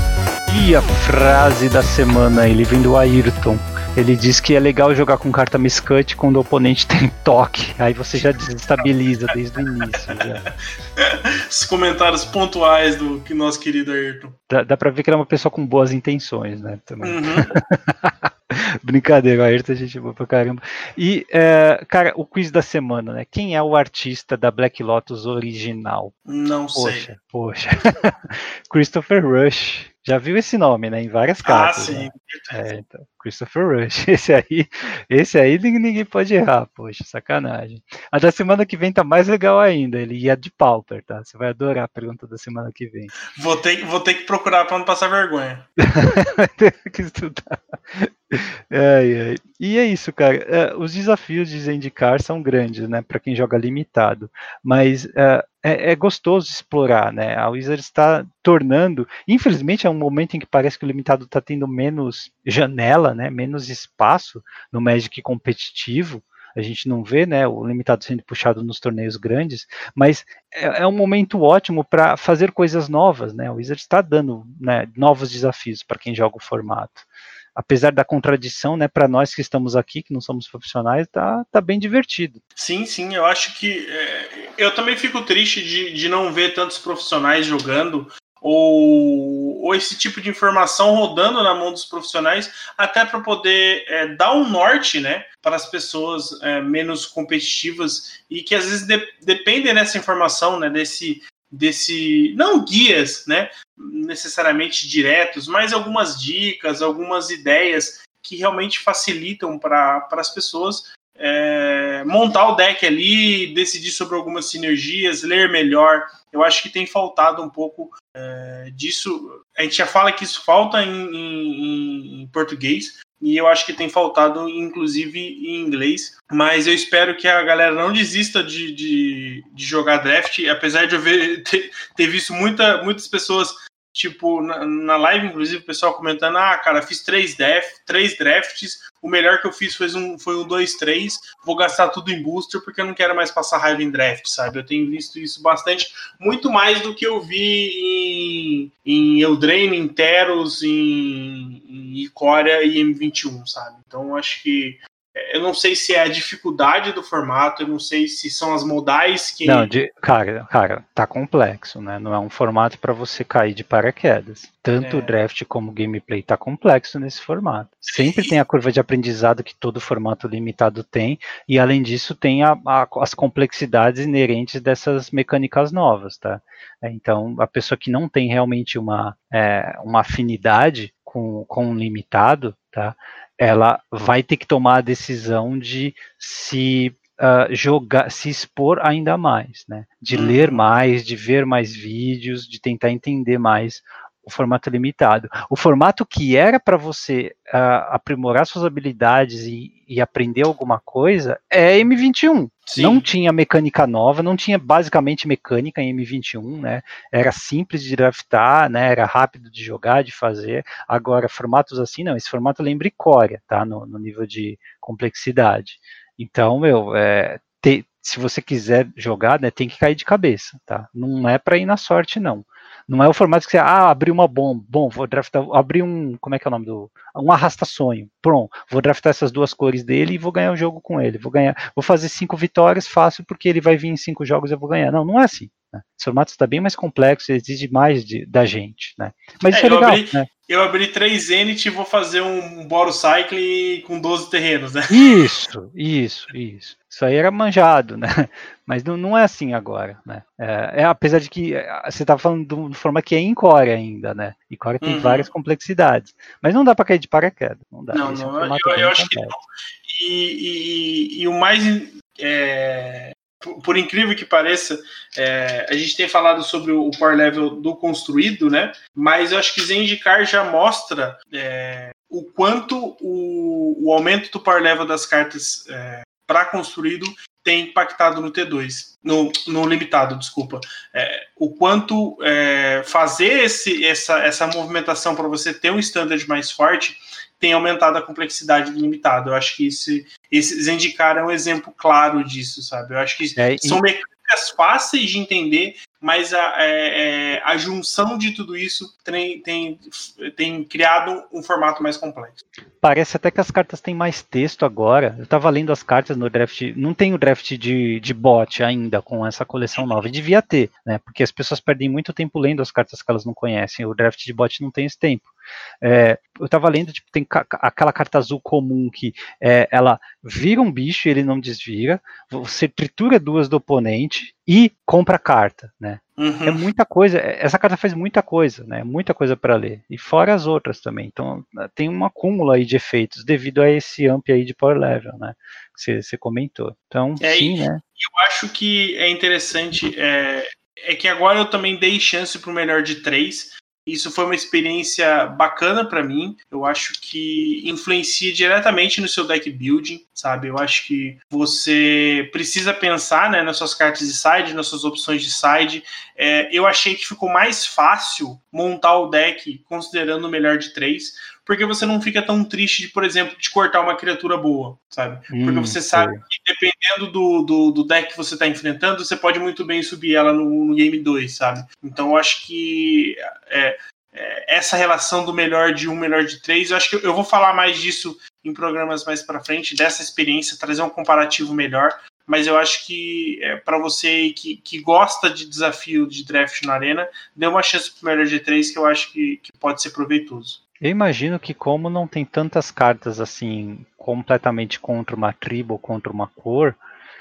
E a frase da semana, ele vem do Ayrton. Ele diz que é legal jogar com carta miscut quando o oponente tem toque. Aí você já desestabiliza desde o início. Já. Os comentários pontuais do nosso querido Ayrton. Dá pra ver que ele é uma pessoa com boas intenções, né? Também. Uhum. Brincadeira, o Ayrton é gente boa pra caramba. E, cara, o quiz da semana, né? Quem é o artista da Black Lotus original? Não sei. Poxa. Christopher Rush. Já viu esse nome, né? Em várias cartas. Sim. Né? Então, Christopher Rush. Esse aí ninguém pode errar, poxa, sacanagem. A da semana que vem tá mais legal ainda. Ele ia de Pauper, tá? Você vai adorar a pergunta da semana que vem. Vou ter que procurar pra não passar vergonha. Vai ter que estudar. Ai. E é isso, cara. Os desafios de Zendikar são grandes, né? Para quem joga limitado. Mas é gostoso explorar, né? A Wizard está tornando. Infelizmente, é um momento em que parece que o limitado está tendo menos janela, né? Menos espaço no Magic competitivo. A gente não vê, né, o limitado sendo puxado nos torneios grandes, mas é um momento ótimo para fazer coisas novas, né? O Wizard está dando, né, novos desafios para quem joga o formato. Apesar da contradição, né, para nós que estamos aqui, que não somos profissionais, tá bem divertido. Sim, eu acho que eu também fico triste de não ver tantos profissionais jogando ou esse tipo de informação rodando na mão dos profissionais, até para poder dar um norte, né, para as pessoas menos competitivas e que às vezes dependem dessa informação, né, desse não guias, né, necessariamente diretos, mas algumas dicas, algumas ideias que realmente facilitam para as pessoas montar o deck ali, decidir sobre algumas sinergias, ler melhor. Eu acho que tem faltado um pouco disso. A gente já fala que isso falta em português, e eu acho que tem faltado, inclusive, em inglês. Mas eu espero que a galera não desista de jogar draft, apesar de eu ter visto muitas pessoas, tipo, na live, inclusive, o pessoal comentando, cara, fiz 3 drafts, o melhor que eu fiz foi um 2-3, vou gastar tudo em booster porque eu não quero mais passar raiva em draft, sabe? Eu tenho visto isso bastante, muito mais do que eu vi em Eldraine, em Teros, em Ikoria e M21, sabe? Então, acho que Eu não sei se é a dificuldade do formato, eu não sei se são as modais que... Não, cara, tá complexo, né? Não é um formato para você cair de paraquedas. Tanto o draft como o gameplay tá complexo nesse formato. Sempre tem a curva de aprendizado que todo formato limitado tem, e além disso tem as complexidades inerentes dessas mecânicas novas, tá? Então, a pessoa que não tem realmente uma afinidade com o limitado, tá? Ela vai ter que tomar a decisão de se se expor ainda mais, né? De ler mais, de ver mais vídeos, de tentar entender mais o formato limitado. O formato que era para você aprimorar suas habilidades e aprender alguma coisa é M21. Sim. Não tinha mecânica nova, não tinha basicamente mecânica em M21, né? Era simples de draftar, né? Era rápido de jogar, de fazer. Agora, formatos assim, não. Esse formato lembra Ikoria, tá? No nível de complexidade. Então, se você quiser jogar, né, tem que cair de cabeça, tá? Não é para ir na sorte, não. Não é o formato que você, abriu uma bomba, bom, vou draftar, abrir como é que é o nome um arrasta-sonho, pronto, vou draftar essas duas cores dele e vou ganhar o jogo com ele, vou fazer 5 vitórias fácil porque ele vai vir em 5 jogos e eu vou ganhar. Não é assim. Né? Esse formato está bem mais complexo, exige mais da gente, né? Mas isso é legal, né? Eu abri 3 Zenith e vou fazer um Boro Cycle com 12 terrenos, né? Isso aí era manjado, né? Mas não é assim agora, né? Apesar de que você tá falando de forma que é em Core ainda, né? E Core tem várias complexidades. Mas não dá para cair de paraquedas. Não dá. Não, eu acho que não. E o mais... por incrível que pareça, a gente tem falado sobre o power level do construído, né? Mas eu acho que Zendikar já mostra o quanto o aumento do power level das cartas para construído tem impactado no T2, no limitado, desculpa. O quanto fazer essa movimentação para você ter um standard mais forte tem aumentado a complexidade do limitado. Eu acho que esse Zendikar é um exemplo claro disso, sabe? Eu acho que são mecânicas fáceis de entender, mas a junção de tudo isso tem criado um formato mais complexo. Parece até que as cartas têm mais texto agora. Eu estava lendo as cartas no draft. Não tem o draft de bot ainda com essa coleção nova. E devia ter, né? Porque as pessoas perdem muito tempo lendo as cartas que elas não conhecem. O draft de bot não tem esse tempo. Eu estava lendo, tipo, tem aquela carta azul comum que ela vira um bicho e ele não desvira. Você tritura 2 do oponente e compra a carta, né? É muita coisa, essa carta faz muita coisa, né? Muita coisa para ler. E fora as outras também. Então tem um acúmulo aí de efeitos devido a esse amp aí de power level, né? Que você comentou. Então, sim, né? Eu acho que é interessante, que agora eu também dei chance pro melhor de 3. Isso foi uma experiência bacana para mim. Eu acho que influencia diretamente no seu deck building, sabe? Eu acho que você precisa pensar, né, nas suas cartas de side, nas suas opções de side. Eu achei que ficou mais fácil montar o deck considerando o melhor de 3, porque você não fica tão triste de, por exemplo, de cortar uma criatura boa, sabe? Porque você sabe que dependendo do deck que você está enfrentando, você pode muito bem subir ela no game 2, sabe? Então eu acho que essa relação do melhor de 1, melhor de 3, eu acho que eu vou falar mais disso em programas mais para frente, dessa experiência, trazer um comparativo melhor, mas eu acho que para você que gosta de desafio de draft na arena, dê uma chance pro melhor de 3, que eu acho que pode ser proveitoso. Eu imagino que como não tem tantas cartas assim completamente contra uma tribo ou contra uma cor,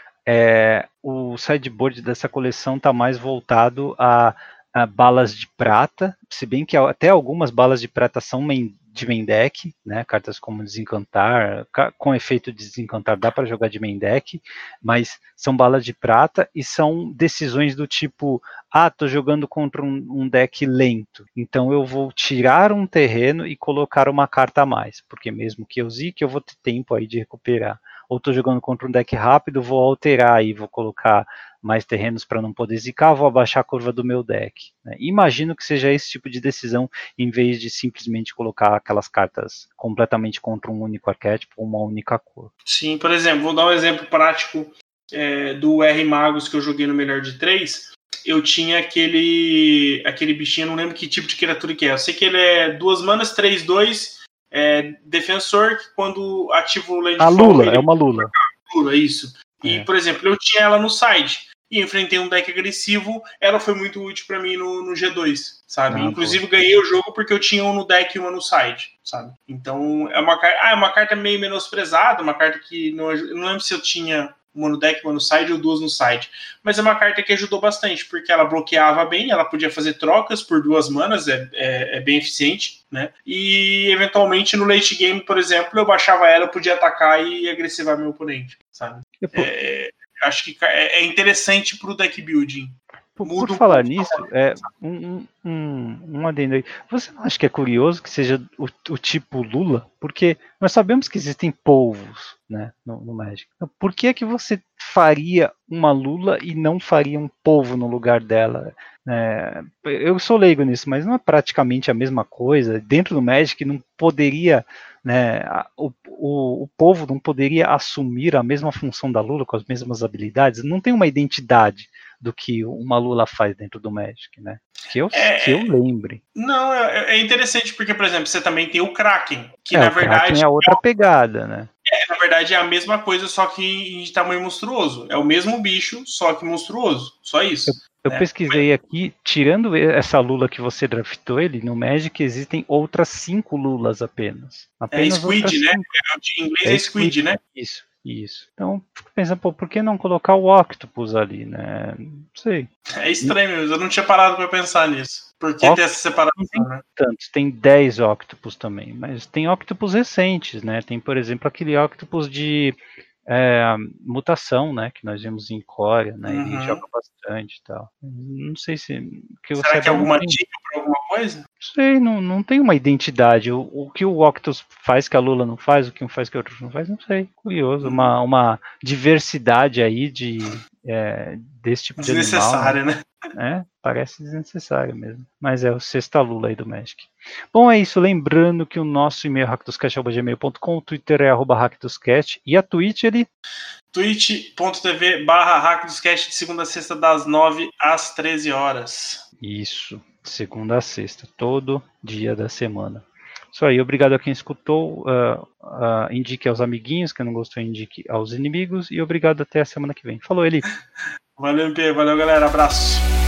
o sideboard dessa coleção está mais voltado a balas de prata, se bem que até algumas balas de prata são de main deck, né? Cartas como Desencantar, com efeito de Desencantar dá para jogar de main deck, mas são balas de prata e são decisões do tipo, tô jogando contra um deck lento, então eu vou tirar um terreno e colocar uma carta a mais, porque mesmo que eu zique, eu vou ter tempo aí de recuperar. Ou estou jogando contra um deck rápido, vou alterar e vou colocar mais terrenos para não poder zicar, vou abaixar a curva do meu deck. Né? Imagino que seja esse tipo de decisão, em vez de simplesmente colocar aquelas cartas completamente contra um único arquétipo ou uma única cor. Sim, por exemplo, vou dar um exemplo prático do R Magos que eu joguei no melhor de 3. Eu tinha aquele bichinho, não lembro que tipo de criatura que é. Eu sei que ele é 2 manas, 3/2 defensor que quando ativa o Landfall... A Lula, é uma Lula. Lula, isso. E, por exemplo, eu tinha ela no side e enfrentei um deck agressivo, ela foi muito útil pra mim no G2, sabe? Inclusive ganhei o jogo porque eu tinha um no deck e uma no side, sabe? Então é uma carta meio menosprezada, uma carta que não lembro se eu tinha uma no deck, uma no side ou duas no side, mas é uma carta que ajudou bastante, porque ela bloqueava bem, ela podia fazer trocas por 2 manas, é bem eficiente, né? E eventualmente no late game, por exemplo, eu baixava ela, eu podia atacar e agressivar meu oponente, sabe? Acho que é interessante pro deck building. Por falar nisso, um adendo aí. Você não acha que é curioso que seja o tipo Lula? Porque nós sabemos que existem polvos, né, no Magic. Então, por que você faria uma Lula e não faria um polvo no lugar dela? Eu sou leigo nisso, mas não é praticamente a mesma coisa. Dentro do Magic não poderia... Né, o povo não poderia assumir a mesma função da Lula com as mesmas habilidades, não tem uma identidade do que uma Lula faz dentro do Magic, né? Que eu lembre. Não, é interessante porque, por exemplo, você também tem o Kraken, que na verdade Kraken é outra pegada, né? Na verdade é a mesma coisa, só que de tamanho monstruoso. É o mesmo bicho, só que monstruoso. Só isso. Eu pesquisei aqui, tirando essa Lula que você draftou ele, no Magic existem outras 5 Lulas apenas. Squid, né? Em inglês é Squid, né? Isso. Então, fico pensando, por que não colocar o Octopus ali, né? Não sei. É estranho mesmo, eu não tinha parado pra pensar nisso. Por que ter essa separação, né? Tantos, tem 10 Octopus também, mas tem Octopus recentes, né? Tem, por exemplo, aquele Octopus de mutação, né? Que nós vimos em Ikoria, né? Ele joga bastante e tal. Não sei se... Será que é alguma dica pra alguma coisa? Não sei, não tem uma identidade. O que o Octopus faz que a Lula não faz, o que um faz que o outro não faz, não sei. Curioso. Uma diversidade aí desse tipo de animal. Desnecessária, né? Parece desnecessário mesmo. Mas é o sexta Lula aí do Magic. Bom, é isso. Lembrando que o nosso e-mail é hackdoscast@gmail.com, o Twitter é @hackdoscast e a Twitch twitch.tv/hackdoscast de segunda a sexta das 9 às 13 horas. Isso, segunda a sexta, todo dia da semana. Isso aí, obrigado a quem escutou, indique aos amiguinhos, quem não gostou, indique aos inimigos, e obrigado até a semana que vem. Falou, Eli. Valeu, MP, valeu, galera, abraço.